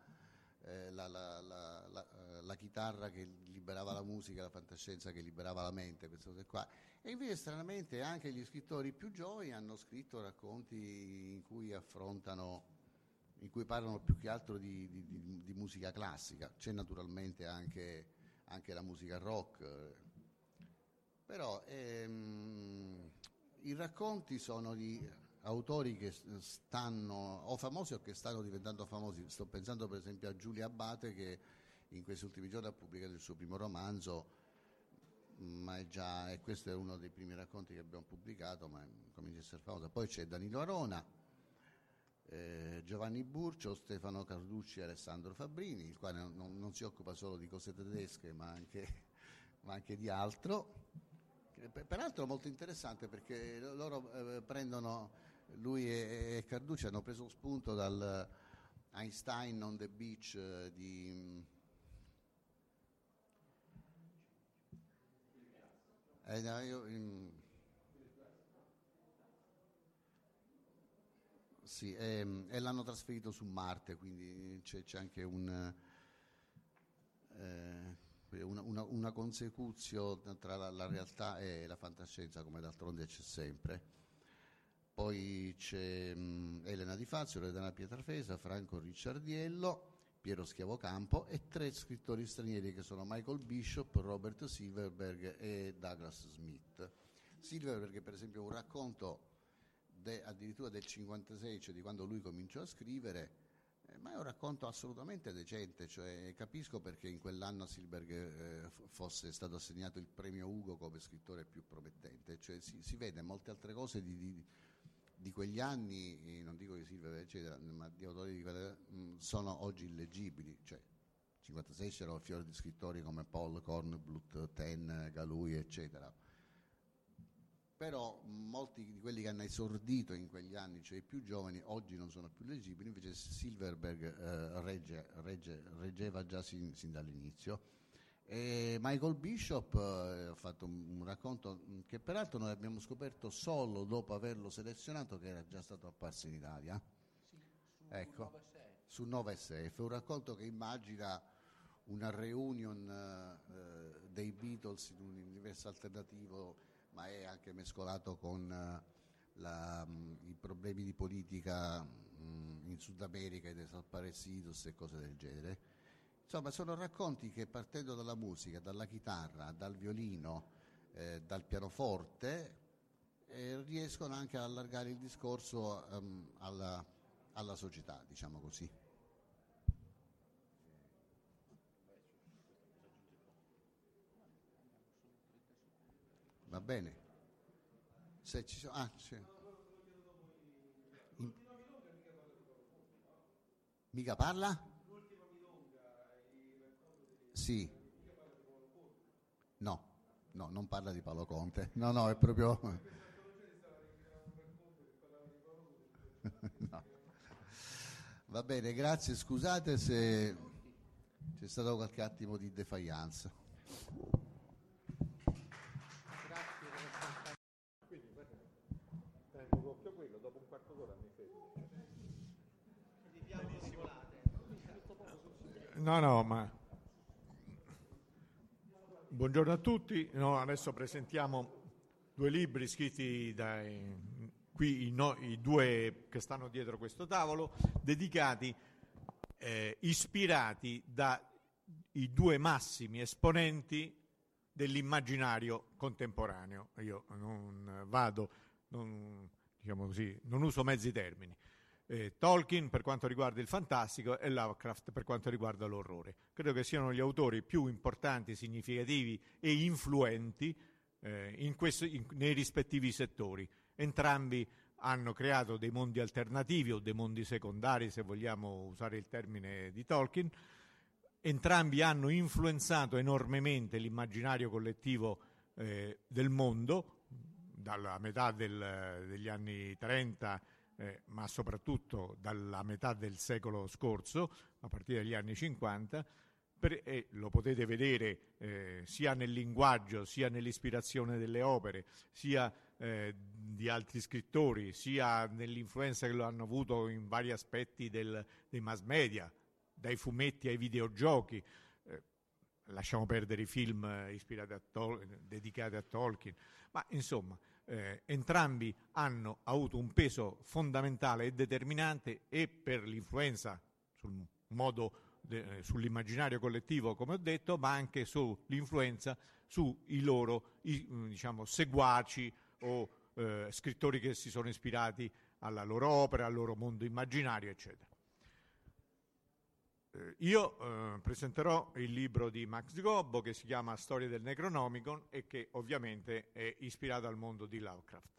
S10: la chitarra che liberava la musica, la fantascienza che liberava la mente, queste cose qua. E invece stranamente anche gli scrittori più giovani hanno scritto racconti in cui parlano più che altro di musica classica. C'è naturalmente anche la musica rock, però i racconti sono di autori che stanno o famosi o che stanno diventando famosi. Sto pensando per esempio a Giulia Abate, che in questi ultimi giorni ha pubblicato il suo primo romanzo, e questo è uno dei primi racconti che abbiamo pubblicato, ma comincia a essere famosa. Poi c'è Danilo Arona, Giovanni Burcio, Stefano Carducci e Alessandro Fabbrini, il quale non si occupa solo di cose tedesche ma anche di altro. Peraltro molto interessante perché loro lui e Carducci hanno preso spunto dal Einstein on the Beach sì, e l'hanno trasferito su Marte, quindi c'è anche una consecuzione tra la realtà e la fantascienza, come d'altronde c'è sempre. Poi c'è Elena Di Fazio, Loredana Pietrafesa, Franco Ricciardiello, Piero Schiavocampo e 3 scrittori stranieri che sono Michael Bishop, Robert Silverberg e Douglas Smith. Silverberg, per esempio, un racconto addirittura del 56, cioè di quando lui cominciò a scrivere, ma è un racconto assolutamente decente, cioè capisco perché in quell'anno a Silverberg fosse stato assegnato il premio Ugo come scrittore più promettente, cioè si vede molte altre cose di quegli anni, non dico di Silverberg eccetera, ma di autori di quelle sono oggi illeggibili, cioè 56 c'erano fiori di scrittori come Paul Kornblut, Ten, Galui eccetera, però molti di quelli che hanno esordito in quegli anni, cioè i più giovani, oggi non sono più leggibili, invece Silverberg reggeva già sin dall'inizio. E Michael Bishop ha fatto un racconto che peraltro noi abbiamo scoperto solo dopo averlo selezionato, che era già stato apparso in Italia. Su 9SF, un racconto che immagina una reunion dei Beatles in un universo alternativo, ma è anche mescolato con i problemi di politica in Sud America e desaparecidos e cose del genere. Insomma, sono racconti che partendo dalla musica, dalla chitarra, dal violino, dal pianoforte, riescono anche ad allargare il discorso alla società, diciamo così. Va bene? Se ci sono... Mica parla? Sì. No, non parla di Paolo Conte. No, è proprio... No. Va bene, grazie. Scusate se c'è stato qualche attimo di defiance.
S12: No, ma Buongiorno a tutti. Adesso presentiamo due libri scritti qui i due che stanno dietro questo tavolo, dedicati, ispirati dai due massimi esponenti dell'immaginario contemporaneo. Io non uso mezzi termini. Tolkien per quanto riguarda il fantastico e Lovecraft per quanto riguarda l'orrore. Credo che siano gli autori più importanti, significativi e influenti nei rispettivi settori. Entrambi hanno creato dei mondi alternativi o dei mondi secondari, se vogliamo usare il termine di Tolkien. Entrambi hanno influenzato enormemente l'immaginario collettivo del mondo, dalla metà degli anni 30, ma soprattutto dalla metà del secolo scorso, a partire dagli anni 50, e lo potete vedere sia nel linguaggio, sia nell'ispirazione delle opere, sia di altri scrittori, sia nell'influenza che lo hanno avuto in vari aspetti dei mass media, dai fumetti ai videogiochi. Lasciamo perdere i film ispirati dedicati a Tolkien, ma insomma entrambi hanno avuto un peso fondamentale e determinante e per l'influenza sull'immaginario collettivo, come ho detto, ma anche sull'influenza sui loro seguaci o scrittori che si sono ispirati alla loro opera, al loro mondo immaginario, eccetera. Io presenterò il libro di Max Gobbo che si chiama Storia del Necronomicon e che ovviamente è ispirato al mondo di Lovecraft.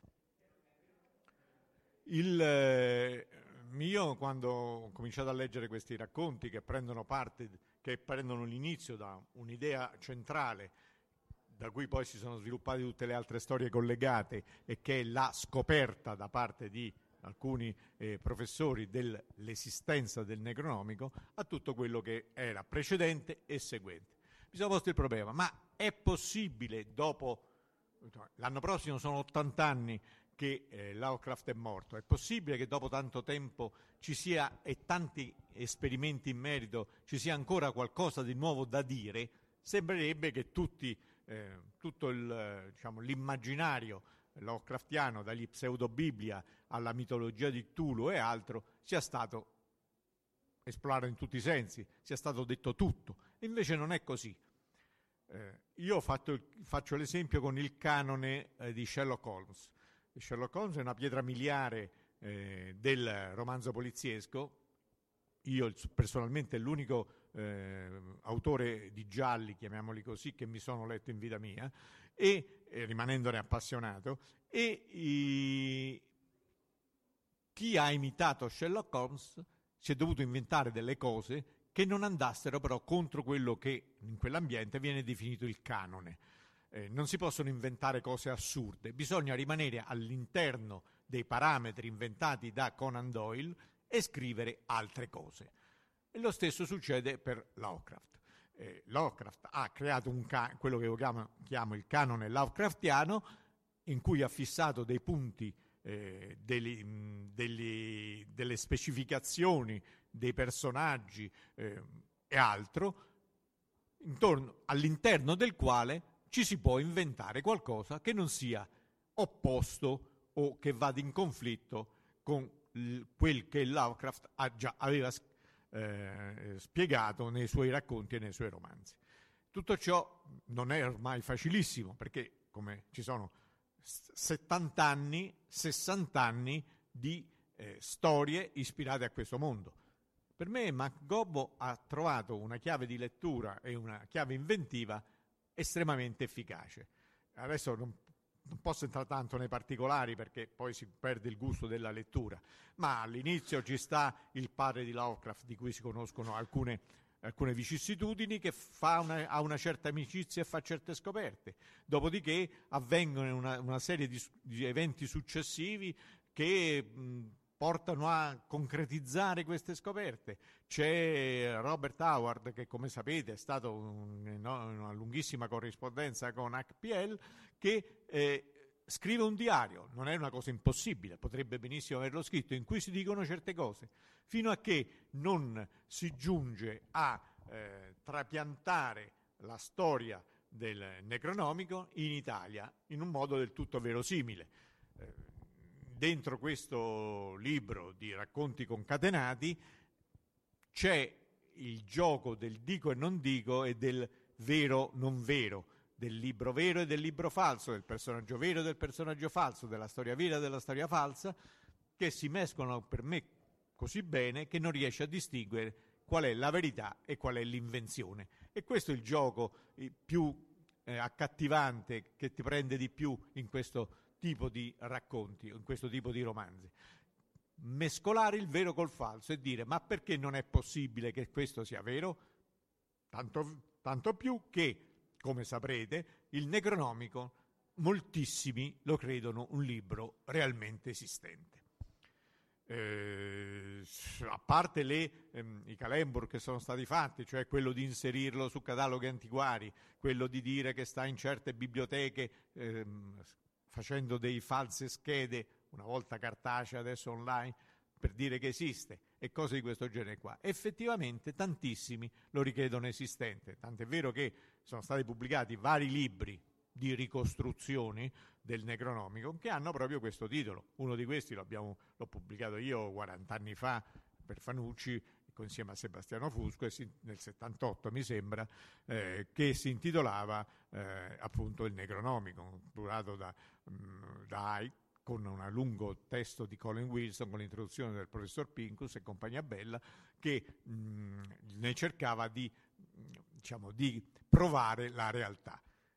S12: Io quando ho cominciato a leggere questi racconti che prendono l'inizio da un'idea centrale da cui poi si sono sviluppate tutte le altre storie collegate e che è la scoperta da parte di alcuni professori dell'esistenza del Necronomicon, a tutto quello che era precedente e seguente. Mi sono posto il problema, ma è possibile l'anno prossimo sono 80 anni che Lovecraft è morto, è possibile che dopo tanto tempo ci sia e tanti esperimenti in merito ci sia ancora qualcosa di nuovo da dire? Sembrerebbe che tutto l'immaginario Lovecraftiano, dagli pseudobiblia alla mitologia di Cthulhu e altro, sia stato esplorato in tutti i sensi, sia stato detto tutto. E invece non è così. Io faccio l'esempio con il canone di Sherlock Holmes. Sherlock Holmes è una pietra miliare del romanzo poliziesco. Io personalmente è l'unico autore di gialli, chiamiamoli così, che mi sono letto in vita mia, e rimanendone appassionato, e chi ha imitato Sherlock Holmes si è dovuto inventare delle cose che non andassero però contro quello che in quell'ambiente viene definito il canone. Non si possono inventare cose assurde, bisogna rimanere all'interno dei parametri inventati da Conan Doyle e scrivere altre cose. E lo stesso succede per Lovecraft. Lovecraft ha creato quello che io chiamo il canone Lovecraftiano, in cui ha fissato dei punti, delle specificazioni dei personaggi e altro, all'interno del quale ci si può inventare qualcosa che non sia opposto o che vada in conflitto con quel che Lovecraft aveva spiegato nei suoi racconti e nei suoi romanzi. Tutto ciò non è ormai facilissimo, perché come ci sono 70 anni, 60 anni di storie ispirate a questo mondo. Per me Max Gobbo ha trovato una chiave di lettura e una chiave inventiva estremamente efficace. Adesso non posso entrare tanto nei particolari perché poi si perde il gusto della lettura, ma all'inizio ci sta il padre di Lovecraft, di cui si conoscono alcune vicissitudini, che ha una certa amicizia e fa certe scoperte. Dopodiché avvengono una serie di eventi successivi che portano a concretizzare queste scoperte. C'è Robert Howard, che come sapete è stato una lunghissima corrispondenza con HPL, che scrive un diario. Non è una cosa impossibile, potrebbe benissimo averlo scritto, in cui si dicono certe cose, fino a che non si giunge a trapiantare la storia del Necronomicon in Italia in un modo del tutto verosimile. Dentro questo libro di racconti concatenati c'è il gioco del dico e non dico e del vero non vero, del libro vero e del libro falso, del personaggio vero e del personaggio falso, della storia vera e della storia falsa, che si mescolano per me così bene che non riesce a distinguere qual è la verità e qual è l'invenzione. E questo è il gioco più accattivante, che ti prende di più in questo tipo di racconti, in questo tipo di romanzi. Mescolare il vero col falso e dire: ma perché non è possibile che questo sia vero? Tanto più che, come saprete, il Necronomicon moltissimi lo credono un libro realmente esistente. A parte i calembur che sono stati fatti, cioè quello di inserirlo su cataloghi antiquari, quello di dire che sta in certe biblioteche facendo dei false schede, una volta cartacee, adesso online, per dire che esiste, e cose di questo genere qua. Effettivamente tantissimi lo ricredono esistente, tant'è vero che sono stati pubblicati vari libri di ricostruzioni del Necronomicon che hanno proprio questo titolo. Uno di questi l'ho pubblicato io 40 anni fa per Fanucci, insieme a Sebastiano Fusco, nel 78 mi sembra, che si intitolava appunto il Necronomicon, curato da con un lungo testo di Colin Wilson, con l'introduzione del professor Pincus e compagnia bella, che ne cercava di provare la realtà.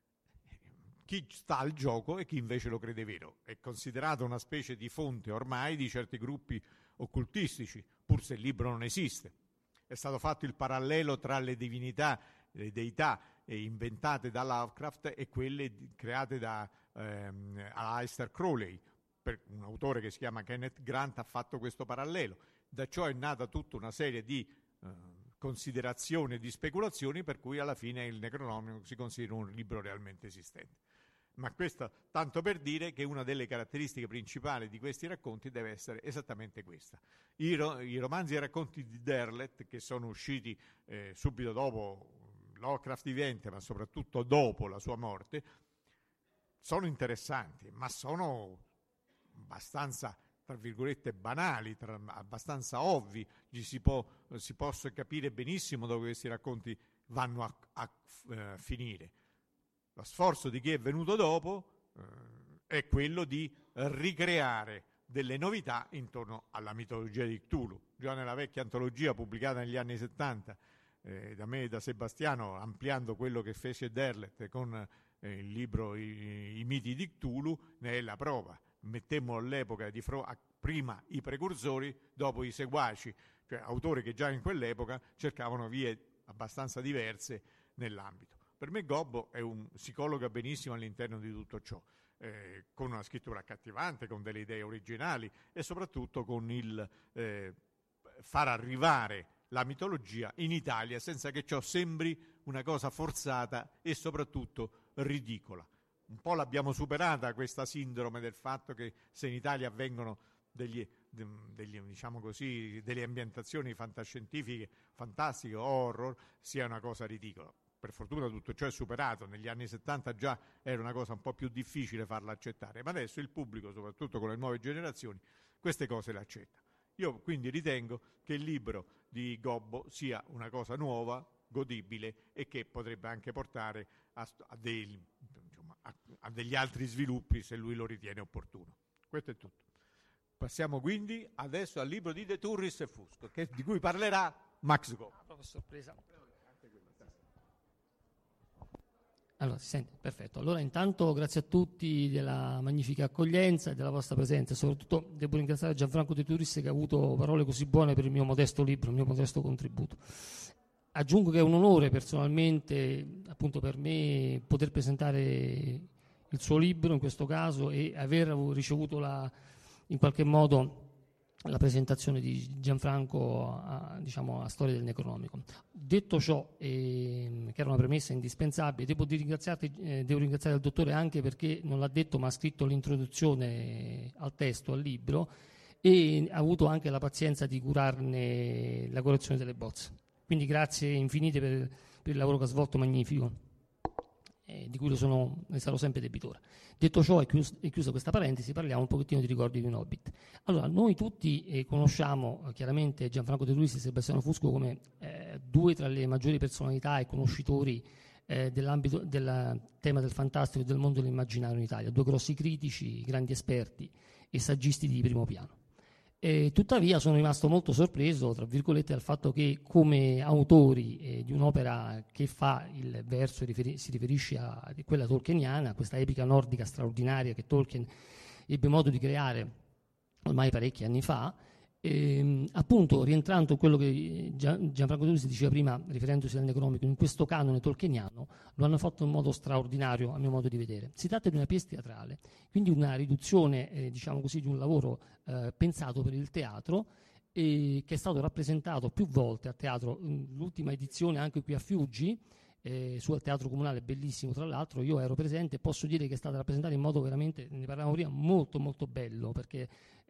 S12: Chi sta al gioco e chi invece lo crede vero. È considerato una specie di fonte ormai di certi gruppi occultistici, pur se il libro non esiste. È stato fatto il parallelo tra le divinità, le deità inventate da Lovecraft e quelle create da Aleister Crowley. Un autore che si chiama Kenneth Grant ha fatto questo parallelo. Da ciò è nata tutta una serie di considerazioni e di speculazioni, per cui alla fine il Necronomicon si considera un libro realmente esistente. Ma questo tanto per dire che una delle caratteristiche principali di questi racconti deve essere esattamente questa. I romanzi e racconti di Derleth, che sono usciti subito dopo Lovecraft vivente, ma soprattutto dopo la sua morte, sono interessanti, ma sono abbastanza, tra virgolette, banali, abbastanza ovvi. Si può capire benissimo dove questi racconti vanno a finire. Lo sforzo di chi è venuto dopo è quello di ricreare delle novità intorno alla mitologia di Cthulhu. Già nella vecchia antologia pubblicata negli anni 70 da me e da Sebastiano, ampliando quello che fece Derleth con il libro I miti di Cthulhu, ne è la prova. Mettemmo all'epoca prima i precursori, dopo i seguaci, cioè autori che già in quell'epoca cercavano vie abbastanza diverse nell'ambito. Per me Gobbo si colloca benissimo all'interno di tutto ciò, con una scrittura accattivante, con delle idee originali e soprattutto con il far arrivare la mitologia in Italia senza che ciò sembri una cosa forzata e soprattutto ridicola. Un po' l'abbiamo superata questa sindrome del fatto che se in Italia avvengono delle ambientazioni fantascientifiche, fantastiche, horror, sia una cosa ridicola. Per fortuna tutto ciò è superato, negli anni 70 già era una cosa un po' più difficile farla accettare, ma adesso il pubblico, soprattutto con le nuove generazioni, queste cose le accetta. Io quindi ritengo che il libro di Gobbo sia una cosa nuova, godibile e che potrebbe anche portare a degli altri sviluppi se lui lo ritiene opportuno. Questo è tutto. Passiamo quindi adesso al libro di De Turris e Fusco, di cui parlerà Max Gobbo.
S13: Proprio sorpresa. Allora, si sente? Perfetto. Allora, intanto grazie a tutti della magnifica accoglienza e della vostra presenza. Soprattutto devo ringraziare Gianfranco De Turris, che ha avuto parole così buone per il mio modesto libro, il mio modesto contributo. Aggiungo che è un onore personalmente, appunto per me, poter presentare il suo libro in questo caso e aver ricevuto in qualche modo la presentazione di Gianfranco a Storia del Necronomicon. Detto ciò, che era una premessa indispensabile, devo ringraziare il dottore anche perché non l'ha detto ma ha scritto l'introduzione al testo, al libro, e ha avuto anche la pazienza di curarne la correzione delle bozze. Quindi grazie infinite per il lavoro che ha svolto, magnifico. di cui ne sarò sempre debitore. Detto ciò, e chiusa questa parentesi, parliamo un pochettino di Ricordi di un Hobbit. Allora, noi tutti conosciamo chiaramente Gianfranco De Turris e Sebastiano Fusco come due tra le maggiori personalità e conoscitori dell'ambito del tema del fantastico e del mondo dell'immaginario in Italia, due grossi critici, grandi esperti e saggisti di primo piano. Tuttavia sono rimasto molto sorpreso, tra virgolette, dal fatto che come autori di un'opera che fa il verso e si riferisce a quella tolkieniana, questa epica nordica straordinaria che Tolkien ebbe modo di creare ormai parecchi anni fa, appunto rientrando in quello che Gianfranco De Turris diceva prima, riferendosi al Necronomicon, in questo canone tolkieniano lo hanno fatto in modo straordinario a mio modo di vedere. Si tratta di una pièce teatrale, quindi una riduzione diciamo così, di un lavoro pensato per il teatro, che è stato rappresentato più volte a teatro, l'ultima edizione anche qui a Fiuggi, sul Teatro Comunale, bellissimo tra l'altro. Io ero presente e posso dire che è stata rappresentata in modo veramente, ne parlavamo prima, molto molto bello, perché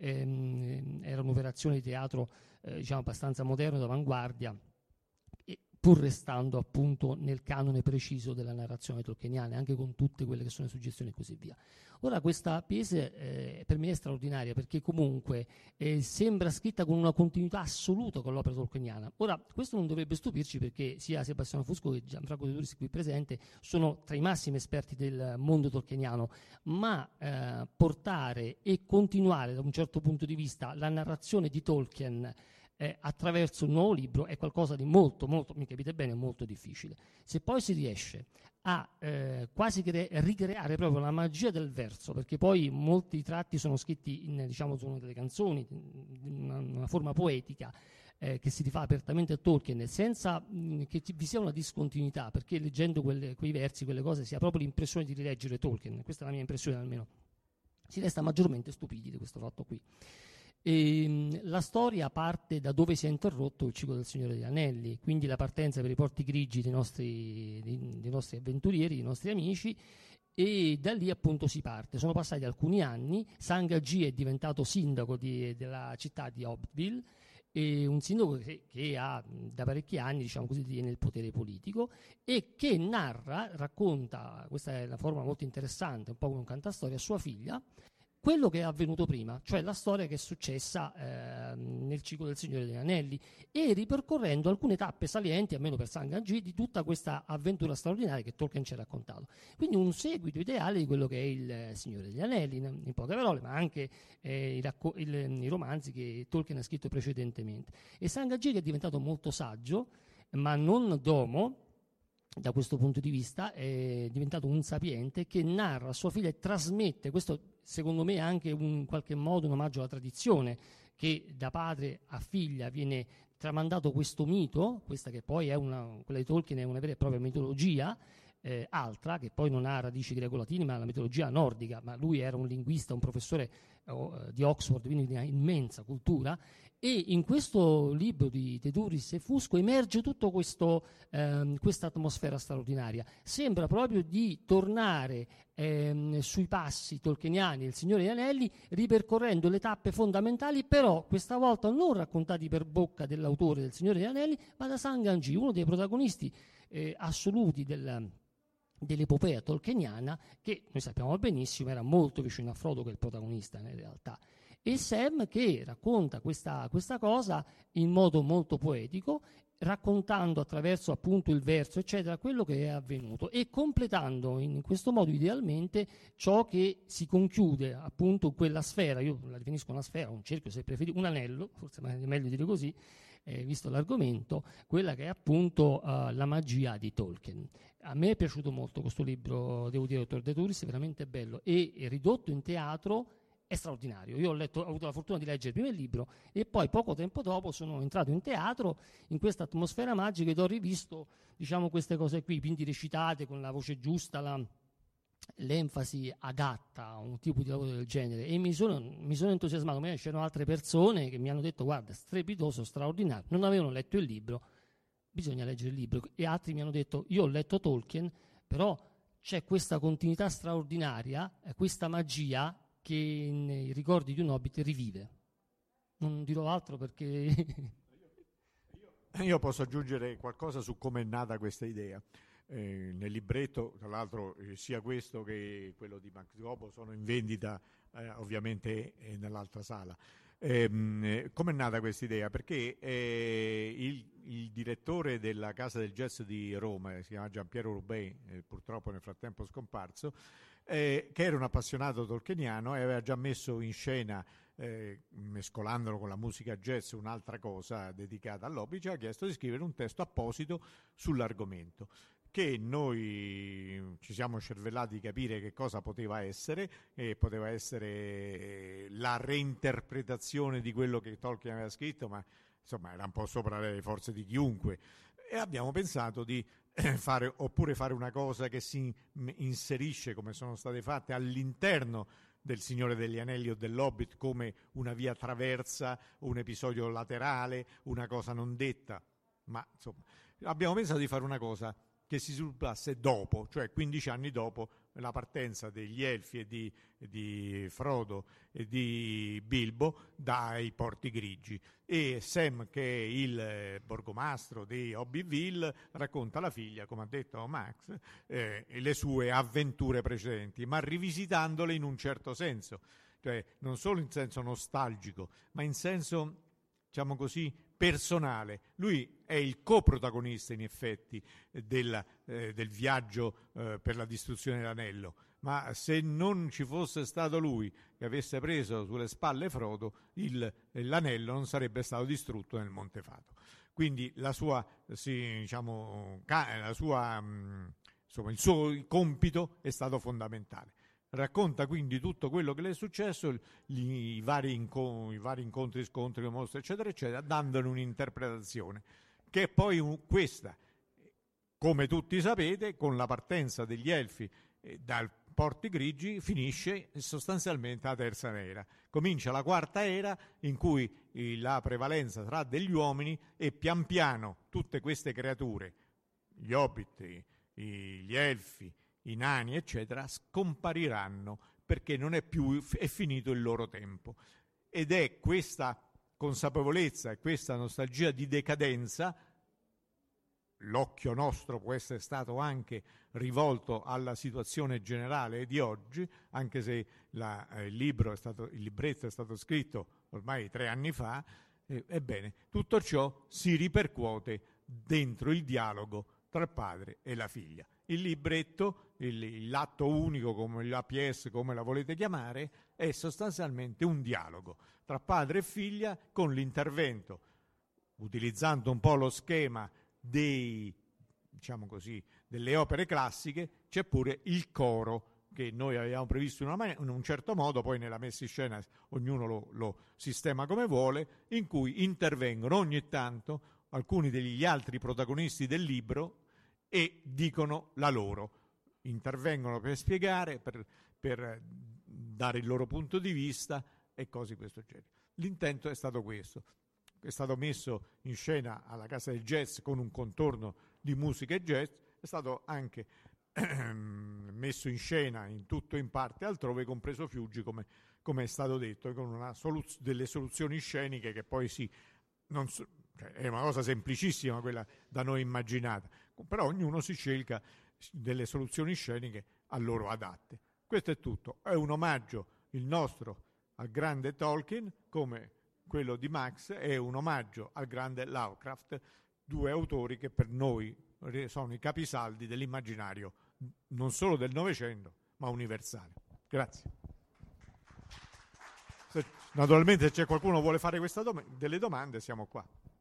S13: era un'operazione di teatro diciamo abbastanza moderno, d'avanguardia, pur restando appunto nel canone preciso della narrazione tolkieniana, anche con tutte quelle che sono le suggestioni e così via. Ora questa pièce per me è straordinaria, perché comunque sembra scritta con una continuità assoluta con l'opera tolkieniana. Ora questo non dovrebbe stupirci, perché sia Sebastiano Fusco che Gianfranco De Turris qui presente sono tra i massimi esperti del mondo tolkieniano, ma portare e continuare da un certo punto di vista la narrazione di Tolkien attraverso un nuovo libro è qualcosa di molto, molto, mi capite bene, molto difficile. Se poi si riesce a quasi ricreare proprio la magia del verso, perché poi molti tratti sono scritti diciamo, sono delle canzoni, una forma poetica che si rifà apertamente a Tolkien, senza che vi sia una discontinuità, perché leggendo quei versi, quelle cose, si ha proprio l'impressione di rileggere Tolkien. Questa è la mia impressione, almeno. Si resta maggiormente stupiti di questo fatto qui. La storia parte da dove si è interrotto il ciclo del Signore degli Anelli, quindi la partenza per i porti grigi dei nostri avventurieri, dei nostri amici, e da lì appunto si parte. Sono passati alcuni anni, Sangha-G è diventato sindaco della città di Hobbitville, e un sindaco che ha da parecchi anni, diciamo così, tiene il potere politico, e che racconta, questa è una forma molto interessante, un po' come un cantastoria, a sua figlia, quello che è avvenuto prima, cioè la storia che è successa nel ciclo del Signore degli Anelli, e ripercorrendo alcune tappe salienti, almeno per Sangha-G, di tutta questa avventura straordinaria che Tolkien ci ha raccontato. Quindi un seguito ideale di quello che è il Signore degli Anelli, in poche parole, ma anche i romanzi che Tolkien ha scritto precedentemente. E Sangha-G, che è diventato molto saggio, ma non domo, da questo punto di vista, è diventato un sapiente che narra a sua figlia e trasmette, questo secondo me è anche in qualche modo un omaggio alla tradizione, che da padre a figlia viene tramandato questo mito, questa che poi è quella di Tolkien è una vera e propria mitologia, altra, che poi non ha radici greco-latine, ma la mitologia nordica, ma lui era un linguista, un professore di Oxford, quindi di una immensa cultura, e in questo libro di De Turris e Fusco emerge tutto questa atmosfera straordinaria. Sembra proprio di tornare sui passi tolkieniani del Signore degli Anelli, ripercorrendo le tappe fondamentali, però questa volta non raccontati per bocca dell'autore del Signore degli Anelli, ma da Sangha-G, uno dei protagonisti assoluti dell'epopea tolkieniana, che noi sappiamo benissimo era molto vicino a Frodo, che è il protagonista in realtà, e Sam che racconta questa cosa in modo molto poetico, raccontando attraverso appunto il verso eccetera quello che è avvenuto, e completando in questo modo idealmente ciò che si conchiude appunto quella sfera. Io la definisco una sfera, un cerchio se preferite, un anello, forse è meglio dire così, visto l'argomento, quella che è appunto la magia di Tolkien. A me è piaciuto molto questo libro, devo dire, dottor De Turris, è veramente bello, e ridotto in teatro è straordinario. Io ho avuto la fortuna di leggere prima il libro e poi poco tempo dopo sono entrato in teatro, in questa atmosfera magica, ed ho rivisto, diciamo, queste cose qui, quindi recitate con la voce giusta, l'enfasi adatta a un tipo di lavoro del genere, e mi sono entusiasmato. Ma c'erano altre persone che mi hanno detto: guarda, strepitoso, straordinario, non avevano letto il libro, bisogna leggere il libro, e altri mi hanno detto: io ho letto Tolkien, però c'è questa continuità straordinaria, questa magia che nei Ricordi di un Hobbit rivive. Non dirò altro perché
S12: io posso aggiungere qualcosa su come è nata questa idea. nel libretto, tra l'altro sia questo che quello di Max Gobo sono in vendita ovviamente nell'altra sala. Come è nata questa idea? Perché il direttore della Casa del Jazz di Roma, si chiama Giampiero Rubei, purtroppo nel frattempo scomparso, che era un appassionato tolkieniano e aveva già messo in scena, mescolandolo con la musica jazz, un'altra cosa dedicata all'Hobbit, ci ha chiesto di scrivere un testo apposito sull'argomento, che noi ci siamo cervellati di capire che cosa poteva essere, e poteva essere la reinterpretazione di quello che Tolkien aveva scritto, ma insomma era un po' sopra le forze di chiunque, e abbiamo pensato di fare una cosa che si inserisce, come sono state fatte, all'interno del Signore degli Anelli o dell'Hobbit, come una via traversa, un episodio laterale, una cosa non detta, ma insomma abbiamo pensato di fare una cosa che si sviluppasse dopo, cioè 15 anni dopo la partenza degli Elfi e di Frodo e di Bilbo dai Porti Grigi, e Sam, che è il borgomastro di Hobbitville, racconta alla figlia, come ha detto Max, le sue avventure precedenti, ma rivisitandole in un certo senso, cioè non solo in senso nostalgico, ma in senso, diciamo così, personale. Lui è il coprotagonista in effetti del viaggio per la distruzione dell'anello, ma se non ci fosse stato lui che avesse preso sulle spalle Frodo, l'anello non sarebbe stato distrutto nel Monte Fato. Quindi il suo compito è stato fondamentale. Racconta quindi tutto quello che le è successo, i vari incontri, scontri, le mostre, eccetera, eccetera, dandone un'interpretazione, che è poi questa. Come tutti sapete, con la partenza degli Elfi dal Porti Grigi finisce sostanzialmente la terza era. Comincia la quarta era, in cui la prevalenza sarà degli uomini, e pian piano tutte queste creature, gli Hobbit, gli Elfi, i nani, eccetera, scompariranno, perché è finito il loro tempo. Ed è questa consapevolezza e questa nostalgia di decadenza, l'occhio nostro può essere stato anche rivolto alla situazione generale di oggi, anche se il libretto è stato scritto ormai 3 anni fa, ebbene, tutto ciò si ripercuote dentro il dialogo tra il padre e la figlia. Il libretto, l'atto unico, come la pièce, come la volete chiamare, è sostanzialmente un dialogo tra padre e figlia, con l'intervento, utilizzando un po' lo schema delle opere classiche. C'è pure il coro, che noi avevamo previsto in un certo modo, poi nella messa in scena ognuno lo sistema come vuole, in cui intervengono ogni tanto alcuni degli altri protagonisti del libro e dicono la loro, intervengono per spiegare, per dare il loro punto di vista e cose di questo genere. L'intento è stato questo, è stato messo in scena alla Casa del Jazz con un contorno di musica e jazz, è stato anche messo in scena in tutto e in parte altrove, compreso Fiuggi, come è stato detto, con delle soluzioni sceniche che poi è una cosa semplicissima quella da noi immaginata, però ognuno si scelga delle soluzioni sceniche a loro adatte. Questo è tutto, è un omaggio il nostro al grande Tolkien, come quello di Max è un omaggio al grande Lovecraft, 2 autori che per noi sono i capisaldi dell'immaginario non solo del Novecento ma universale. Grazie. Naturalmente se c'è qualcuno che vuole fare delle domande, siamo qua.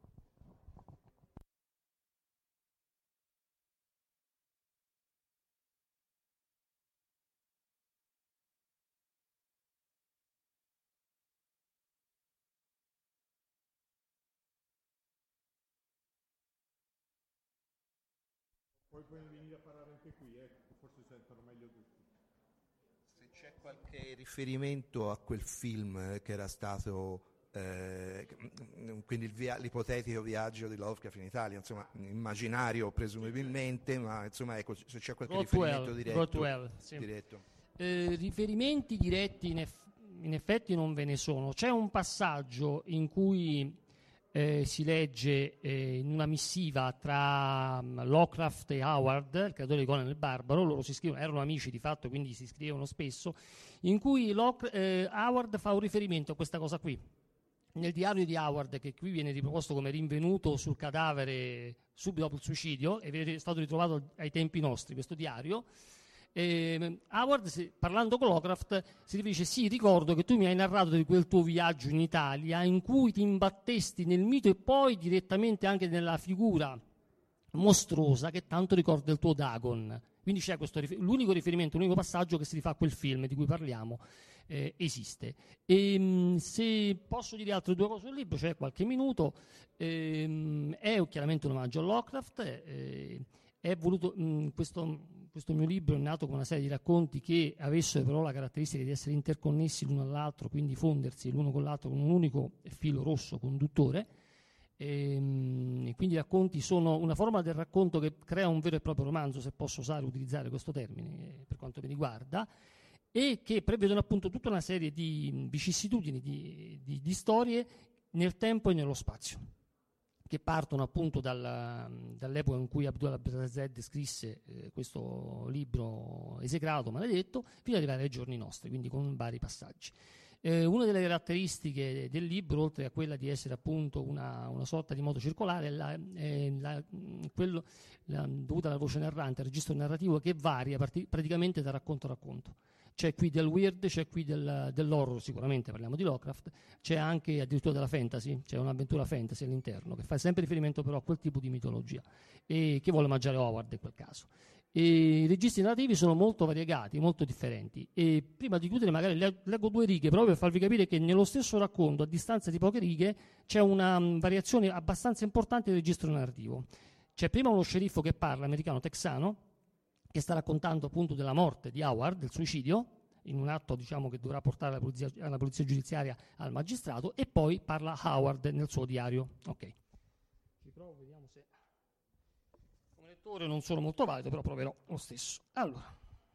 S12: Poi puoi venire a parlare anche qui, forse sentono meglio tutti.
S8: Se c'è qualche riferimento a quel film che era stato, quindi l'ipotetico viaggio di Lovecraft in Italia, insomma, immaginario presumibilmente, ma insomma, ecco, se c'è qualche riferimento diretto.
S13: Sì. Riferimenti diretti in effetti non ve ne sono. C'è un passaggio in cui si legge in una missiva tra Lovecraft e Howard, il creatore di Conan il Barbaro. Loro si scrivono, erano amici di fatto, quindi si scrivevano spesso, in cui Howard fa un riferimento a questa cosa qui. Nel diario di Howard, che qui viene riproposto come rinvenuto sul cadavere subito dopo il suicidio, è stato ritrovato ai tempi nostri questo diario, Howard, parlando con Lovecraft, si dice: sì, ricordo che tu mi hai narrato di quel tuo viaggio in Italia in cui ti imbattesti nel mito e poi direttamente anche nella figura mostruosa che tanto ricorda il tuo Dagon. Quindi c'è questo l'unico riferimento, l'unico passaggio che si rifà a quel film di cui parliamo esiste. Se posso dire altre due cose sul libro, c'è qualche minuto, è chiaramente un omaggio a Lovecraft, è voluto questo mio libro è nato con una serie di racconti che avessero però la caratteristica di essere interconnessi l'uno all'altro, quindi fondersi l'uno con l'altro con un unico filo rosso conduttore. E quindi i racconti sono una forma del racconto che crea un vero e proprio romanzo, se posso utilizzare questo termine per quanto mi riguarda, e che prevedono appunto tutta una serie di vicissitudini, di storie nel tempo e nello spazio, che partono appunto dall'epoca in cui Abdul Abdulazed scrisse questo libro esecrato, maledetto, fino ad arrivare ai giorni nostri, quindi con vari passaggi. Una delle caratteristiche del libro, oltre a quella di essere appunto una sorta di moto circolare, è dovuta alla voce narrante, al registro narrativo che varia praticamente da racconto a racconto. C'è qui del weird, c'è qui dell'horror, sicuramente parliamo di Lovecraft, c'è anche addirittura della fantasy, c'è un'avventura fantasy all'interno, che fa sempre riferimento però a quel tipo di mitologia, e che vuole omaggiare Howard in quel caso. E i registri narrativi sono molto variegati, molto differenti, e prima di chiudere magari leggo due righe proprio per farvi capire che nello stesso racconto, a distanza di poche righe, c'è una variazione abbastanza importante del registro narrativo. C'è prima uno sceriffo che parla, americano texano, che sta raccontando appunto della morte di Howard, del suicidio, in un atto diciamo che dovrà portare alla polizia giudiziaria al magistrato, e poi parla Howard nel suo diario. Ok. Ci provo, vediamo se come lettore non sono molto valido, però proverò lo stesso. Allora,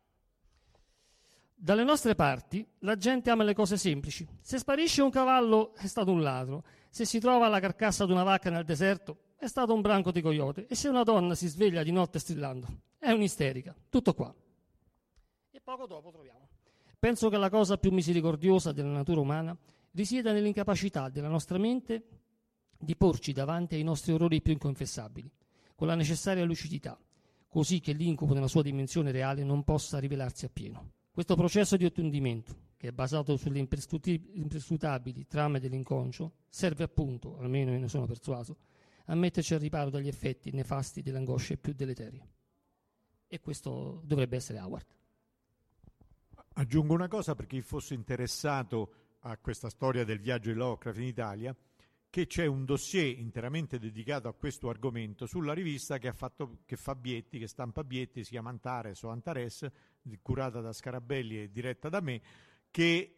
S13: dalle nostre parti la gente ama le cose semplici. Se sparisce un cavallo è stato un ladro, se si trova la carcassa di una vacca nel deserto è stato un branco di coyote, e se una donna si sveglia di notte strillando è un'isterica. Tutto qua. E poco dopo troviamo: penso che la cosa più misericordiosa della natura umana risieda nell'incapacità della nostra mente di porci davanti ai nostri orrori più inconfessabili, con la necessaria lucidità, così che l'incubo nella sua dimensione reale non possa rivelarsi appieno. Questo processo di attendimento, che è basato sulle imperscrutabili trame dell'inconscio, serve appunto, almeno io ne sono persuaso, a metterci al riparo dagli effetti nefasti delle angosce più deleterie. E questo dovrebbe essere Howard.
S12: Aggiungo una cosa per chi fosse interessato a questa storia del viaggio di Lovecraft in Italia, che c'è un dossier interamente dedicato a questo argomento sulla rivista che stampa Bietti, si chiama Antares o Antares, curata da Scarabelli e diretta da me, che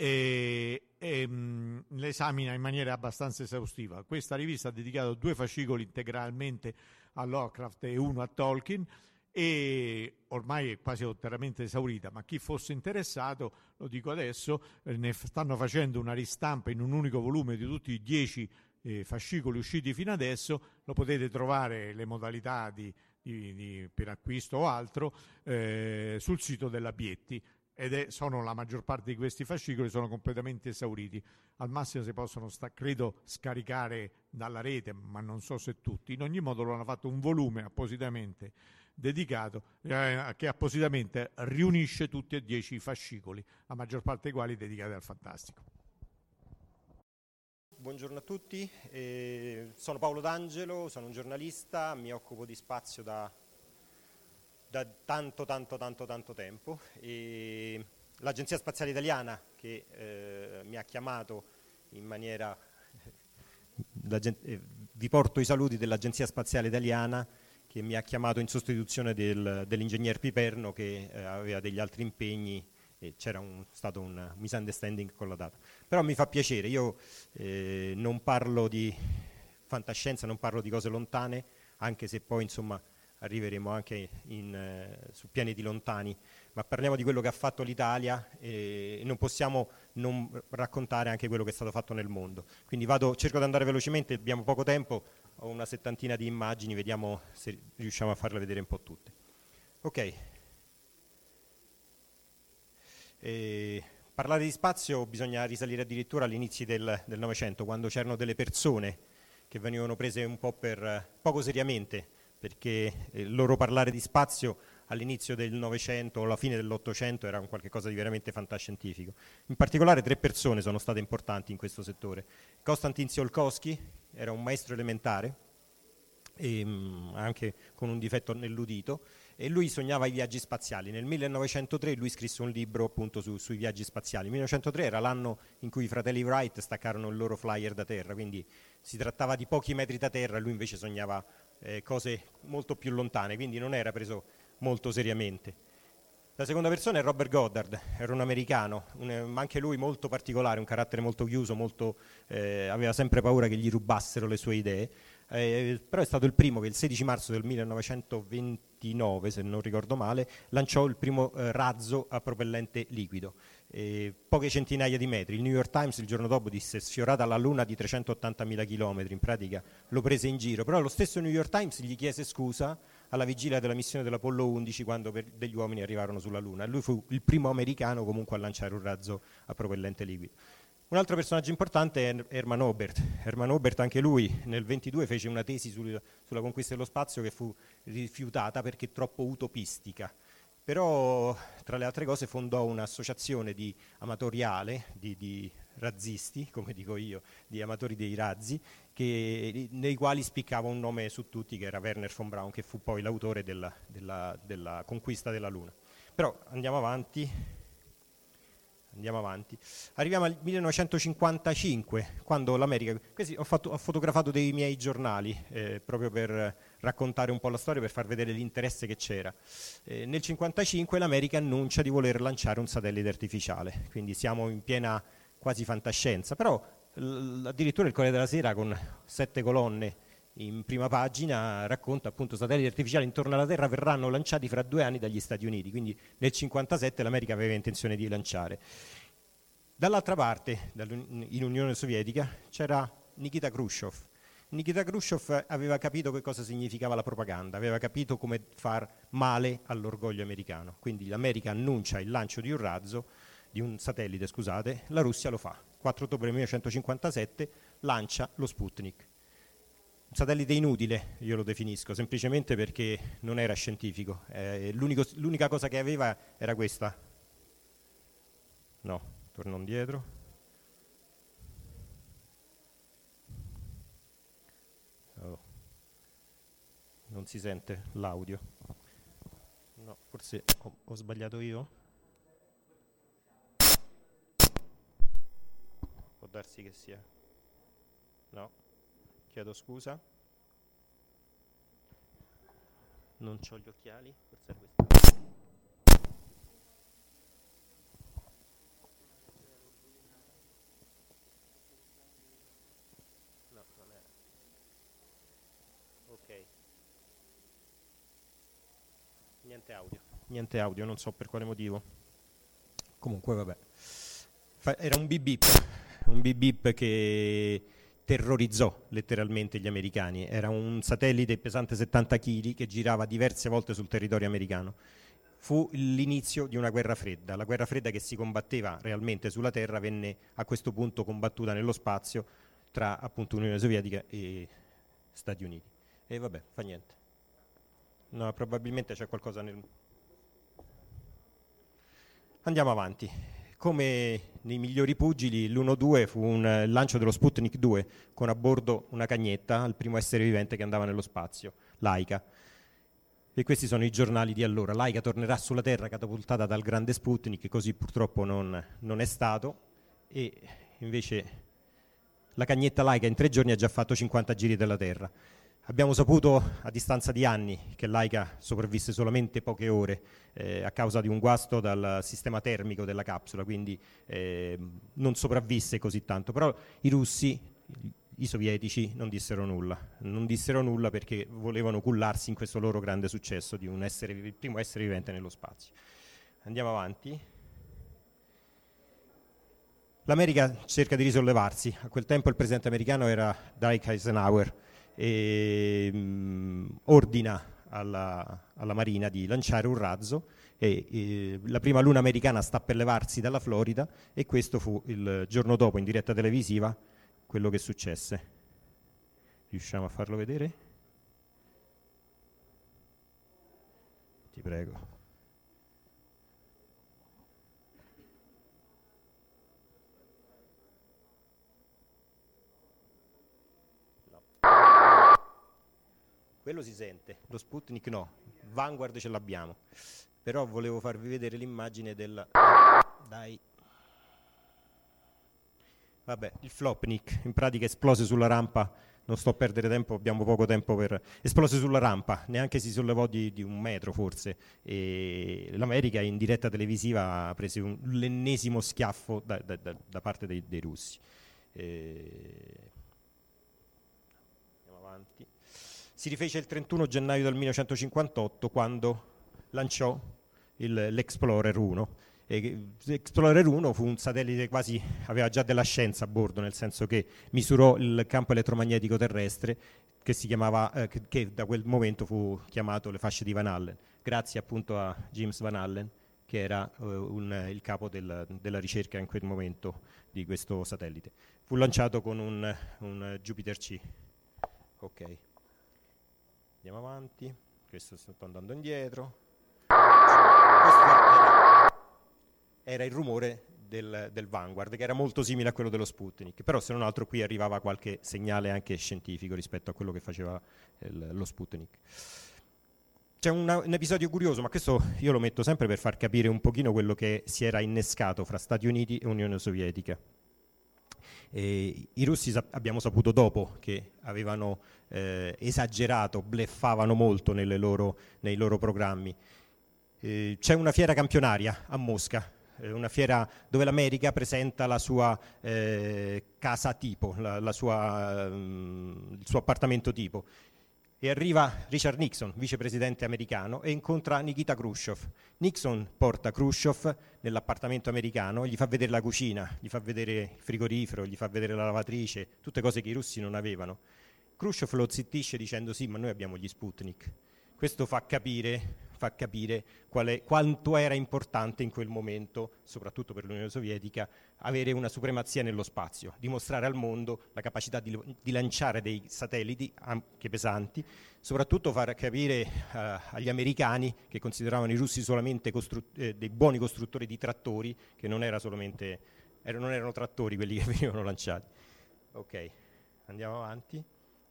S12: l'esamina in maniera abbastanza esaustiva. Questa rivista ha dedicato 2 fascicoli integralmente a Lovecraft e 1 a Tolkien, e ormai è quasi interamente esaurita, ma chi fosse interessato, lo dico adesso, ne stanno facendo una ristampa in un unico volume di tutti i 10 fascicoli usciti fino adesso. Lo potete trovare, le modalità per acquisto o altro, sul sito della Bietti, sono la maggior parte di questi fascicoli sono completamente esauriti. Al massimo si possono credo scaricare dalla rete, ma non so se tutti. In ogni modo lo hanno fatto un volume appositamente dedicato, che appositamente riunisce tutti e 10 i fascicoli, la maggior parte dei quali dedicati al fantastico.
S14: Buongiorno a tutti, sono Paolo D'Angelo, sono un giornalista, mi occupo di spazio da tanto tempo, e l'Agenzia Spaziale Italiana che mi ha chiamato in maniera... vi porto i saluti dell'Agenzia Spaziale Italiana, che mi ha chiamato in sostituzione dell'ingegner Piperno, che aveva degli altri impegni e c'era stato un misunderstanding con la data. Però mi fa piacere, io non parlo di fantascienza, non parlo di cose lontane, anche se poi insomma arriveremo anche su pianeti lontani, ma parliamo di quello che ha fatto l'Italia e non possiamo non raccontare anche quello che è stato fatto nel mondo. Quindi cerco di andare velocemente, abbiamo poco tempo, ho una 70 di immagini, vediamo se riusciamo a farle vedere un po' tutte. Ok. Parlare di spazio bisogna risalire addirittura agli inizi del Novecento, quando c'erano delle persone che venivano prese un po' poco seriamente, perché il loro parlare di spazio all'inizio del Novecento o alla fine dell'Ottocento era un qualche cosa di veramente fantascientifico. In particolare 3 persone sono state importanti in questo settore. Konstantin Tsiolkovsky era un maestro elementare, anche con un difetto nell'udito, e lui sognava i viaggi spaziali. Nel 1903 lui scrisse un libro appunto sui viaggi spaziali. Il 1903 era l'anno in cui i fratelli Wright staccarono il loro flyer da terra, quindi si trattava di pochi metri da terra, lui invece sognava cose molto più lontane, quindi non era preso molto seriamente. La seconda persona è Robert Goddard, era un americano, ma anche lui molto particolare, un carattere molto chiuso, aveva sempre paura che gli rubassero le sue idee, però è stato il primo che il 16 marzo del 1929, se non ricordo male, lanciò il primo razzo a propellente liquido, poche centinaia di metri. Il New York Times il giorno dopo disse: sfiorata la luna di 380.000 chilometri, in pratica lo prese in giro, però lo stesso New York Times gli chiese scusa alla vigilia della missione dell'Apollo 11 quando degli uomini arrivarono sulla luna. Lui fu il primo americano comunque a lanciare un razzo a propellente liquido. Un altro personaggio importante è Hermann Oberth. Hermann Oberth, anche lui nel 22 fece una tesi sulla conquista dello spazio che fu rifiutata perché troppo utopistica. Però, tra le altre cose, fondò un'associazione amatoriale di razzisti, come dico io, di amatori dei razzi, nei quali spiccava un nome su tutti, che era Werner von Braun, che fu poi l'autore della conquista della Luna. Però andiamo avanti. Arriviamo al 1955, quando l'America... Ho fotografato dei miei giornali proprio per raccontare un po' la storia, per far vedere l'interesse che c'era. Nel 1955 l'America annuncia di voler lanciare un satellite artificiale, quindi siamo in piena quasi fantascienza, però addirittura il Corriere della Sera con 7 colonne in prima pagina racconta appunto satelliti artificiali intorno alla Terra verranno lanciati fra 2 anni dagli Stati Uniti, quindi nel 1957 l'America aveva intenzione di lanciare. Dall'altra parte, in Unione Sovietica, c'era Nikita Khrushchev. Nikita Khrushchev aveva capito che cosa significava la propaganda, aveva capito come far male all'orgoglio americano, quindi l'America annuncia il lancio di un satellite, la Russia lo fa. 4 ottobre 1957 lancia lo Sputnik. Un satellite inutile, io lo definisco, semplicemente perché non era scientifico. L'unica cosa che aveva era questa. No, torno indietro. Oh. Non si sente l'audio. No, forse ho sbagliato io. Può darsi che sia. No. Chiedo scusa. Non c'ho gli occhiali, forse è questo. No, non è. Ok. Niente audio, non so per quale motivo. Comunque vabbè. Era un beep che terrorizzò letteralmente gli americani. Era un satellite pesante 70 kg che girava diverse volte sul territorio americano. Fu l'inizio di una guerra fredda. La guerra fredda che si combatteva realmente sulla Terra venne a questo punto combattuta nello spazio tra appunto Unione Sovietica e Stati Uniti. E vabbè, fa niente. No, probabilmente c'è qualcosa nel... Andiamo avanti. Come nei migliori pugili, l'1-2 fu un lancio dello Sputnik 2 con a bordo una cagnetta, il primo essere vivente che andava nello spazio, Laika. E questi sono i giornali di allora. Laika tornerà sulla Terra catapultata dal grande Sputnik, così purtroppo non è stato, e invece la cagnetta Laika in 3 giorni ha già fatto 50 giri della Terra. Abbiamo saputo a distanza di anni che Laika sopravvisse solamente poche ore a causa di un guasto dal sistema termico della capsula, quindi non sopravvisse così tanto. Però i russi, i sovietici non dissero nulla perché volevano cullarsi in questo loro grande successo di il primo essere vivente nello spazio. Andiamo avanti. L'America cerca di risollevarsi. A quel tempo il presidente americano era Dwight Eisenhower e ordina alla Marina di lanciare un razzo e la prima luna americana sta per levarsi dalla Florida e questo fu il giorno dopo in diretta televisiva quello che successe. Riusciamo a farlo vedere? Ti prego. Quello si sente, lo Sputnik no, Vanguard ce l'abbiamo, però volevo farvi vedere l'immagine del... Dai. Vabbè, il Flopnik in pratica esplose sulla rampa, non sto a perdere tempo, abbiamo poco tempo per... Esplose sulla rampa, neanche si sollevò di 1 metro forse, e l'America in diretta televisiva prese l'ennesimo schiaffo da parte dei russi. Andiamo avanti. Si rifece il 31 gennaio del 1958 quando lanciò l'Explorer 1. L'Explorer 1 fu un satellite quasi, aveva già della scienza a bordo, nel senso che misurò il campo elettromagnetico terrestre che si chiamava, che da quel momento fu chiamato le fasce di Van Allen, grazie appunto a James Van Allen, che era il capo della ricerca in quel momento di questo satellite. Fu lanciato con un Jupiter C. Ok. Andiamo avanti, questo sto andando indietro. Questo era il rumore del Vanguard, che era molto simile a quello dello Sputnik, però se non altro qui arrivava qualche segnale anche scientifico rispetto a quello che faceva lo Sputnik. C'è un episodio curioso, ma questo io lo metto sempre per far capire un pochino quello che si era innescato fra Stati Uniti e Unione Sovietica. I russi abbiamo saputo dopo che avevano esagerato, bluffavano molto nei loro programmi. C'è una fiera campionaria a Mosca, una fiera dove l'America presenta la sua casa tipo, il suo appartamento tipo. E arriva Richard Nixon, vicepresidente americano, e incontra Nikita Khrushchev. Nixon porta Khrushchev nell'appartamento americano, gli fa vedere la cucina, gli fa vedere il frigorifero, gli fa vedere la lavatrice, tutte cose che i russi non avevano. Khrushchev lo zittisce dicendo sì, ma noi abbiamo gli Sputnik. Questo fa capire quanto era importante in quel momento, soprattutto per l'Unione Sovietica, avere una supremazia nello spazio, dimostrare al mondo la capacità di lanciare dei satelliti anche pesanti, soprattutto far capire agli americani, che consideravano i russi solamente dei buoni costruttori di trattori, che non erano trattori quelli che venivano lanciati. Ok, andiamo avanti.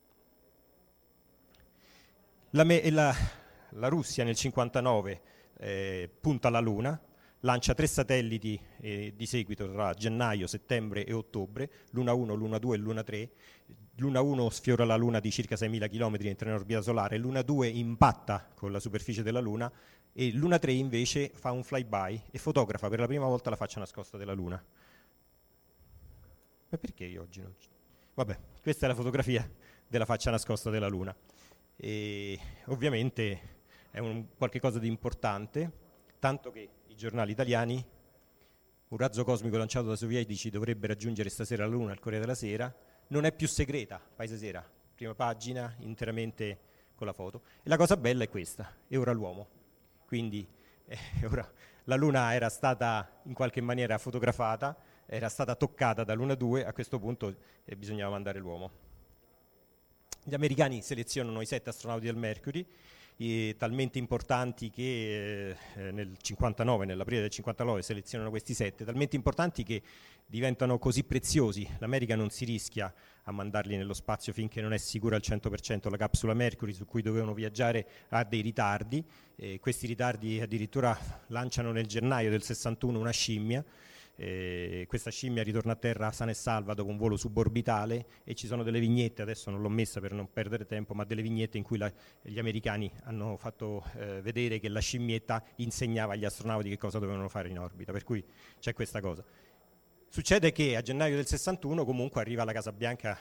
S14: La Russia nel 1959 punta alla Luna, lancia 3 satelliti di seguito tra gennaio, settembre e ottobre, Luna 1, Luna 2 e Luna 3. Luna 1 sfiora la Luna di circa 6.000 km, entra in orbita solare, Luna 2 impatta con la superficie della Luna e Luna 3 invece fa un flyby e fotografa per la prima volta la faccia nascosta della Luna. Ma perché io oggi non... Vabbè, questa è la fotografia della faccia nascosta della Luna. E ovviamente è qualche cosa di importante, tanto che i giornali italiani, un razzo cosmico lanciato dai sovietici dovrebbe raggiungere stasera la Luna al Corriere della Sera, non è più segreta, Paese Sera, prima pagina, interamente con la foto. E la cosa bella è questa, è ora l'uomo. Quindi ora la Luna era stata in qualche maniera fotografata, era stata toccata da Luna 2, a questo punto bisognava mandare l'uomo. Gli americani selezionano i 7 astronauti del Mercury, talmente importanti che nell'aprile del 59 selezionano questi 7, talmente importanti che diventano così preziosi. L'America non si rischia a mandarli nello spazio finché non è sicura al 100%. La capsula Mercury su cui dovevano viaggiare ha dei ritardi, questi ritardi addirittura lanciano nel gennaio del 61 una scimmia. Questa scimmia ritorna a terra sana e salva dopo un volo suborbitale e ci sono delle vignette, adesso non l'ho messa per non perdere tempo, ma delle vignette in cui gli americani hanno fatto vedere che la scimmietta insegnava agli astronauti che cosa dovevano fare in orbita, per cui c'è questa cosa. Succede che a gennaio del 61 comunque arriva alla Casa Bianca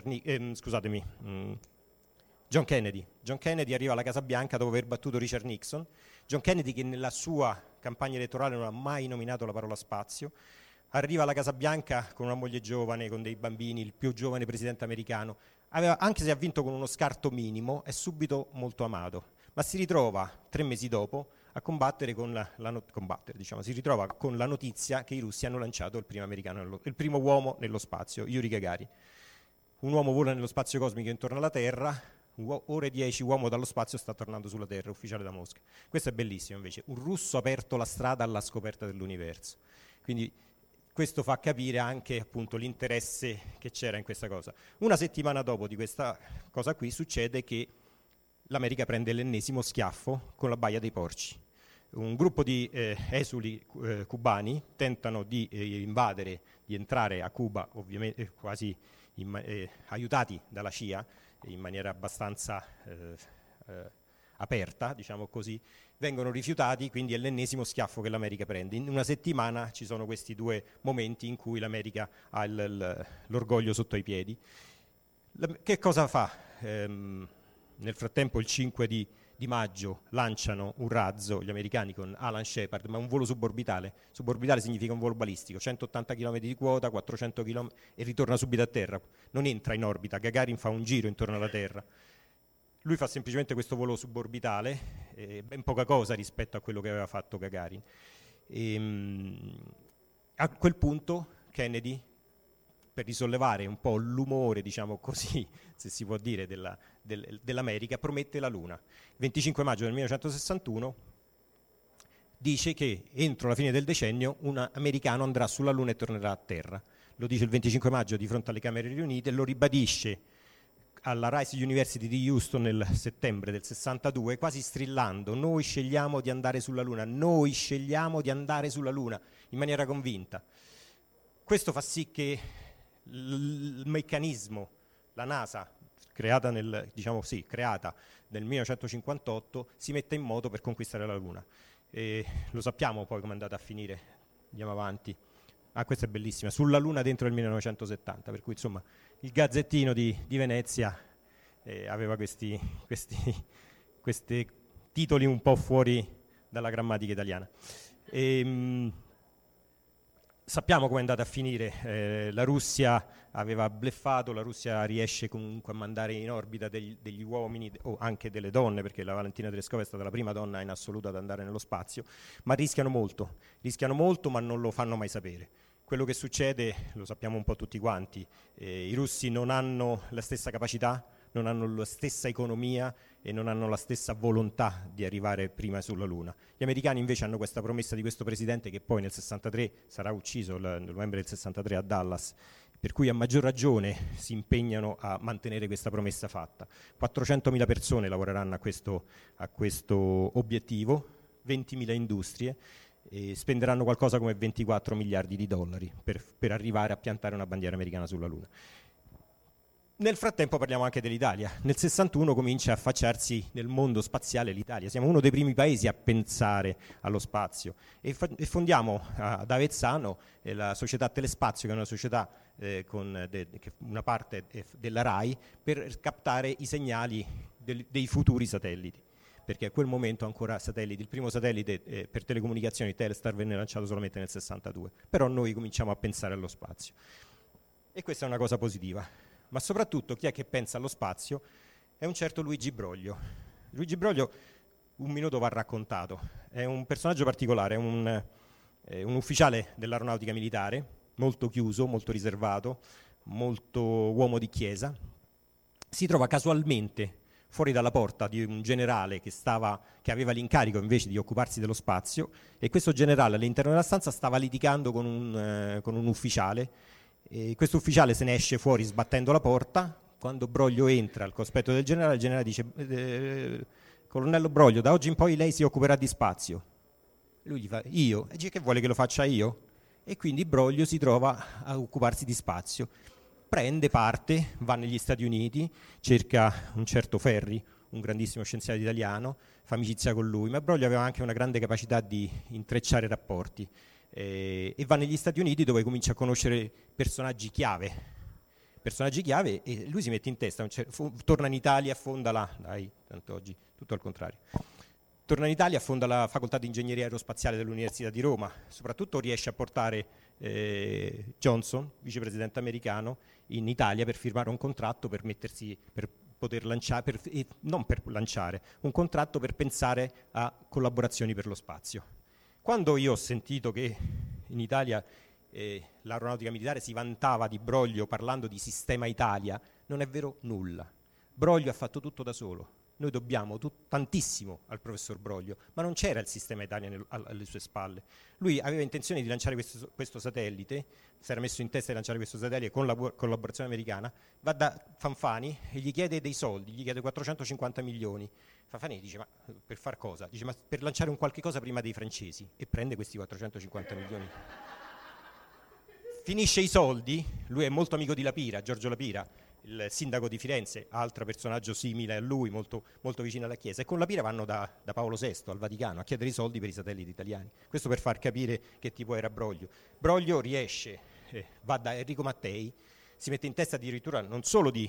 S14: John Kennedy. John Kennedy arriva alla Casa Bianca dopo aver battuto Richard Nixon. John Kennedy, che nella sua campagna elettorale non ha mai nominato la parola spazio, arriva alla Casa Bianca con una moglie giovane, con dei bambini, il più giovane presidente americano. Anche se ha vinto con uno scarto minimo, è subito molto amato, ma si ritrova 3 mesi dopo a combattere si ritrova con la notizia che i russi hanno lanciato il primo uomo nello spazio, Yuri Gagarin. Un uomo vola nello spazio cosmico intorno alla Terra, ore 10 uomo dallo spazio sta tornando sulla Terra, ufficiale da Mosca. Questo è bellissimo invece, un russo ha aperto la strada alla scoperta dell'universo. Quindi questo fa capire anche appunto l'interesse che c'era in questa cosa. Una settimana dopo di questa cosa qui succede che l'America prende l'ennesimo schiaffo con la Baia dei Porci. Un gruppo di esuli cubani tentano di invadere, di entrare a Cuba, ovviamente quasi aiutati dalla CIA in maniera abbastanza aperta, diciamo così, vengono rifiutati, quindi è l'ennesimo schiaffo che l'America prende. In una settimana ci sono questi 2 momenti in cui l'America ha l'orgoglio sotto i piedi. Che cosa fa? Nel frattempo il 5 di maggio lanciano un razzo gli americani con Alan Shepard, ma un volo suborbitale. Suborbitale significa un volo balistico, 180 km di quota, 400 km e ritorna subito a terra. Non entra in orbita, Gagarin fa un giro intorno alla Terra. Lui fa semplicemente questo volo suborbitale, ben poca cosa rispetto a quello che aveva fatto Gagarin. A quel punto Kennedy, per risollevare un po' l'umore, diciamo così, se si può dire, dell'America, promette la Luna. Il 25 maggio del 1961 dice che entro la fine del decennio un americano andrà sulla Luna e tornerà a terra. Lo dice il 25 maggio di fronte alle Camere riunite e lo ribadisce alla Rice University di Houston nel settembre del 62, quasi strillando: noi scegliamo di andare sulla Luna, noi scegliamo di andare sulla Luna, in maniera convinta. Questo fa sì che il meccanismo, la NASA, creata nel 1958, si mette in moto per conquistare la Luna. E lo sappiamo poi come è andata a finire, andiamo avanti. Questa è bellissima, sulla Luna dentro il 1970, per cui insomma il Gazzettino di Venezia aveva questi titoli un po' fuori dalla grammatica italiana. Sappiamo come è andata a finire, la Russia aveva bleffato, la Russia riesce comunque a mandare in orbita degli uomini o anche delle donne, perché la Valentina Tereskova è stata la prima donna in assoluto ad andare nello spazio, ma rischiano molto ma non lo fanno mai sapere. Quello che succede lo sappiamo un po' tutti quanti, i russi non hanno la stessa capacità, non hanno la stessa economia e non hanno la stessa volontà di arrivare prima sulla Luna. Gli americani invece hanno questa promessa di questo presidente che poi nel 63 sarà ucciso, nel novembre del 63 a Dallas, per cui a maggior ragione si impegnano a mantenere questa promessa fatta. 400.000 persone lavoreranno a questo obiettivo, 20.000 industrie, e spenderanno qualcosa come 24 miliardi di dollari per arrivare a piantare una bandiera americana sulla Luna. Nel frattempo parliamo anche dell'Italia. Nel 61 comincia a affacciarsi nel mondo spaziale l'Italia. Siamo uno dei primi paesi a pensare allo spazio e fondiamo ad Avezzano la società Telespazio, che è una società una parte della RAI, per captare i segnali dei futuri satelliti. Perché a quel momento ancora satelliti, il primo satellite per telecomunicazioni, Telstar, venne lanciato solamente nel 62, però noi cominciamo a pensare allo spazio. E questa è una cosa positiva. Ma soprattutto chi è che pensa allo spazio è un certo Luigi Broglio. Luigi Broglio, un minuto va raccontato, è un personaggio particolare, è un ufficiale dell'aeronautica militare, molto chiuso, molto riservato, molto uomo di chiesa. Si trova casualmente fuori dalla porta di un generale che aveva l'incarico invece di occuparsi dello spazio, e questo generale all'interno della stanza stava litigando con un ufficiale, e questo ufficiale se ne esce fuori sbattendo la porta. Quando Broglio entra al cospetto del generale, il generale dice: colonnello Broglio, da oggi in poi lei si occuperà di spazio. Lui gli fa: io? E dice: che vuole che lo faccia io? E quindi Broglio si trova a occuparsi di spazio. Prende parte, va negli Stati Uniti, cerca un certo Ferri, un grandissimo scienziato italiano, fa amicizia con lui, ma Broglio aveva anche una grande capacità di intrecciare rapporti. e va negli Stati Uniti, dove comincia a conoscere personaggi chiave, e lui si mette in testa, torna in Italia, fonda tanto oggi tutto al contrario. Torna in Italia, fonda la facoltà di ingegneria aerospaziale dell'Università di Roma, soprattutto riesce a portare Johnson, vicepresidente americano, in Italia per firmare un contratto per poter lanciare, non per lanciare, un contratto per pensare a collaborazioni per lo spazio. Quando io ho sentito che in Italia l'aeronautica militare si vantava di Broglio parlando di sistema Italia, non è vero nulla. Broglio ha fatto tutto da solo. Noi dobbiamo tantissimo al professor Broglio, ma non c'era il sistema Italia alle sue spalle. Lui aveva intenzione di lanciare questo satellite, si era messo in testa di lanciare questo satellite con la collaborazione americana, va da Fanfani e gli chiede dei soldi, gli chiede 450 milioni. Fanfani dice: ma per far cosa? Dice: ma per lanciare un qualche cosa prima dei francesi, e prende questi 450 milioni. Finisce i soldi, lui è molto amico di Lapira, Giorgio Lapira, il sindaco di Firenze, altro personaggio simile a lui, molto, molto vicino alla Chiesa, e con Lapira vanno da Paolo VI al Vaticano a chiedere i soldi per i satelliti italiani. Questo per far capire che tipo era Broglio. Broglio riesce, va da Enrico Mattei, si mette in testa addirittura non solo di...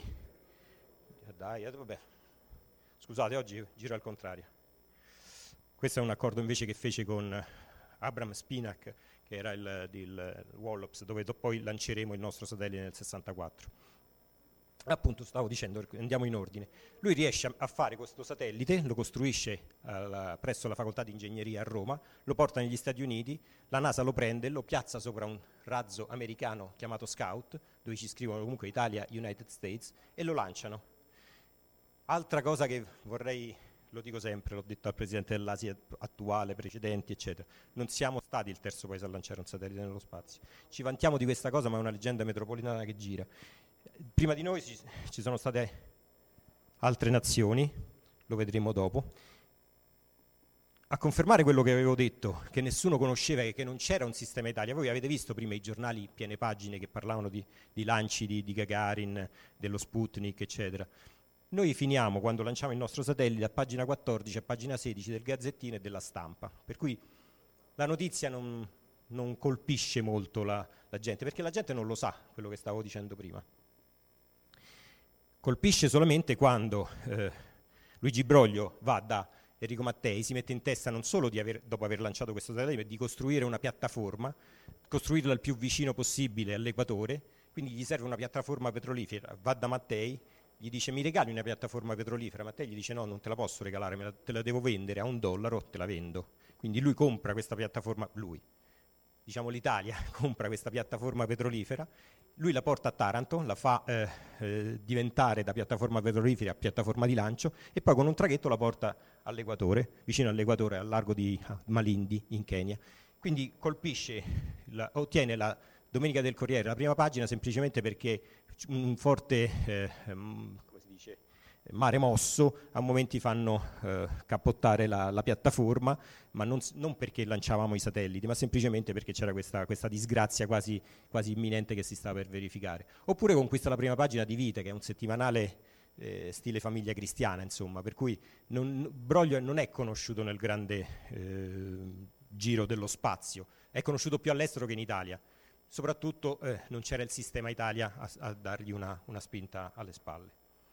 S14: vabbè. Scusate, oggi giro al contrario. Questo è un accordo invece che fece con Abram Spinac, che era il Wallops, dove poi lanceremo il nostro satellite nel 64. Appunto, stavo dicendo, andiamo in ordine. Lui riesce a fare questo satellite, lo costruisce presso la facoltà di ingegneria a Roma, lo porta negli Stati Uniti, la NASA lo prende, lo piazza sopra un razzo americano chiamato Scout, dove ci scrivono comunque Italia, United States, e lo lanciano. Altra cosa che vorrei... Lo dico sempre, l'ho detto al presidente dell'Asia attuale, precedenti, eccetera. Non siamo stati il terzo paese a lanciare un satellite nello spazio. Ci vantiamo di questa cosa, ma è una leggenda metropolitana che gira. Prima di noi ci sono state altre nazioni, lo vedremo dopo. A confermare quello che avevo detto, che nessuno conosceva e che non c'era un sistema Italia. Voi avete visto prima i giornali piene pagine che parlavano di lanci di Gagarin, dello Sputnik, eccetera. Noi finiamo, quando lanciamo il nostro satellite, a pagina 14, a pagina 16 del Gazzettino e della Stampa. Per cui la notizia non colpisce molto la gente, perché la gente non lo sa, quello che stavo dicendo prima. Colpisce solamente quando Luigi Broglio va da Enrico Mattei, si mette in testa non solo dopo aver lanciato questo satellite, ma di costruire una piattaforma, costruirla il più vicino possibile all'equatore, quindi gli serve una piattaforma petrolifera. Va da Mattei, gli dice: mi regali una piattaforma petrolifera? Mattei gli dice: no, non te la posso regalare, te la devo vendere a $1, te la vendo. Quindi lui compra questa piattaforma, l'Italia compra questa piattaforma petrolifera, lui la porta a Taranto, la fa diventare da piattaforma petrolifera a piattaforma di lancio, e poi con un traghetto la porta all'equatore, vicino all'equatore, al largo di Malindi in Kenya. Quindi ottiene la Domenica del Corriere la prima pagina semplicemente perché un forte mare mosso a momenti fanno cappottare la piattaforma, ma non perché lanciavamo i satelliti, ma semplicemente perché c'era questa disgrazia quasi imminente che si stava per verificare. Oppure conquista la prima pagina di Vite, che è un settimanale stile Famiglia Cristiana, insomma, per cui Broglio non è conosciuto nel grande giro dello spazio, è conosciuto più all'estero che in Italia. Soprattutto non c'era il sistema Italia a dargli una spinta alle spalle.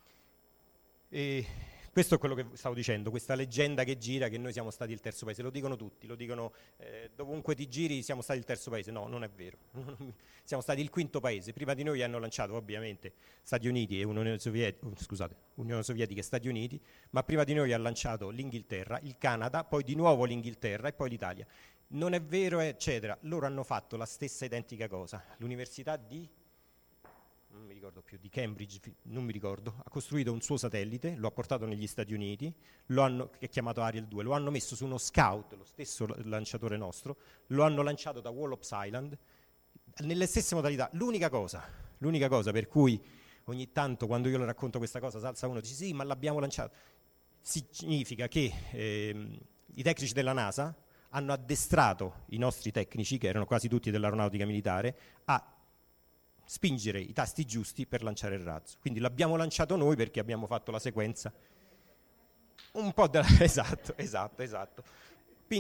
S14: E questo è quello che stavo dicendo, questa leggenda che gira che noi siamo stati il terzo paese. Lo dicono tutti, lo dicono dovunque ti giri, siamo stati il terzo paese. No, non è vero. Siamo stati il quinto paese. Prima di noi hanno lanciato ovviamente Stati Uniti e Unione Sovietica e Stati Uniti, ma prima di noi ha lanciato l'Inghilterra, il Canada, poi di nuovo l'Inghilterra e poi l'Italia. Non è vero, eccetera. Loro hanno fatto la stessa identica cosa. L'università di Cambridge, non mi ricordo, ha costruito un suo satellite, lo ha portato negli Stati Uniti, che è chiamato Ariel 2, lo hanno messo su uno Scout, lo stesso lanciatore nostro, lo hanno lanciato da Wallops Island, nelle stesse modalità. L'unica cosa per cui ogni tanto quando io le racconto questa cosa salza uno e dice sì, ma l'abbiamo lanciato, significa che i tecnici della NASA hanno addestrato i nostri tecnici, che erano quasi tutti dell'aeronautica militare, a spingere i tasti giusti per lanciare il razzo. Quindi l'abbiamo lanciato noi perché abbiamo fatto la sequenza un po' esatto. Quindi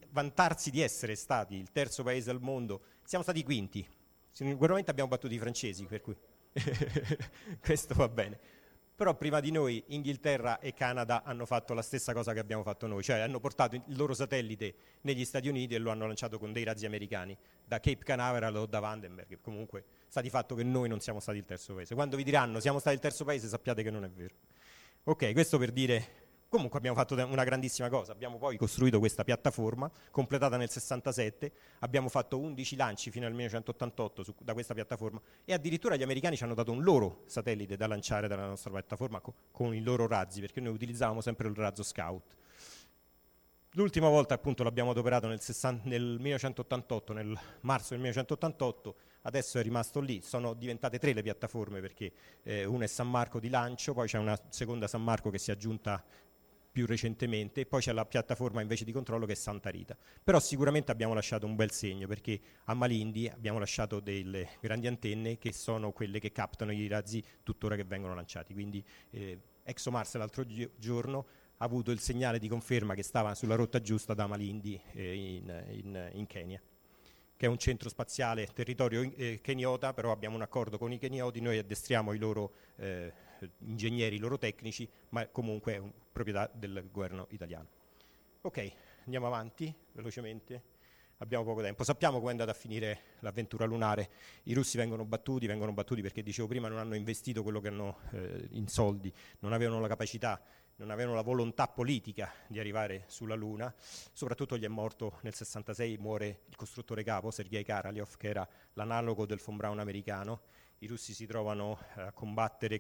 S14: vantarsi di essere stati il terzo paese al mondo, siamo stati quinti. Sicuramente abbiamo battuto i francesi, per cui questo va bene. Però prima di noi Inghilterra e Canada hanno fatto la stessa cosa che abbiamo fatto noi, cioè hanno portato il loro satellite negli Stati Uniti e lo hanno lanciato con dei razzi americani, da Cape Canaveral o da Vandenberg. Comunque sta di fatto che noi non siamo stati il terzo paese. Quando vi diranno siamo stati il terzo paese, sappiate che non è vero. Ok, questo per dire... Comunque abbiamo fatto una grandissima cosa, abbiamo poi costruito questa piattaforma, completata nel 67, abbiamo fatto 11 lanci fino al 1988 da questa piattaforma e addirittura gli americani ci hanno dato un loro satellite da lanciare dalla nostra piattaforma con i loro razzi, perché noi utilizzavamo sempre il razzo Scout. L'ultima volta appunto l'abbiamo adoperato nel 1988, nel marzo del 1988, adesso è rimasto lì, sono diventate 3 le piattaforme perché una è San Marco di lancio, poi c'è una seconda San Marco che si è aggiunta più recentemente, e poi c'è la piattaforma invece di controllo che è Santa Rita. Però sicuramente abbiamo lasciato un bel segno, perché a Malindi abbiamo lasciato delle grandi antenne che sono quelle che captano i razzi tuttora che vengono lanciati. Quindi ExoMars l'altro giorno ha avuto il segnale di conferma che stava sulla rotta giusta da Malindi in Kenya, che è un centro spaziale territorio keniota, però abbiamo un accordo con i kenioti, noi addestriamo i loro ingegneri, i loro tecnici, ma comunque è proprietà del governo italiano. Ok, andiamo avanti velocemente, abbiamo poco tempo. Sappiamo come è andata a finire l'avventura lunare. I russi vengono battuti perché, dicevo prima, non hanno investito quello che hanno in soldi, non avevano la capacità, non avevano la volontà politica di arrivare sulla Luna. Soprattutto gli è morto nel 66, muore il costruttore capo Sergei Karalev, che era l'analogo del von Braun americano. I russi si trovano a combattere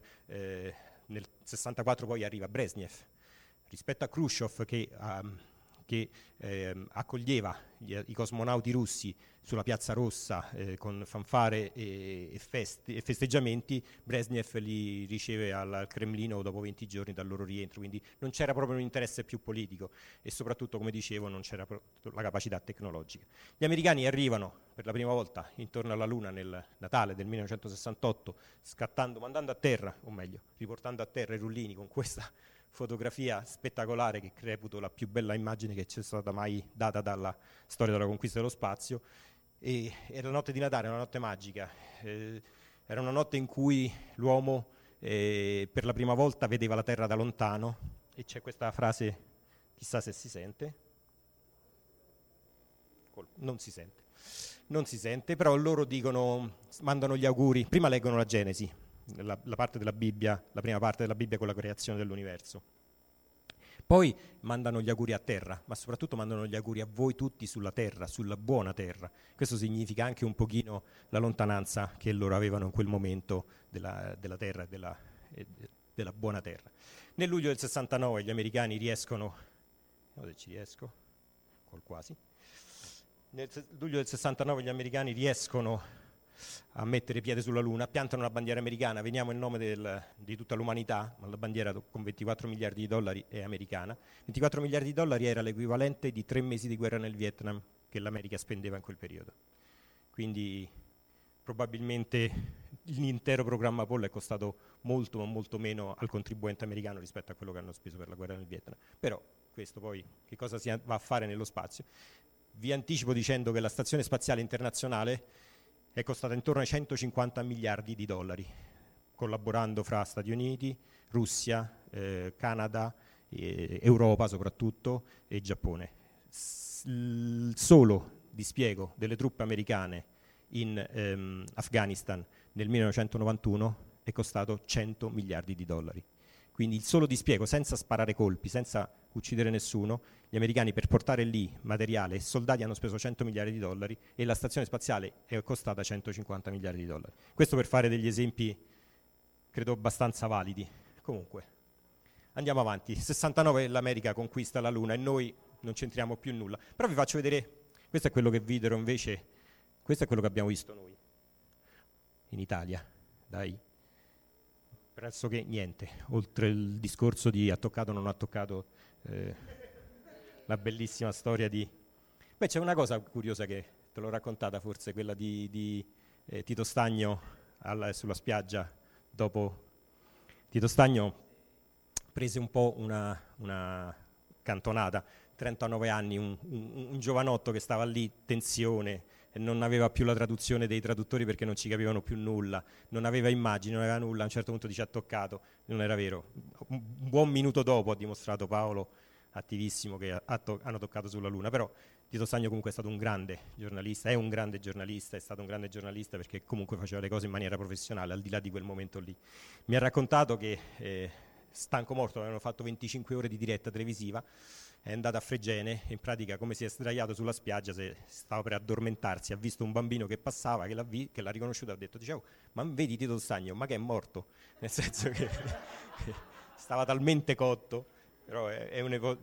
S14: nel 64 poi arriva Brezhnev. Rispetto a Khrushchev che accoglieva i cosmonauti russi sulla Piazza Rossa con fanfare e festeggiamenti, Brezhnev li riceve al Cremlino dopo 20 giorni dal loro rientro, quindi non c'era proprio un interesse più politico e soprattutto, come dicevo, non c'era la capacità tecnologica. Gli americani arrivano per la prima volta intorno alla Luna nel Natale del 1968, mandando a terra, o meglio, riportando a terra i rullini con questa fotografia spettacolare che reputo la più bella immagine che ci è stata mai data dalla storia della conquista dello spazio. E la notte di Natale, una notte magica, era una notte in cui l'uomo per la prima volta vedeva la Terra da lontano, e c'è questa frase, chissà se si sente, non si sente, però loro mandano gli auguri, prima leggono la Genesi, la parte della Bibbia, la prima parte della Bibbia con la creazione dell'universo. Poi mandano gli auguri a terra, ma soprattutto mandano gli auguri a voi tutti sulla terra, sulla buona terra. Questo significa anche un pochino la lontananza che loro avevano in quel momento della terra e della buona terra. Nel luglio del 69 gli americani riescono, vediamo se ci riesco, quasi. Nel luglio del 69 gli americani riescono a mettere piede sulla Luna, piantano una bandiera americana, veniamo in nome di tutta l'umanità, ma la bandiera con 24 miliardi di dollari è americana. 24 miliardi di dollari era l'equivalente di 3 mesi di guerra nel Vietnam che l'America spendeva in quel periodo. Quindi probabilmente l'intero programma Apollo è costato molto, ma molto meno al contribuente americano rispetto a quello che hanno speso per la guerra nel Vietnam. Però questo poi che cosa si va a fare nello spazio? Vi anticipo dicendo che la Stazione Spaziale Internazionale è costata intorno ai 150 miliardi di dollari, collaborando fra Stati Uniti, Russia, Canada, Europa soprattutto e Giappone. Il solo dispiego delle truppe americane in Afghanistan nel 1991 è costato 100 miliardi di dollari. Quindi il solo dispiego, senza sparare colpi, senza uccidere nessuno, gli americani per portare lì materiale e soldati hanno speso 100 miliardi di dollari e la stazione spaziale è costata 150 miliardi di dollari. Questo per fare degli esempi, credo, abbastanza validi. Comunque, andiamo avanti. 69 l'America conquista la Luna e noi non c'entriamo più nulla. Però vi faccio vedere, questo è quello che videro invece, questo è quello che abbiamo visto noi in Italia, dai. Pressoché niente, oltre il discorso di ha toccato o non ha toccato la bellissima storia di... Beh, c'è una cosa curiosa che te l'ho raccontata forse, quella di Tito Stagno sulla spiaggia. Dopo Tito Stagno prese un po' una cantonata, 39 anni, un giovanotto che stava lì, tensione, e non aveva più la traduzione dei traduttori perché non ci capivano più nulla, non aveva immagini, non aveva nulla, a un certo punto ci ha toccato, non era vero. Un buon minuto dopo ha dimostrato Paolo, attivissimo, che hanno toccato sulla Luna, però Tito Stagno comunque è stato un grande giornalista, è un grande giornalista, è stato un grande giornalista perché comunque faceva le cose in maniera professionale, al di là di quel momento lì. Mi ha raccontato che stanco morto, avevano fatto 25 ore di diretta televisiva, è andato a Fregene, in pratica come si è sdraiato sulla spiaggia, stava per addormentarsi, ha visto un bambino che passava, che l'ha riconosciuto, ha detto, dicevo, ma vedi Tito Stagno, ma che è morto? Nel senso che stava talmente cotto, però è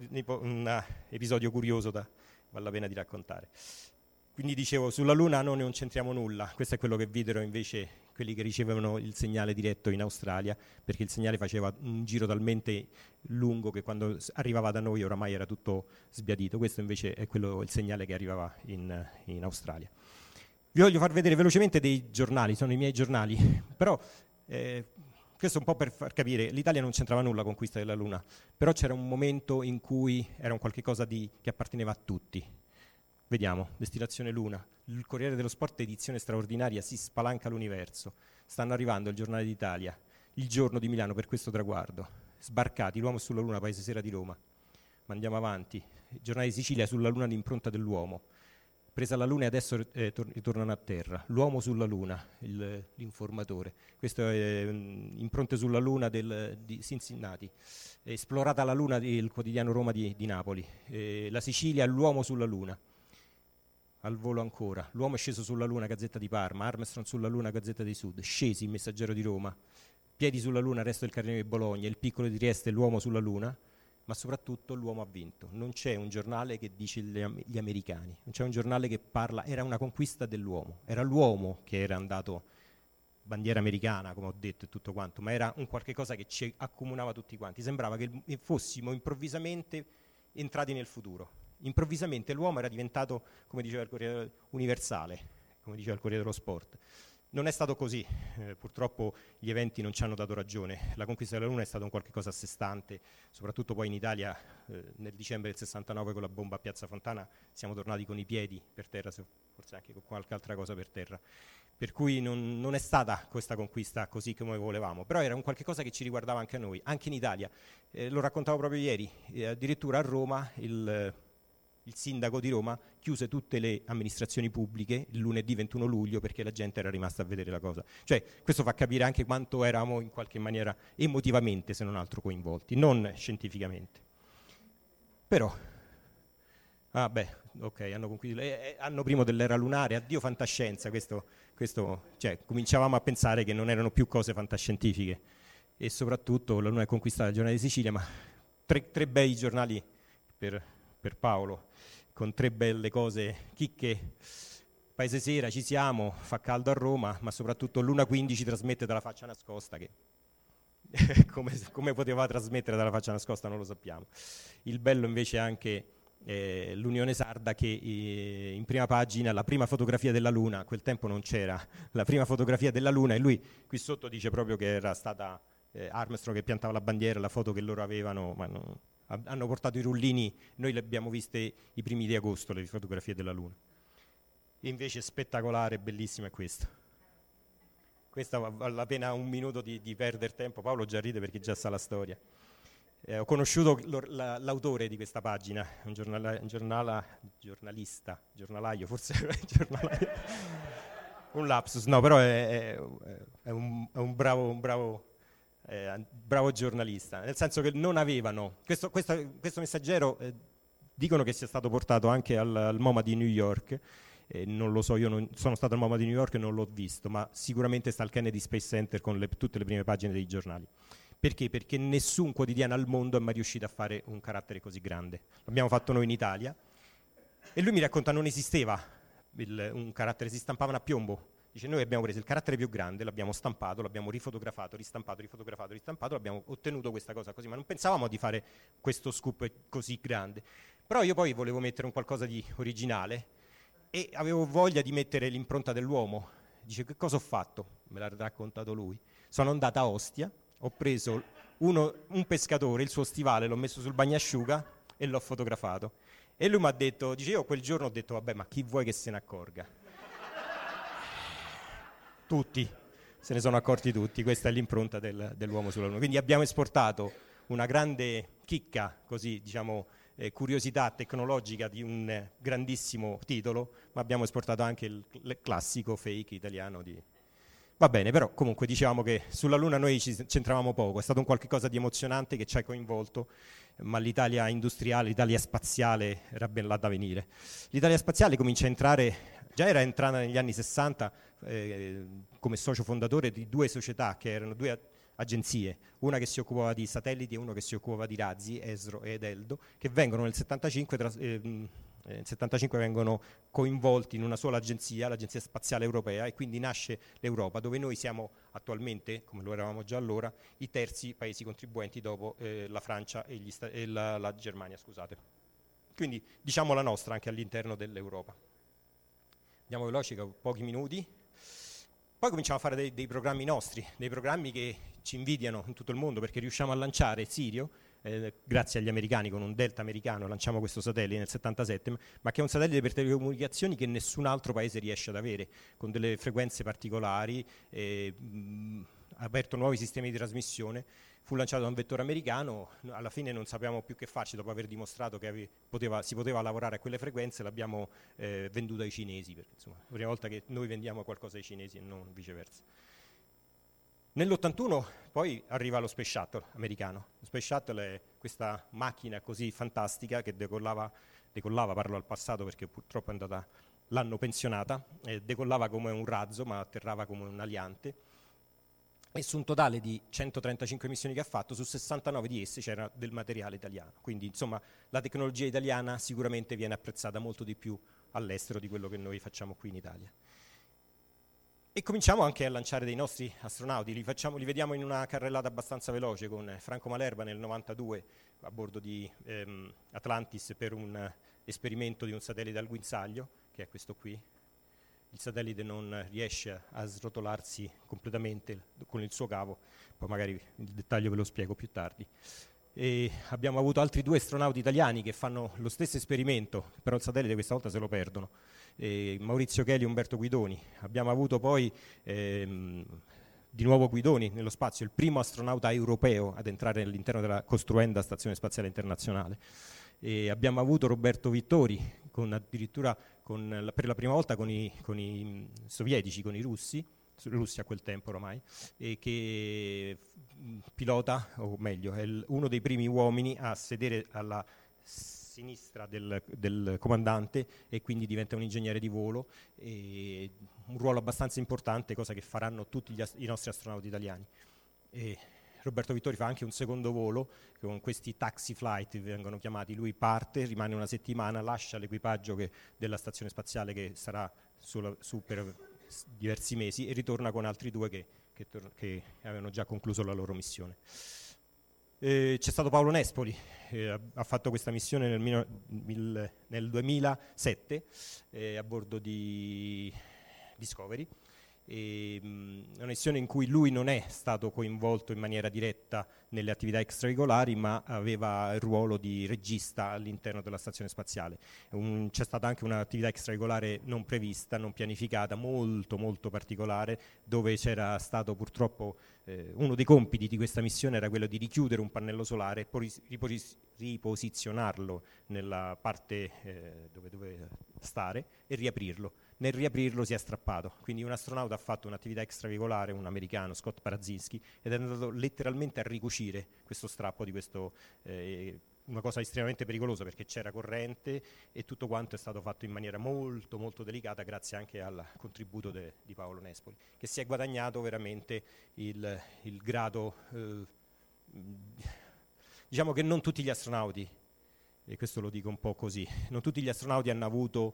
S14: un episodio curioso vale la pena di raccontare. Quindi dicevo, sulla Luna noi non c'entriamo nulla, questo è quello che videro invece quelli che ricevevano il segnale diretto in Australia, perché il segnale faceva un giro talmente lungo che quando arrivava da noi oramai era tutto sbiadito. Questo invece è il segnale che arrivava in Australia. Vi voglio far vedere velocemente dei giornali, sono i miei giornali, però questo un po' per far capire, l'Italia non c'entrava nulla con la conquista della Luna, però c'era un momento in cui era un qualche cosa che apparteneva a tutti. Vediamo, destinazione Luna, il Corriere dello Sport edizione straordinaria, si spalanca l'universo, stanno arrivando il Giornale d'Italia, il giorno di Milano per questo traguardo, sbarcati, l'uomo sulla Luna, Paese Sera di Roma, ma andiamo avanti, il Giornale di Sicilia, sulla Luna l'impronta dell'uomo, presa la Luna e adesso ritornano a terra, l'uomo sulla Luna, l'informatore, questo è impronte sulla Luna di Cincinnati, esplorata la Luna il quotidiano Roma di Napoli, la Sicilia, l'uomo sulla Luna. Al volo ancora, l'uomo è sceso sulla Luna, Gazzetta di Parma, Armstrong sulla Luna, Gazzetta dei Sud, scesi, il Messaggero di Roma, piedi sulla Luna, resto del Carlino di Bologna, il piccolo di Trieste, l'uomo sulla Luna, ma soprattutto l'uomo ha vinto. Non c'è un giornale che dice gli americani, non c'è un giornale che parla, era una conquista dell'uomo, era l'uomo che era andato, bandiera americana come ho detto e tutto quanto, ma era un qualche cosa che ci accomunava tutti quanti, sembrava che fossimo improvvisamente entrati nel futuro. Improvvisamente l'uomo era diventato, come diceva il Corriere universale, come diceva il Corriere dello Sport. Non è stato così, purtroppo gli eventi non ci hanno dato ragione. La conquista della Luna è stato un qualche cosa a sé stante, soprattutto poi in Italia nel dicembre del 69 con la bomba a Piazza Fontana siamo tornati con i piedi per terra, forse anche con qualche altra cosa per terra. Per cui non è stata questa conquista così come volevamo, però era un qualche cosa che ci riguardava anche a noi, anche in Italia. Lo raccontavo proprio ieri, addirittura a Roma il sindaco di Roma chiuse tutte le amministrazioni pubbliche il lunedì 21 luglio perché la gente era rimasta a vedere la cosa. Cioè, questo fa capire anche quanto eravamo in qualche maniera emotivamente, se non altro, coinvolti, non scientificamente. Però, hanno concluso, anno primo dell'era lunare, addio fantascienza, questo cioè, cominciavamo a pensare che non erano più cose fantascientifiche e soprattutto la Luna è conquistata, il Giornale di Sicilia, ma tre bei giornali per Paolo, con tre belle cose, chicche, Paese Sera, ci siamo, fa caldo a Roma, ma soprattutto Luna 15 trasmette dalla faccia nascosta, che come poteva trasmettere dalla faccia nascosta non lo sappiamo. Il bello invece è anche l'Unione Sarda che in prima pagina, la prima fotografia della Luna, a quel tempo non c'era, la prima fotografia della Luna, e lui qui sotto dice proprio che era stata Armstrong che piantava la bandiera, la foto che loro avevano, ma hanno portato i rullini, noi le abbiamo viste i primi di agosto, le fotografie della Luna. E invece spettacolare, bellissima è questa. Questa vale la pena un minuto di perdere tempo, Paolo già ride perché già sa la storia. Ho conosciuto l'autore di questa pagina, un giornalista, giornalaio, forse giornalaio. Un lapsus, no, però è un bravo giornalista, nel senso che non avevano questo messaggero, dicono che sia stato portato anche al MoMA di New York, non lo so, io non sono stato al MoMA di New York e non l'ho visto, ma sicuramente sta al Kennedy Space Center con tutte le prime pagine dei giornali. Perché? Perché nessun quotidiano al mondo è mai riuscito a fare un carattere così grande. L'abbiamo fatto noi in Italia e lui mi racconta non esisteva un carattere, si stampavano a piombo. Dice, noi abbiamo preso il carattere più grande, l'abbiamo stampato, l'abbiamo rifotografato, ristampato, abbiamo ottenuto questa cosa così, ma non pensavamo di fare questo scoop così grande. Però io poi volevo mettere un qualcosa di originale e avevo voglia di mettere l'impronta dell'uomo. Dice, che cosa ho fatto? Me l'ha raccontato lui. Sono andato a Ostia, ho preso un pescatore, il suo stivale, l'ho messo sul bagnasciuga e l'ho fotografato. E lui mi ha detto, dice, io quel giorno ho detto, vabbè, ma chi vuoi che se ne accorga? Tutti, se ne sono accorti tutti, questa è l'impronta dell'uomo sulla Luna. Quindi abbiamo esportato una grande chicca, così diciamo, curiosità tecnologica di un grandissimo titolo, ma abbiamo esportato anche il classico fake italiano di... Va bene, però comunque diciamo che sulla Luna noi ci c'entravamo poco, è stato un qualche cosa di emozionante che ci ha coinvolto, ma l'Italia industriale, l'Italia spaziale era ben là da venire. L'Italia spaziale comincia a entrare, già era entrata negli anni 60 come socio fondatore di due società che erano due agenzie, una che si occupava di satelliti e una che si occupava di razzi, ESRO ed ELDO, che vengono nel 75 nel 75 vengono coinvolti in una sola agenzia, l'Agenzia Spaziale Europea, e quindi nasce l'Europa, dove noi siamo attualmente, come lo eravamo già allora, i terzi paesi contribuenti dopo la Francia e la Germania, scusate. Quindi diciamo la nostra anche all'interno dell'Europa. Andiamo veloci, che ho pochi minuti. Poi cominciamo a fare dei programmi nostri, dei programmi che ci invidiano in tutto il mondo, perché riusciamo a lanciare Sirio, grazie agli americani, con un Delta americano lanciamo questo satellite nel 77, ma che è un satellite per telecomunicazioni che nessun altro paese riesce ad avere, con delle frequenze particolari, ha aperto nuovi sistemi di trasmissione, fu lanciato da un vettore americano, alla fine non sapevamo più che farci dopo aver dimostrato che si poteva lavorare a quelle frequenze, l'abbiamo venduto ai cinesi, perché insomma è la prima volta che noi vendiamo qualcosa ai cinesi e non viceversa. Nell'81 poi arriva lo Space Shuttle americano. Lo Space Shuttle è questa macchina così fantastica che decollava, parlo al passato perché purtroppo l'hanno pensionata, decollava come un razzo ma atterrava come un aliante, e su un totale di 135 missioni che ha fatto, su 69 di esse c'era del materiale italiano. Quindi insomma la tecnologia italiana sicuramente viene apprezzata molto di più all'estero di quello che noi facciamo qui in Italia. E cominciamo anche a lanciare dei nostri astronauti, li vediamo in una carrellata abbastanza veloce con Franco Malerba nel 92 a bordo di Atlantis per un esperimento di un satellite al guinzaglio, che è questo qui. Il satellite non riesce a srotolarsi completamente con il suo cavo, poi magari il dettaglio ve lo spiego più tardi. E abbiamo avuto altri due astronauti italiani che fanno lo stesso esperimento, però il satellite questa volta se lo perdono, Maurizio Cheli e Umberto Guidoni. Abbiamo avuto poi di nuovo Guidoni nello spazio, il primo astronauta europeo ad entrare all'interno della costruenda Stazione Spaziale Internazionale. E abbiamo avuto Roberto Vittori, addirittura per la prima volta con i sovietici, con i russi a quel tempo ormai, e che pilota, o meglio, è uno dei primi uomini a sedere alla sinistra del comandante e quindi diventa un ingegnere di volo, e un ruolo abbastanza importante, cosa che faranno tutti i nostri astronauti italiani. E Roberto Vittori fa anche un secondo volo con questi taxi flight vengono chiamati. Lui parte, rimane una settimana, lascia l'equipaggio della stazione spaziale che sarà su per diversi mesi e ritorna con altri due che avevano già concluso la loro missione. C'è stato Paolo Nespoli, ha fatto questa missione nel 2007 a bordo di Discovery. Una missione in cui lui non è stato coinvolto in maniera diretta nelle attività extraveicolari, ma aveva il ruolo di regista all'interno della stazione spaziale. C'è stata anche un'attività extraveicolare non prevista, non pianificata, molto molto particolare, dove c'era stato purtroppo uno dei compiti di questa missione era quello di richiudere un pannello solare e riposizionarlo nella parte dove doveva stare e riaprirlo. Nel riaprirlo si è strappato, quindi un astronauta ha fatto un'attività extraveicolare, un americano, Scott Parazinski, ed è andato letteralmente a ricucire questo strappo di questo, una cosa estremamente pericolosa perché c'era corrente e tutto quanto è stato fatto in maniera molto molto delicata, grazie anche al contributo di Paolo Nespoli, che si è guadagnato veramente il grado, diciamo che non tutti gli astronauti, e questo lo dico un po' così, non tutti gli astronauti hanno avuto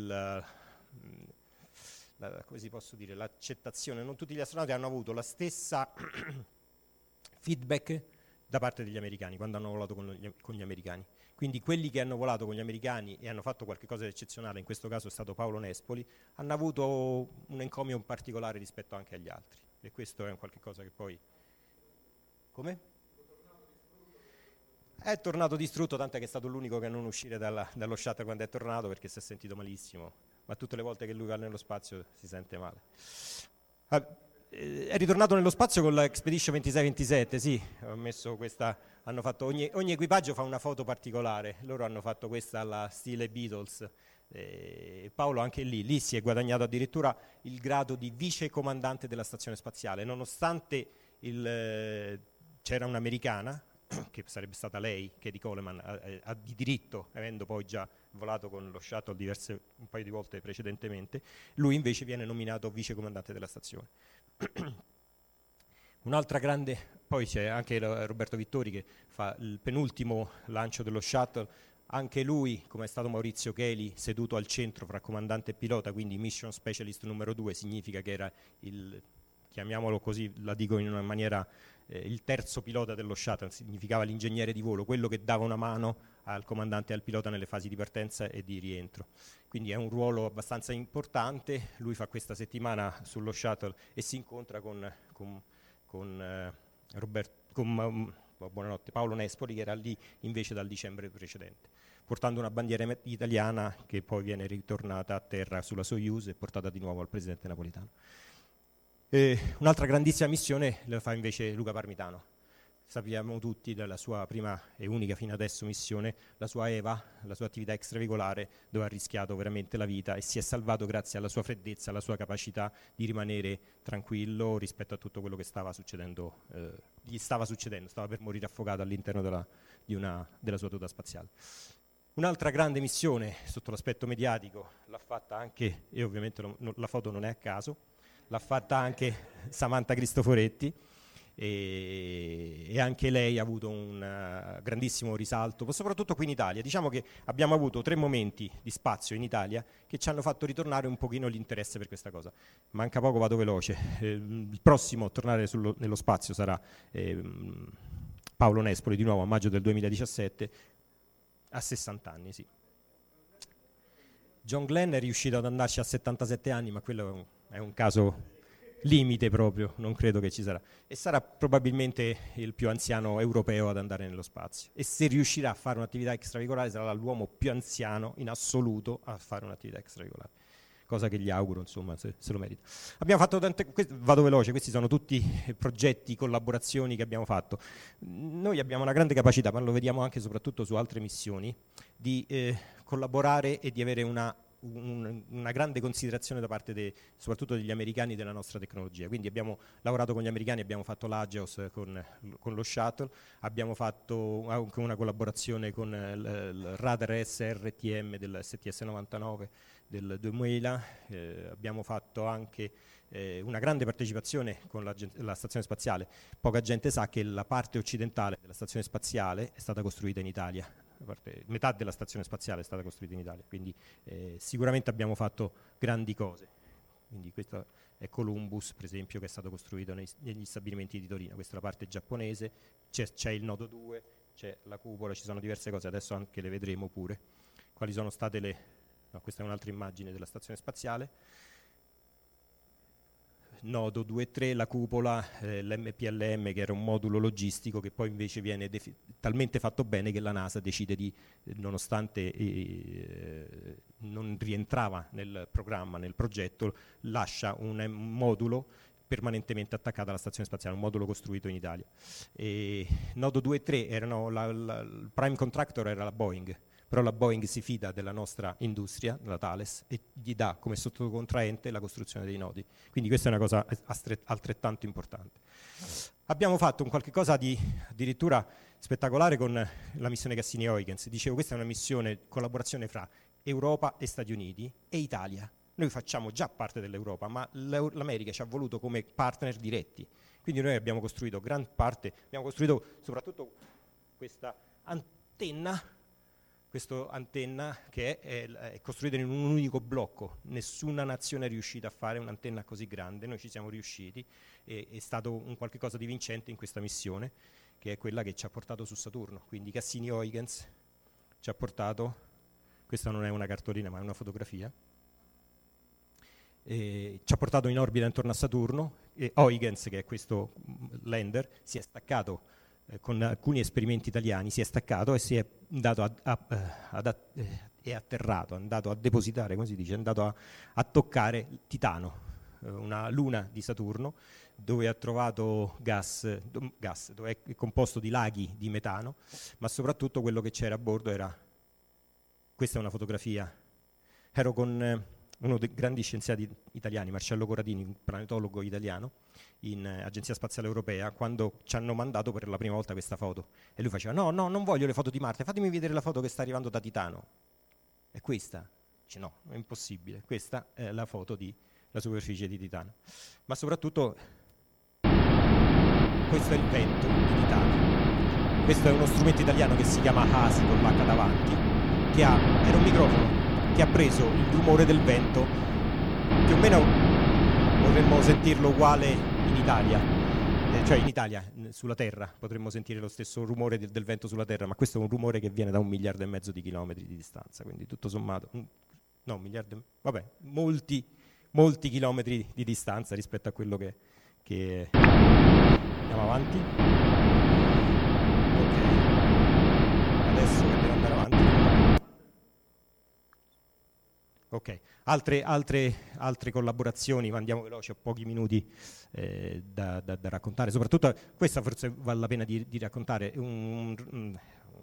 S14: come si posso dire, l'accettazione, non tutti gli astronauti hanno avuto la stessa feedback da parte degli americani quando hanno volato con gli americani. Quindi quelli che hanno volato con gli americani e hanno fatto qualcosa di eccezionale, in questo caso è stato Paolo Nespoli, hanno avuto un encomio particolare rispetto anche agli altri, e questo è un qualche cosa che poi... Come? È tornato distrutto, tant'è che è stato l'unico che a non uscire dallo shuttle quando è tornato, perché si è sentito malissimo, ma tutte le volte che lui va nello spazio si sente male. È ritornato nello spazio con l'Expedition 26-27, sì, ho messo questa, hanno fatto ogni equipaggio fa una foto particolare, loro hanno fatto questa alla stile Beatles. Paolo anche lì si è guadagnato addirittura il grado di vice comandante della stazione spaziale, nonostante c'era un'americana, che sarebbe stata lei, Katie Coleman, ha di diritto, avendo poi già volato con lo shuttle un paio di volte precedentemente, lui invece viene nominato vice comandante della stazione. Un'altra grande, poi c'è anche Roberto Vittori che fa il penultimo lancio dello shuttle, anche lui, come è stato Maurizio Cheli, seduto al centro fra comandante e pilota, quindi Mission Specialist numero 2, significa che era chiamiamolo così, la dico in una maniera, il terzo pilota dello shuttle, significava l'ingegnere di volo, quello che dava una mano al comandante e al pilota nelle fasi di partenza e di rientro. Quindi è un ruolo abbastanza importante, lui fa questa settimana sullo shuttle e si incontra con Paolo Nespoli, che era lì invece dal dicembre precedente, portando una bandiera italiana che poi viene ritornata a terra sulla Soyuz e portata di nuovo al presidente Napolitano. Un'altra grandissima missione la fa invece Luca Parmitano. Sappiamo tutti della sua prima e unica fino adesso missione, la sua EVA, la sua attività extraveicolare, dove ha rischiato veramente la vita e si è salvato grazie alla sua freddezza, alla sua capacità di rimanere tranquillo rispetto a tutto quello che stava succedendo, stava per morire affogato all'interno della sua tuta spaziale. Un'altra grande missione sotto l'aspetto mediatico l'ha fatta anche, e ovviamente la foto non è a caso, l'ha fatta anche Samantha Cristoforetti, e anche lei ha avuto un grandissimo risalto, soprattutto qui in Italia. Diciamo che abbiamo avuto 3 momenti di spazio in Italia che ci hanno fatto ritornare un pochino l'interesse per questa cosa. Manca poco, vado veloce. Il prossimo a tornare nello spazio sarà Paolo Nespoli, di nuovo a maggio del 2017, a 60 anni, sì. John Glenn è riuscito ad andarci a 77 anni, ma quello è un caso limite proprio, non credo che ci sarà. E sarà probabilmente il più anziano europeo ad andare nello spazio. E se riuscirà a fare un'attività extraveicolare sarà l'uomo più anziano in assoluto a fare un'attività extraveicolare. Cosa che gli auguro, insomma, se lo merita. Abbiamo fatto vado veloce, questi sono tutti progetti, collaborazioni che abbiamo fatto. Noi abbiamo una grande capacità, ma lo vediamo anche soprattutto su altre missioni, di collaborare e di avere una grande considerazione da parte soprattutto degli americani della nostra tecnologia. Quindi abbiamo lavorato con gli americani, abbiamo fatto l'Agios con lo shuttle, abbiamo fatto anche una collaborazione con il radar SRTM del STS-99 del 2000, abbiamo fatto anche una grande partecipazione con la stazione spaziale. Poca gente sa che la parte occidentale della stazione spaziale è stata costruita in Italia. Metà della stazione spaziale è stata costruita in Italia, quindi sicuramente abbiamo fatto grandi cose. Quindi questo è Columbus, per esempio, che è stato costruito negli stabilimenti di Torino. Questa è la parte giapponese, c'è il nodo 2, c'è la cupola, ci sono diverse cose, adesso anche le vedremo pure. Quali sono state questa è un'altra immagine della stazione spaziale. Nodo 2 e 3, la cupola, l'MPLM, che era un modulo logistico che poi invece viene talmente fatto bene che la NASA decide di, nonostante non rientrava nel programma, nel progetto, lascia un modulo permanentemente attaccato alla stazione spaziale, un modulo costruito in Italia. Nodo 2 e 3 il prime contractor era la Boeing, però la Boeing si fida della nostra industria, della Thales, e gli dà come sottocontraente la costruzione dei nodi. Quindi questa è una cosa altrettanto importante. Abbiamo fatto un qualche cosa di addirittura spettacolare con la missione Cassini-Huygens. Dicevo, questa è una missione, collaborazione fra Europa e Stati Uniti e Italia. Noi facciamo già parte dell'Europa, ma l'America ci ha voluto come partner diretti. Quindi noi abbiamo costruito gran parte, abbiamo costruito soprattutto questa antenna che è costruita in un unico blocco. Nessuna nazione è riuscita a fare un'antenna così grande, noi ci siamo riusciti, e è stato un qualche cosa di vincente in questa missione, che è quella che ci ha portato su Saturno. Quindi Cassini-Huygens ci ha portato, questa non è una cartolina ma è una fotografia, ci ha portato in orbita intorno a Saturno, e Huygens, che è questo lander, si è staccato con alcuni esperimenti italiani, si è staccato e si è andato è atterrato, è andato a depositare, come si dice, è andato a toccare Titano, una luna di Saturno, dove ha trovato gas, dove è composto di laghi di metano, ma soprattutto quello che c'era a bordo era, questa è una fotografia, ero con uno dei grandi scienziati italiani, Marcello Corradini, un planetologo italiano, in Agenzia Spaziale Europea, quando ci hanno mandato per la prima volta questa foto. E lui faceva, no, non voglio le foto di Marte, fatemi vedere la foto che sta arrivando da Titano. È questa? Dice, no, è impossibile, questa è la foto della superficie di Titano. Ma soprattutto, questo è il vento di Titano. Questo è uno strumento italiano che si chiama Hasi, con l'H davanti, che era un microfono che ha preso il rumore del vento, più o meno potremmo sentirlo uguale in Italia, cioè in Italia, sulla Terra, potremmo sentire lo stesso rumore del vento sulla Terra, ma questo è un rumore che viene da 1,5 miliardi di chilometri di distanza, quindi tutto sommato, no, 1 miliardo, vabbè, molti chilometri di distanza rispetto a quello che andiamo avanti. Ok, adesso che devo andare avanti. Ok, altre collaborazioni, ma andiamo veloci, ho pochi minuti da raccontare, soprattutto questa forse vale la pena di raccontare, una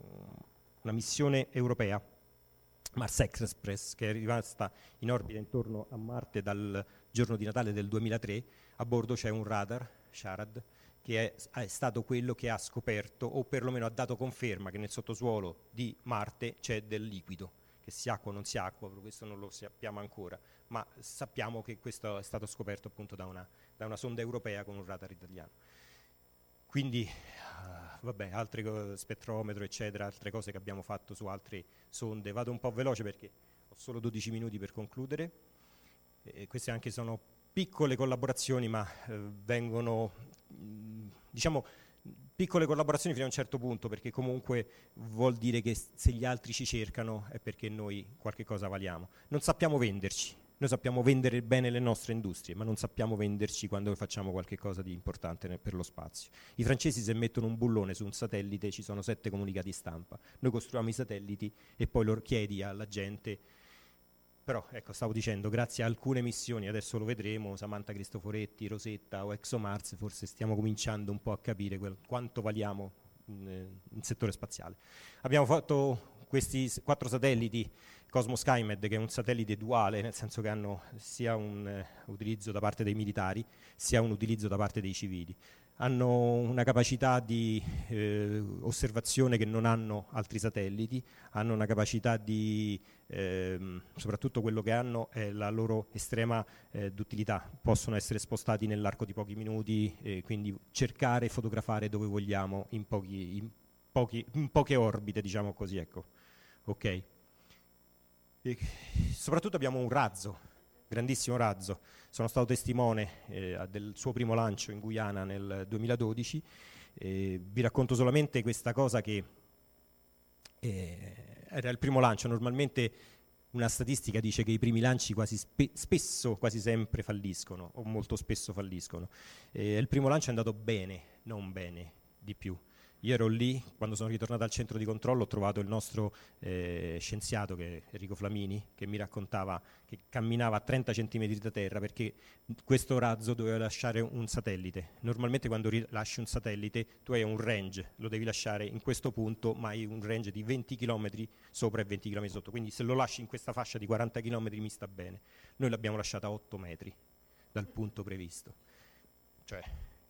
S14: missione europea, Mars Express, che è rimasta in orbita intorno a Marte dal giorno di Natale del 2003, a bordo c'è un radar, SHARAD, che è stato quello che ha scoperto, o perlomeno ha dato conferma, che nel sottosuolo di Marte c'è del liquido, che sia acqua o non sia acqua, questo non lo sappiamo ancora, ma sappiamo che questo è stato scoperto appunto da una sonda europea con un radar italiano. Quindi, vabbè, altri spettrometro, eccetera, altre cose che abbiamo fatto su altre sonde. Vado un po' veloce perché ho solo 12 minuti per concludere. Queste anche sono piccole collaborazioni, ma vengono, diciamo, piccole collaborazioni fino a un certo punto, perché comunque vuol dire che se gli altri ci cercano è perché noi qualche cosa valiamo. Non sappiamo venderci, noi sappiamo vendere bene le nostre industrie, ma non sappiamo venderci quando facciamo qualche cosa di importante per lo spazio. I francesi, se mettono un bullone su un satellite, ci sono 7 comunicati stampa. Noi costruiamo i satelliti e poi lo chiedi alla gente. Però, ecco, stavo dicendo, grazie a alcune missioni, adesso lo vedremo, Samantha Cristoforetti, Rosetta o ExoMars, forse stiamo cominciando un po' a capire quanto valiamo in settore spaziale. Abbiamo fatto questi 4 satelliti, Cosmos Skymed, che è un satellite duale, nel senso che hanno sia un utilizzo da parte dei militari, sia un utilizzo da parte dei civili. Hanno una capacità di osservazione che non hanno altri satelliti, hanno una capacità di, soprattutto quello che hanno è la loro estrema d'utilità, possono essere spostati nell'arco di pochi minuti, quindi cercare e fotografare dove vogliamo in poche orbite, diciamo così, ecco. Ok. E soprattutto abbiamo un razzo, grandissimo razzo. Sono stato testimone del suo primo lancio in Guyana nel 2012. Vi racconto solamente questa cosa che era il primo lancio. Normalmente una statistica dice che i primi lanci spesso, quasi sempre falliscono, o molto spesso falliscono. Il primo lancio è andato bene, non bene di più. Io ero lì, quando sono ritornato al centro di controllo ho trovato il nostro scienziato, che è Enrico Flamini, che mi raccontava che camminava a 30 cm da terra perché questo razzo doveva lasciare un satellite. Normalmente quando lasci un satellite tu hai un range, lo devi lasciare in questo punto, ma hai un range di 20 km sopra e 20 km sotto, quindi se lo lasci in questa fascia di 40 km mi sta bene. Noi l'abbiamo lasciata a 8 metri dal punto previsto. Cioè,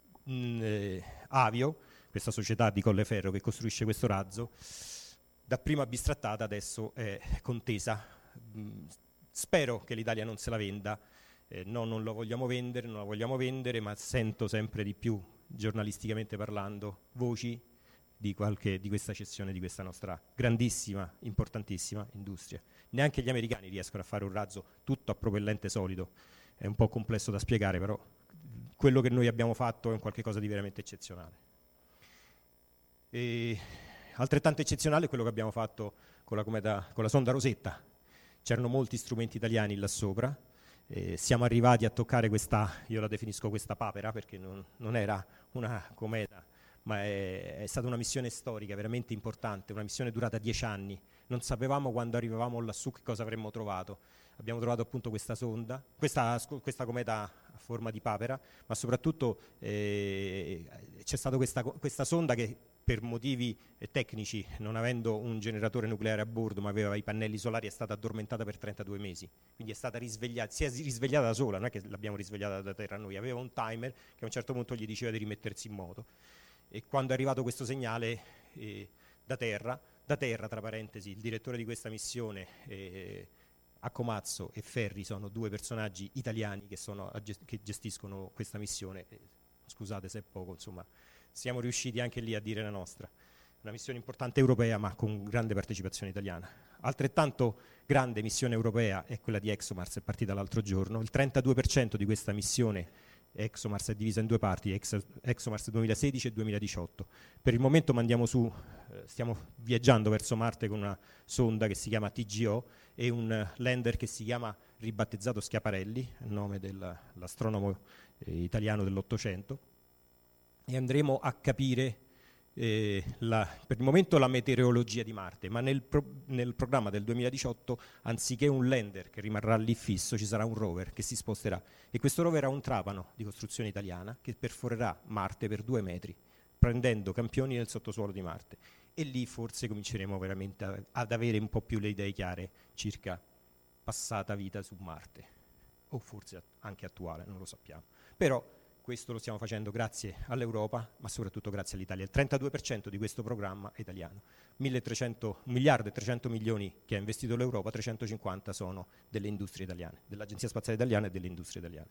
S14: Avio, questa società di Colleferro che costruisce questo razzo, dapprima bistrattata, adesso è contesa. Spero che l'Italia non se la venda, no, non la vogliamo vendere, ma sento sempre di più, giornalisticamente parlando, voci di questa cessione di questa nostra grandissima, importantissima industria. Neanche gli americani riescono a fare un razzo tutto a propellente solido, è un po' complesso da spiegare, però quello che noi abbiamo fatto è un qualche cosa di veramente eccezionale. E altrettanto eccezionale è quello che abbiamo fatto con la sonda Rosetta. C'erano molti strumenti italiani là sopra, siamo arrivati a toccare questa, io la definisco questa papera perché non era una cometa, ma è stata una missione storica veramente importante, una missione durata 10 anni. Non sapevamo quando arrivavamo lassù che cosa avremmo trovato. Abbiamo trovato appunto questa sonda, questa cometa a forma di papera, ma soprattutto c'è stata questa sonda che per motivi tecnici, non avendo un generatore nucleare a bordo ma aveva i pannelli solari, è stata addormentata per 32 mesi. Quindi è stata risvegliata, si è risvegliata da sola, non è che l'abbiamo risvegliata da terra noi, aveva un timer che a un certo punto gli diceva di rimettersi in moto. E quando è arrivato questo segnale da terra, tra parentesi, il direttore di questa missione, Accomazzo e Ferri, sono due personaggi italiani che gestiscono questa missione. Scusate se è poco, insomma, siamo riusciti anche lì a dire la nostra. Una missione importante europea, ma con grande partecipazione italiana. Altrettanto grande missione europea è quella di ExoMars, è partita l'altro giorno. Il 32% di questa missione ExoMars è divisa in due parti, ExoMars 2016 e 2018. Per il momento stiamo viaggiando verso Marte con una sonda che si chiama TGO e un lander che si chiama, ribattezzato, Schiaparelli, il nome dell'astronomo italiano dell'Ottocento, e andremo a capire per il momento la meteorologia di Marte, ma nel programma del 2018, anziché un lander che rimarrà lì fisso, ci sarà un rover che si sposterà, e questo rover ha un trapano di costruzione italiana che perforerà Marte per 2 metri, prendendo campioni nel sottosuolo di Marte, e lì forse cominceremo veramente ad avere un po' più le idee chiare circa passata vita su Marte, o forse anche attuale, non lo sappiamo. Però questo lo stiamo facendo grazie all'Europa, ma soprattutto grazie all'Italia. Il 32% di questo programma è italiano. 1,3 miliardi che ha investito l'Europa, 350 sono delle industrie italiane, dell'Agenzia Spaziale Italiana e delle industrie italiane.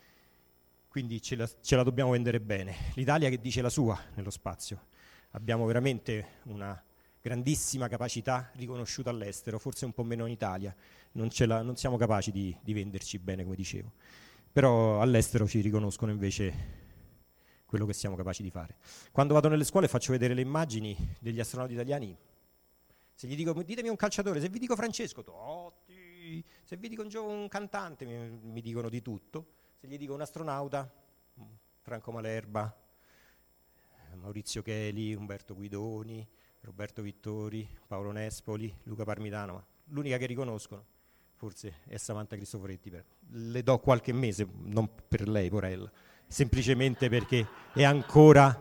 S14: Quindi ce la dobbiamo vendere bene. L'Italia che dice la sua nello spazio. Abbiamo veramente una grandissima capacità riconosciuta all'estero, forse un po' meno in Italia. Non siamo capaci di venderci bene, come dicevo. Però all'estero ci riconoscono invece quello che siamo capaci di fare. Quando vado nelle scuole faccio vedere le immagini degli astronauti italiani. Se gli dico, ditemi un calciatore, se vi dico Francesco Totti, se vi dico un cantante, mi dicono di tutto. Se gli dico un astronauta, Franco Malerba, Maurizio Cheli, Umberto Guidoni, Roberto Vittori, Paolo Nespoli, Luca Parmitano, ma l'unica che riconoscono forse è Samantha Cristoforetti. Le do qualche mese, non per lei, porella, semplicemente perché è ancora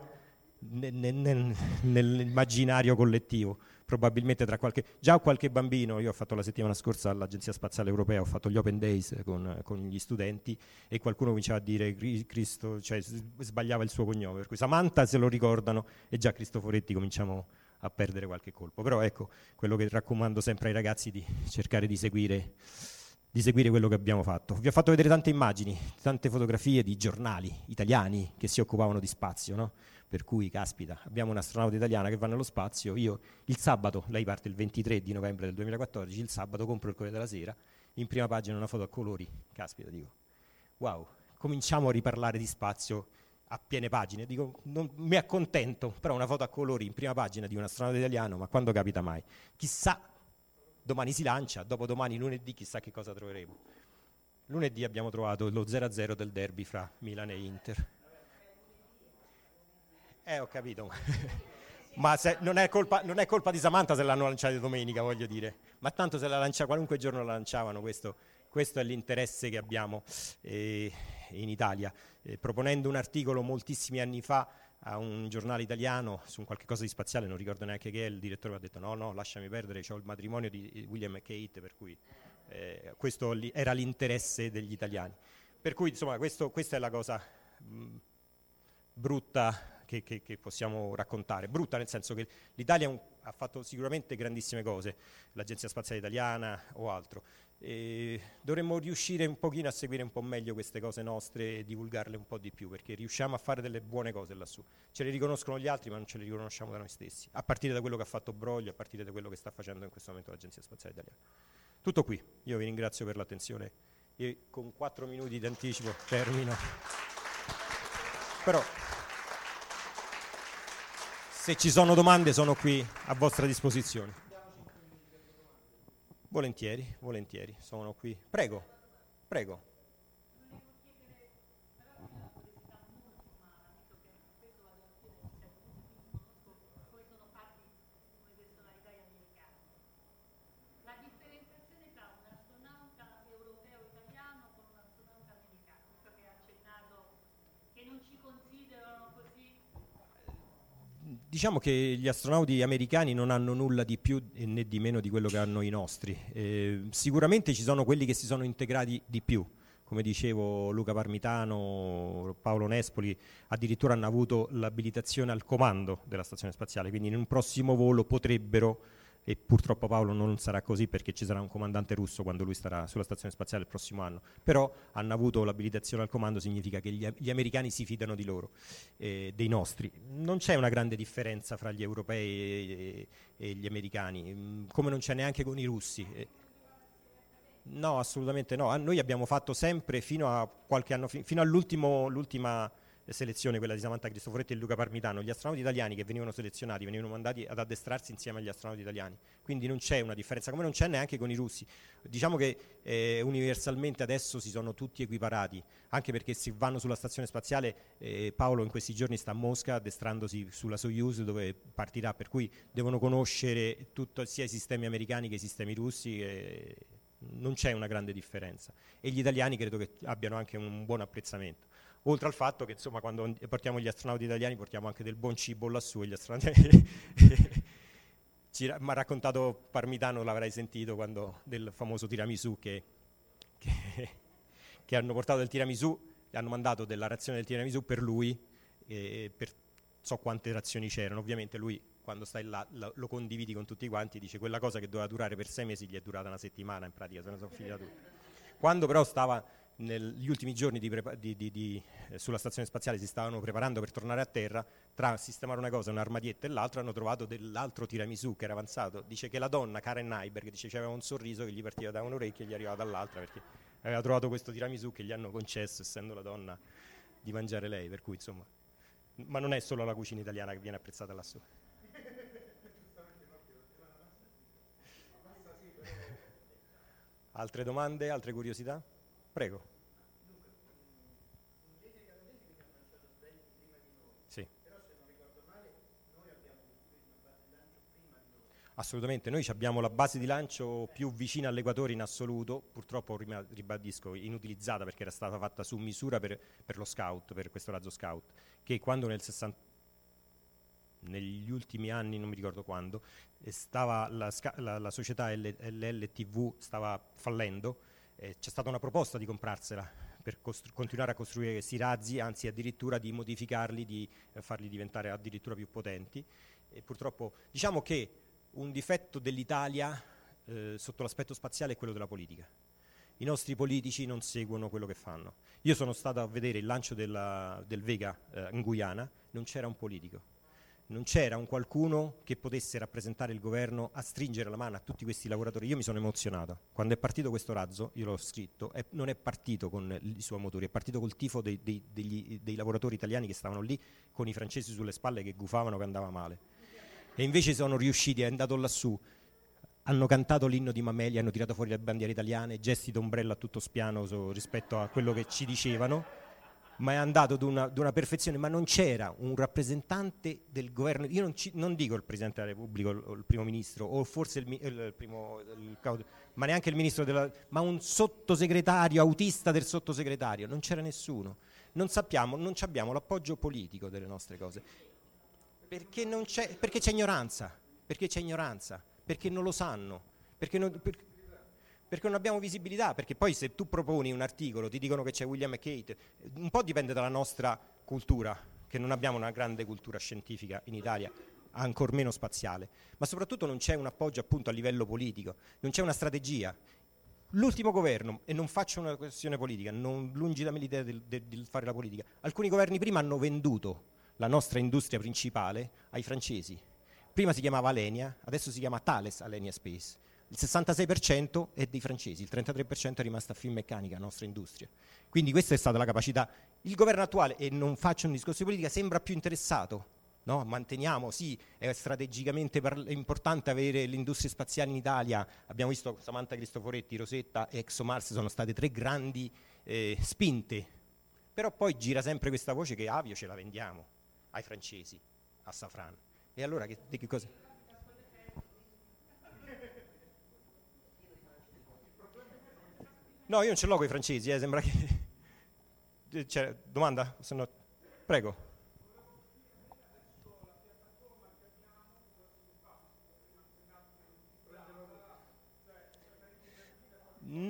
S14: nell'immaginario collettivo. Probabilmente già qualche bambino, io ho fatto la settimana scorsa all'Agenzia Spaziale Europea, ho fatto gli Open Days con gli studenti, e qualcuno cominciava a dire Cristo, cioè sbagliava il suo cognome, per cui Samantha se lo ricordano e già Cristoforetti cominciamo a perdere qualche colpo. Però ecco, quello che raccomando sempre ai ragazzi, di cercare di seguire quello che abbiamo fatto. Vi ho fatto vedere tante immagini, tante fotografie di giornali italiani che si occupavano di spazio, no? Per cui, caspita, abbiamo un'astronauta italiana che va nello spazio. Io il sabato, lei parte il 23 di novembre del 2014, il sabato compro il Corriere della Sera, in prima pagina una foto a colori. Caspita, dico, wow, cominciamo a riparlare di spazio a piene pagine. Dico, non mi accontento, però una foto a colori in prima pagina di un astronauta italiano, ma quando capita mai? Chissà, domani si lancia, dopodomani, lunedì, chissà che cosa troveremo. Lunedì abbiamo trovato lo 0-0 del derby fra Milan e Inter. Ho capito, ma non è colpa di Samantha se l'hanno lanciata domenica, voglio dire, ma tanto se la lancia qualunque giorno la lanciavano. Questo è l'interesse che abbiamo in Italia. Proponendo un articolo moltissimi anni fa a un giornale italiano su un qualche cosa di spaziale, non ricordo neanche che è, il direttore mi ha detto no, lasciami perdere, c'ho il matrimonio di William e Kate, per cui questo era l'interesse degli italiani. Per cui insomma questa è la cosa brutta che possiamo raccontare. Brutta nel senso che l'Italia ha fatto sicuramente grandissime cose, l'Agenzia Spaziale Italiana o altro. Dovremmo riuscire un pochino a seguire un po' meglio queste cose nostre e divulgarle un po' di più, perché riusciamo a fare delle buone cose lassù. Ce le riconoscono gli altri, ma non ce le riconosciamo da noi stessi, a partire da quello che ha fatto Broglio, a partire da quello che sta facendo in questo momento l'Agenzia Spaziale Italiana. Tutto qui, io vi ringrazio per l'attenzione e con 4 minuti di anticipo termino. Però se ci sono domande sono qui a vostra disposizione. Volentieri, sono qui. Prego. Diciamo che gli astronauti americani non hanno nulla di più né di meno di quello che hanno i nostri. Sicuramente ci sono quelli che si sono integrati di più. Come dicevo, Luca Parmitano, Paolo Nespoli addirittura hanno avuto l'abilitazione al comando della stazione spaziale, quindi in un prossimo volo potrebbero, e purtroppo Paolo non sarà così perché ci sarà un comandante russo quando lui starà sulla stazione spaziale il prossimo anno, però hanno avuto l'abilitazione al comando, significa che gli americani si fidano di loro, dei nostri. Non c'è una grande differenza fra gli europei e gli americani, come non c'è neanche con i russi. No, assolutamente no. Noi abbiamo fatto sempre fino a qualche anno, fino all'ultima selezione, quella di Samantha Cristoforetti e Luca Parmitano, gli astronauti italiani che venivano selezionati venivano mandati ad addestrarsi insieme agli astronauti italiani, quindi non c'è una differenza, come non c'è neanche con i russi. Diciamo che universalmente adesso si sono tutti equiparati, anche perché se vanno sulla stazione spaziale, Paolo in questi giorni sta a Mosca addestrandosi sulla Soyuz dove partirà, per cui devono conoscere sia i sistemi americani che i sistemi russi, non c'è una grande differenza, e gli italiani credo che abbiano anche un buon apprezzamento, oltre al fatto che insomma quando portiamo gli astronauti italiani portiamo anche del buon cibo lassù, e gli astronauti mi ha raccontato Parmitano, l'avrai sentito, del famoso tiramisù che hanno portato del tiramisù, hanno mandato della razione del tiramisù per lui, per so quante razioni c'erano, ovviamente lui quando stai là lo condividi con tutti quanti, dice quella cosa che doveva durare per 6 mesi gli è durata una settimana in pratica, se ne sono finita tutti. Quando però stava negli ultimi giorni sulla stazione spaziale, si stavano preparando per tornare a terra, tra sistemare una cosa, un'armadietta e l'altra, hanno trovato dell'altro tiramisù che era avanzato. Dice che la donna, Karen Nyberg, dice che aveva un sorriso che gli partiva da un'orecchia e gli arrivava dall'altra, perché aveva trovato questo tiramisù che gli hanno concesso, essendo la donna, di mangiare lei, per cui insomma. Ma non è solo la cucina italiana che viene apprezzata lassù. Altre domande, altre curiosità? Prego. Sì. Assolutamente, noi abbiamo la base di lancio più vicina all'equatore in assoluto, purtroppo ribadisco inutilizzata perché era stata fatta su misura per lo Scout, per questo razzo Scout, che quando negli ultimi anni, non mi ricordo quando, stava la società LLTV stava fallendo, c'è stata una proposta di comprarsela per continuare a costruire questi razzi, anzi addirittura di modificarli, di farli diventare addirittura più potenti, e purtroppo diciamo che un difetto dell'Italia sotto l'aspetto spaziale è quello della politica. I nostri politici non seguono quello che fanno. Io sono stato a vedere il lancio del Vega in Guyana, non c'era un politico. Non c'era un qualcuno che potesse rappresentare il governo a stringere la mano a tutti questi lavoratori. Io mi sono emozionato. Quando è partito questo razzo, io l'ho scritto, non è partito con i suoi motori, è partito col tifo dei lavoratori italiani che stavano lì con i francesi sulle spalle che gufavano che andava male. E invece sono riusciti, è andato lassù, hanno cantato l'inno di Mameli, hanno tirato fuori le bandiere italiane, gesti d'ombrello a tutto spiano rispetto a quello che ci dicevano, ma è andato ad una perfezione, ma non c'era un rappresentante del governo, io non dico il Presidente della Repubblica o il Primo Ministro o forse ma neanche il Ministro ma un sottosegretario, autista del sottosegretario, non c'era nessuno. Non abbiamo l'appoggio politico delle nostre cose, perché c'è ignoranza, perché non lo sanno, perché non abbiamo visibilità, perché poi se tu proponi un articolo ti dicono che c'è William e Kate, un po' dipende dalla nostra cultura, che non abbiamo una grande cultura scientifica in Italia, ancor meno spaziale, ma soprattutto non c'è un appoggio appunto a livello politico, non c'è una strategia. L'ultimo governo, e non faccio una questione politica, lungi da me l'idea di fare la politica, alcuni governi prima hanno venduto la nostra industria principale ai francesi. Prima si chiamava Alenia, adesso si chiama Thales Alenia Space. Il 66% è dei francesi, il 33% è rimasto a Finmeccanica, la nostra industria. Quindi questa è stata la capacità. Il governo attuale, e non faccio un discorso di politica, sembra più interessato. No? Manteniamo, sì, è strategicamente importante avere le industrie spaziali in Italia. Abbiamo visto Samantha Cristoforetti, Rosetta e ExoMars sono state 3 grandi spinte. Però poi gira sempre questa voce che Avio ce la vendiamo ai francesi, a Safran. E allora di che cosa? No, io non ce l'ho con i francesi, sembra che... domanda? Se no... Prego.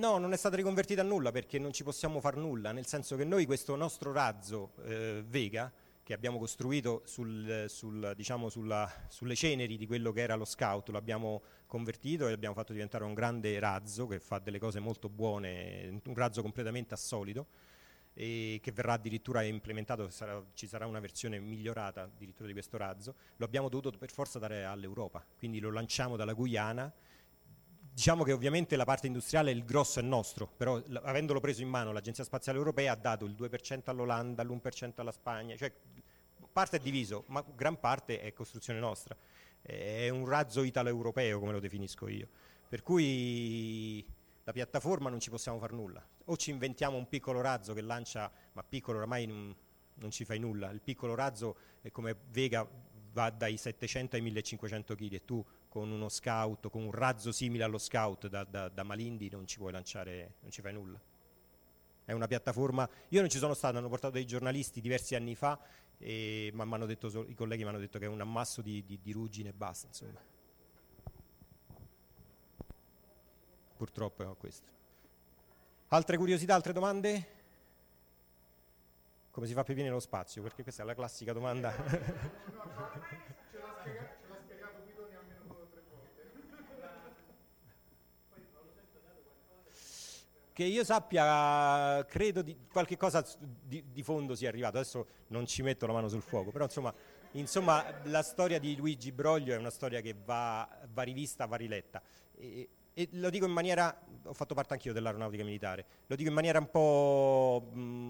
S14: No, non è stata riconvertita a nulla perché non ci possiamo far nulla, nel senso che noi questo nostro razzo Vega, che abbiamo costruito sulle ceneri di quello che era lo Scout, lo abbiamo convertito e l'abbiamo fatto diventare un grande razzo che fa delle cose molto buone, un razzo completamente assolido, e che verrà addirittura implementato, ci sarà una versione migliorata addirittura di questo razzo. Lo abbiamo dovuto per forza dare all'Europa, quindi lo lanciamo dalla Guyana. Diciamo che ovviamente la parte industriale, il grosso è nostro, però avendolo preso in mano l'Agenzia Spaziale Europea ha dato il 2% all'Olanda, l'1% alla Spagna, cioè parte è diviso, ma gran parte è costruzione nostra. È un razzo italo-europeo, come lo definisco io. Per cui la piattaforma non ci possiamo far nulla. O ci inventiamo un piccolo razzo che lancia, ma piccolo oramai non ci fai nulla. Il piccolo razzo è come Vega, va dai 700 ai 1500 kg e tu con uno Scout, con un razzo simile allo Scout da Malindi non ci puoi lanciare, non ci fai nulla. È una piattaforma, io non ci sono stato, hanno portato dei giornalisti diversi anni fa, ma m'hanno detto, i colleghi mi hanno detto che è un ammasso di ruggine e basta, insomma. Purtroppo è questo. Altre curiosità, altre domande? Come si fa pipì nello spazio? Perché questa è la classica domanda.
S15: Ce l'ha spiegato Guido almeno 3 volte.
S14: Che io sappia, credo di qualche cosa di fondo sia arrivato, adesso non ci metto la mano sul fuoco, però insomma la storia di Luigi Broglio è una storia che va rivista, va riletta. E lo dico in maniera, ho fatto parte anch'io dell'aeronautica militare, lo dico in maniera un po'...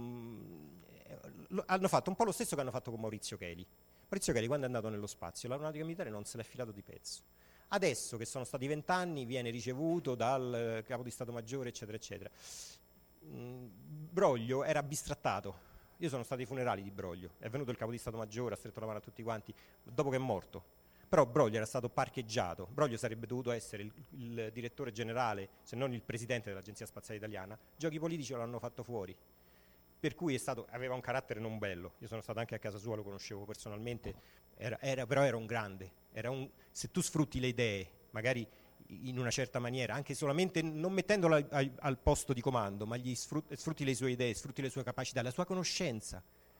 S14: hanno fatto un po' lo stesso che hanno fatto con Maurizio Cheli. Maurizio Cheli quando è andato nello spazio l'aeronautica militare non se l'è filato di pezzo. Adesso che sono stati 20 anni viene ricevuto dal capo di Stato Maggiore eccetera eccetera. Broglio era bistrattato. Io sono stato ai funerali di Broglio, è venuto il capo di Stato Maggiore, ha stretto la mano a tutti quanti dopo che è morto. Però Broglio era stato parcheggiato. Broglio sarebbe dovuto essere il direttore generale, se non il presidente dell'Agenzia Spaziale Italiana. Giochi politici lo hanno fatto fuori. Per cui aveva un carattere non bello. Io sono stato anche a casa sua, lo conoscevo personalmente, però era un grande. Se tu sfrutti le idee, magari in una certa maniera, anche solamente non mettendolo al posto di comando, ma sfrutti le sue idee, sfrutti le sue capacità, la sua conoscenza.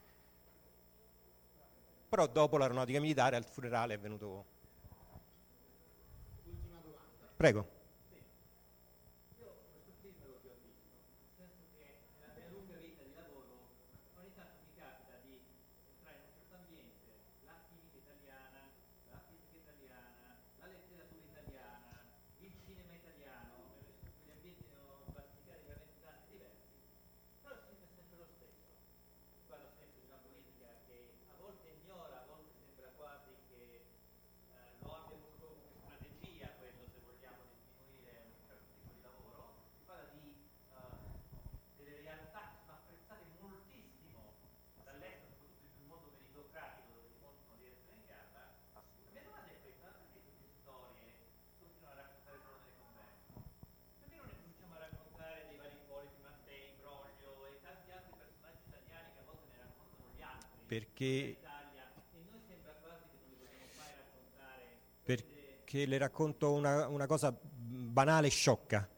S14: Però dopo l'aeronautica militare al funerale è venuto...
S15: Ultima domanda.
S14: Prego. Perché le racconto una cosa banale e sciocca.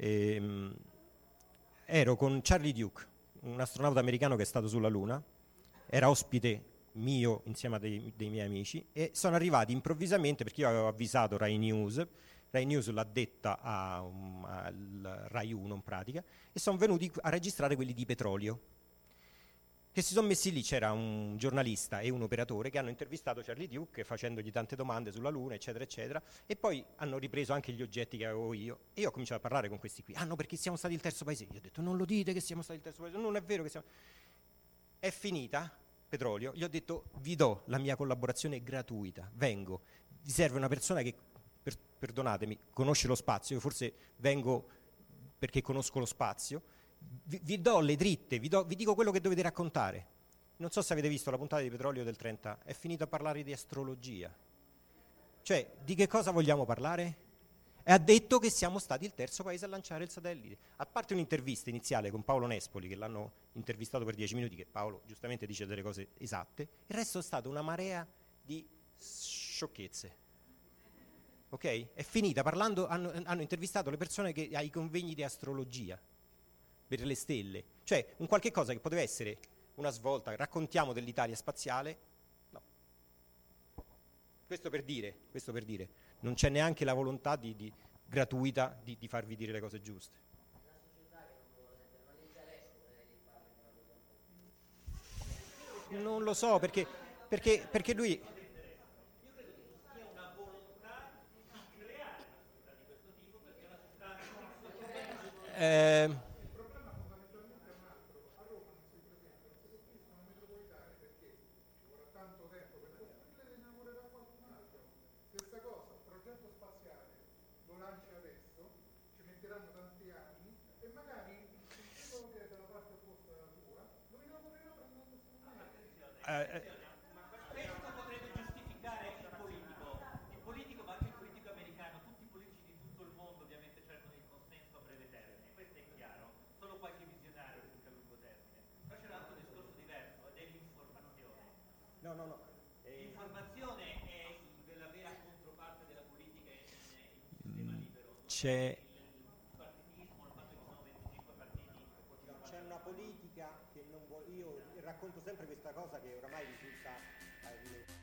S14: Ero con Charlie Duke, un astronauta americano che è stato sulla Luna, era ospite mio insieme a dei miei amici e sono arrivati improvvisamente, perché io avevo avvisato Rai News l'ha detta al Rai 1 in pratica, e sono venuti a registrare quelli di petrolio. Che si sono messi lì, c'era un giornalista e un operatore che hanno intervistato Charlie Duke facendogli tante domande sulla Luna, eccetera, eccetera, e poi hanno ripreso anche gli oggetti che avevo io, e io ho cominciato a parlare con questi qui. No, perché siamo stati il terzo paese. Io ho detto, non lo dite che siamo stati il terzo paese, non è vero che siamo... È finita, petrolio, gli ho detto, vi do la mia collaborazione gratuita, vengo, vi serve una persona che, perdonatemi, conosce lo spazio, io forse vengo perché conosco lo spazio, vi do le dritte, vi dico quello che dovete raccontare. Non so se avete visto la puntata di Petrolio del 30, è finito a parlare di astrologia. Cioè, di che cosa vogliamo parlare? E ha detto che siamo stati il terzo paese a lanciare il satellite. A parte un'intervista iniziale con Paolo Nespoli, che l'hanno intervistato per 10 minuti, che Paolo giustamente dice delle cose esatte, il resto è stata una marea di sciocchezze. ok? È finita parlando, hanno intervistato le persone che ai convegni di astrologia per le stelle, cioè un qualche cosa che poteva essere una svolta, raccontiamo dell'Italia spaziale, no. Questo per dire, non c'è neanche la volontà di gratuita di farvi dire le cose giuste. Non lo so, perché lui...
S9: Questo potrebbe giustificare il politico, ma anche il politico americano. Tutti i politici di tutto il mondo ovviamente cercano il consenso a breve termine, questo è chiaro, solo qualche visionario più a lungo termine. Però c'è un altro discorso diverso, ed è l'informazione.
S14: No.
S9: L'informazione è la vera controparte della politica in un sistema libero.
S14: C'è
S9: Il partitismo, il fatto che sono 25 partiti.
S14: C'è una politica che non vuole. Io racconto sempre questa cosa che oramai risulta evidente.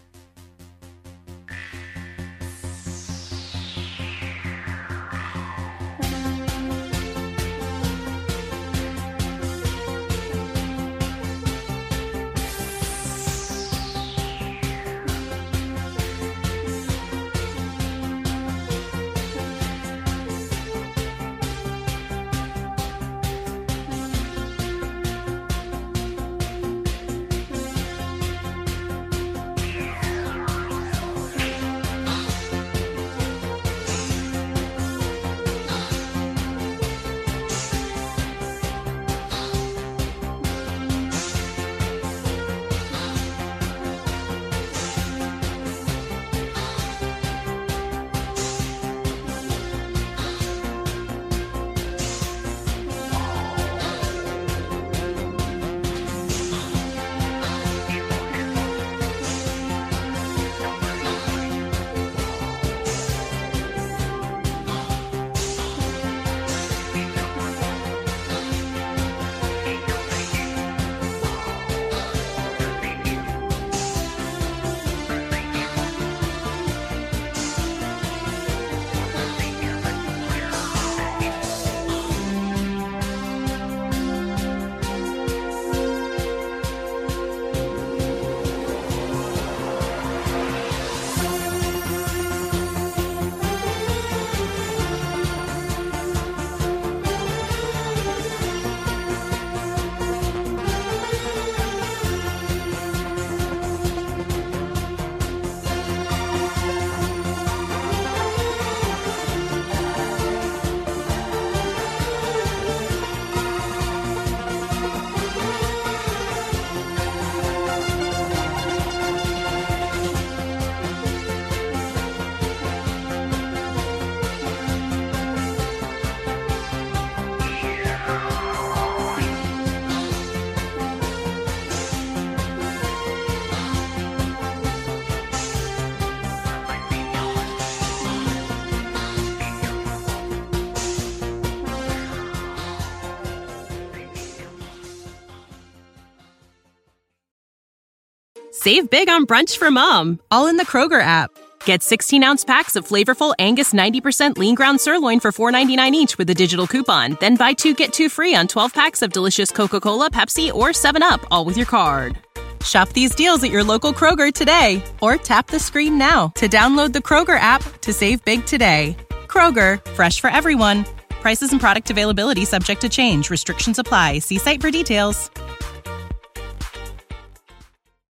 S2: Save big on brunch for mom, all in the Kroger app. Get 16-ounce packs of flavorful Angus 90% lean ground sirloin for $4.99 each with a digital coupon. Then buy 2, get 2 free on 12 packs of delicious Coca-Cola, Pepsi, or 7-Up, all with your card. Shop these deals at your local Kroger today, or tap the screen now to download the Kroger app to save big today. Kroger, fresh for everyone. Prices and product availability subject to change. Restrictions apply. See site for details.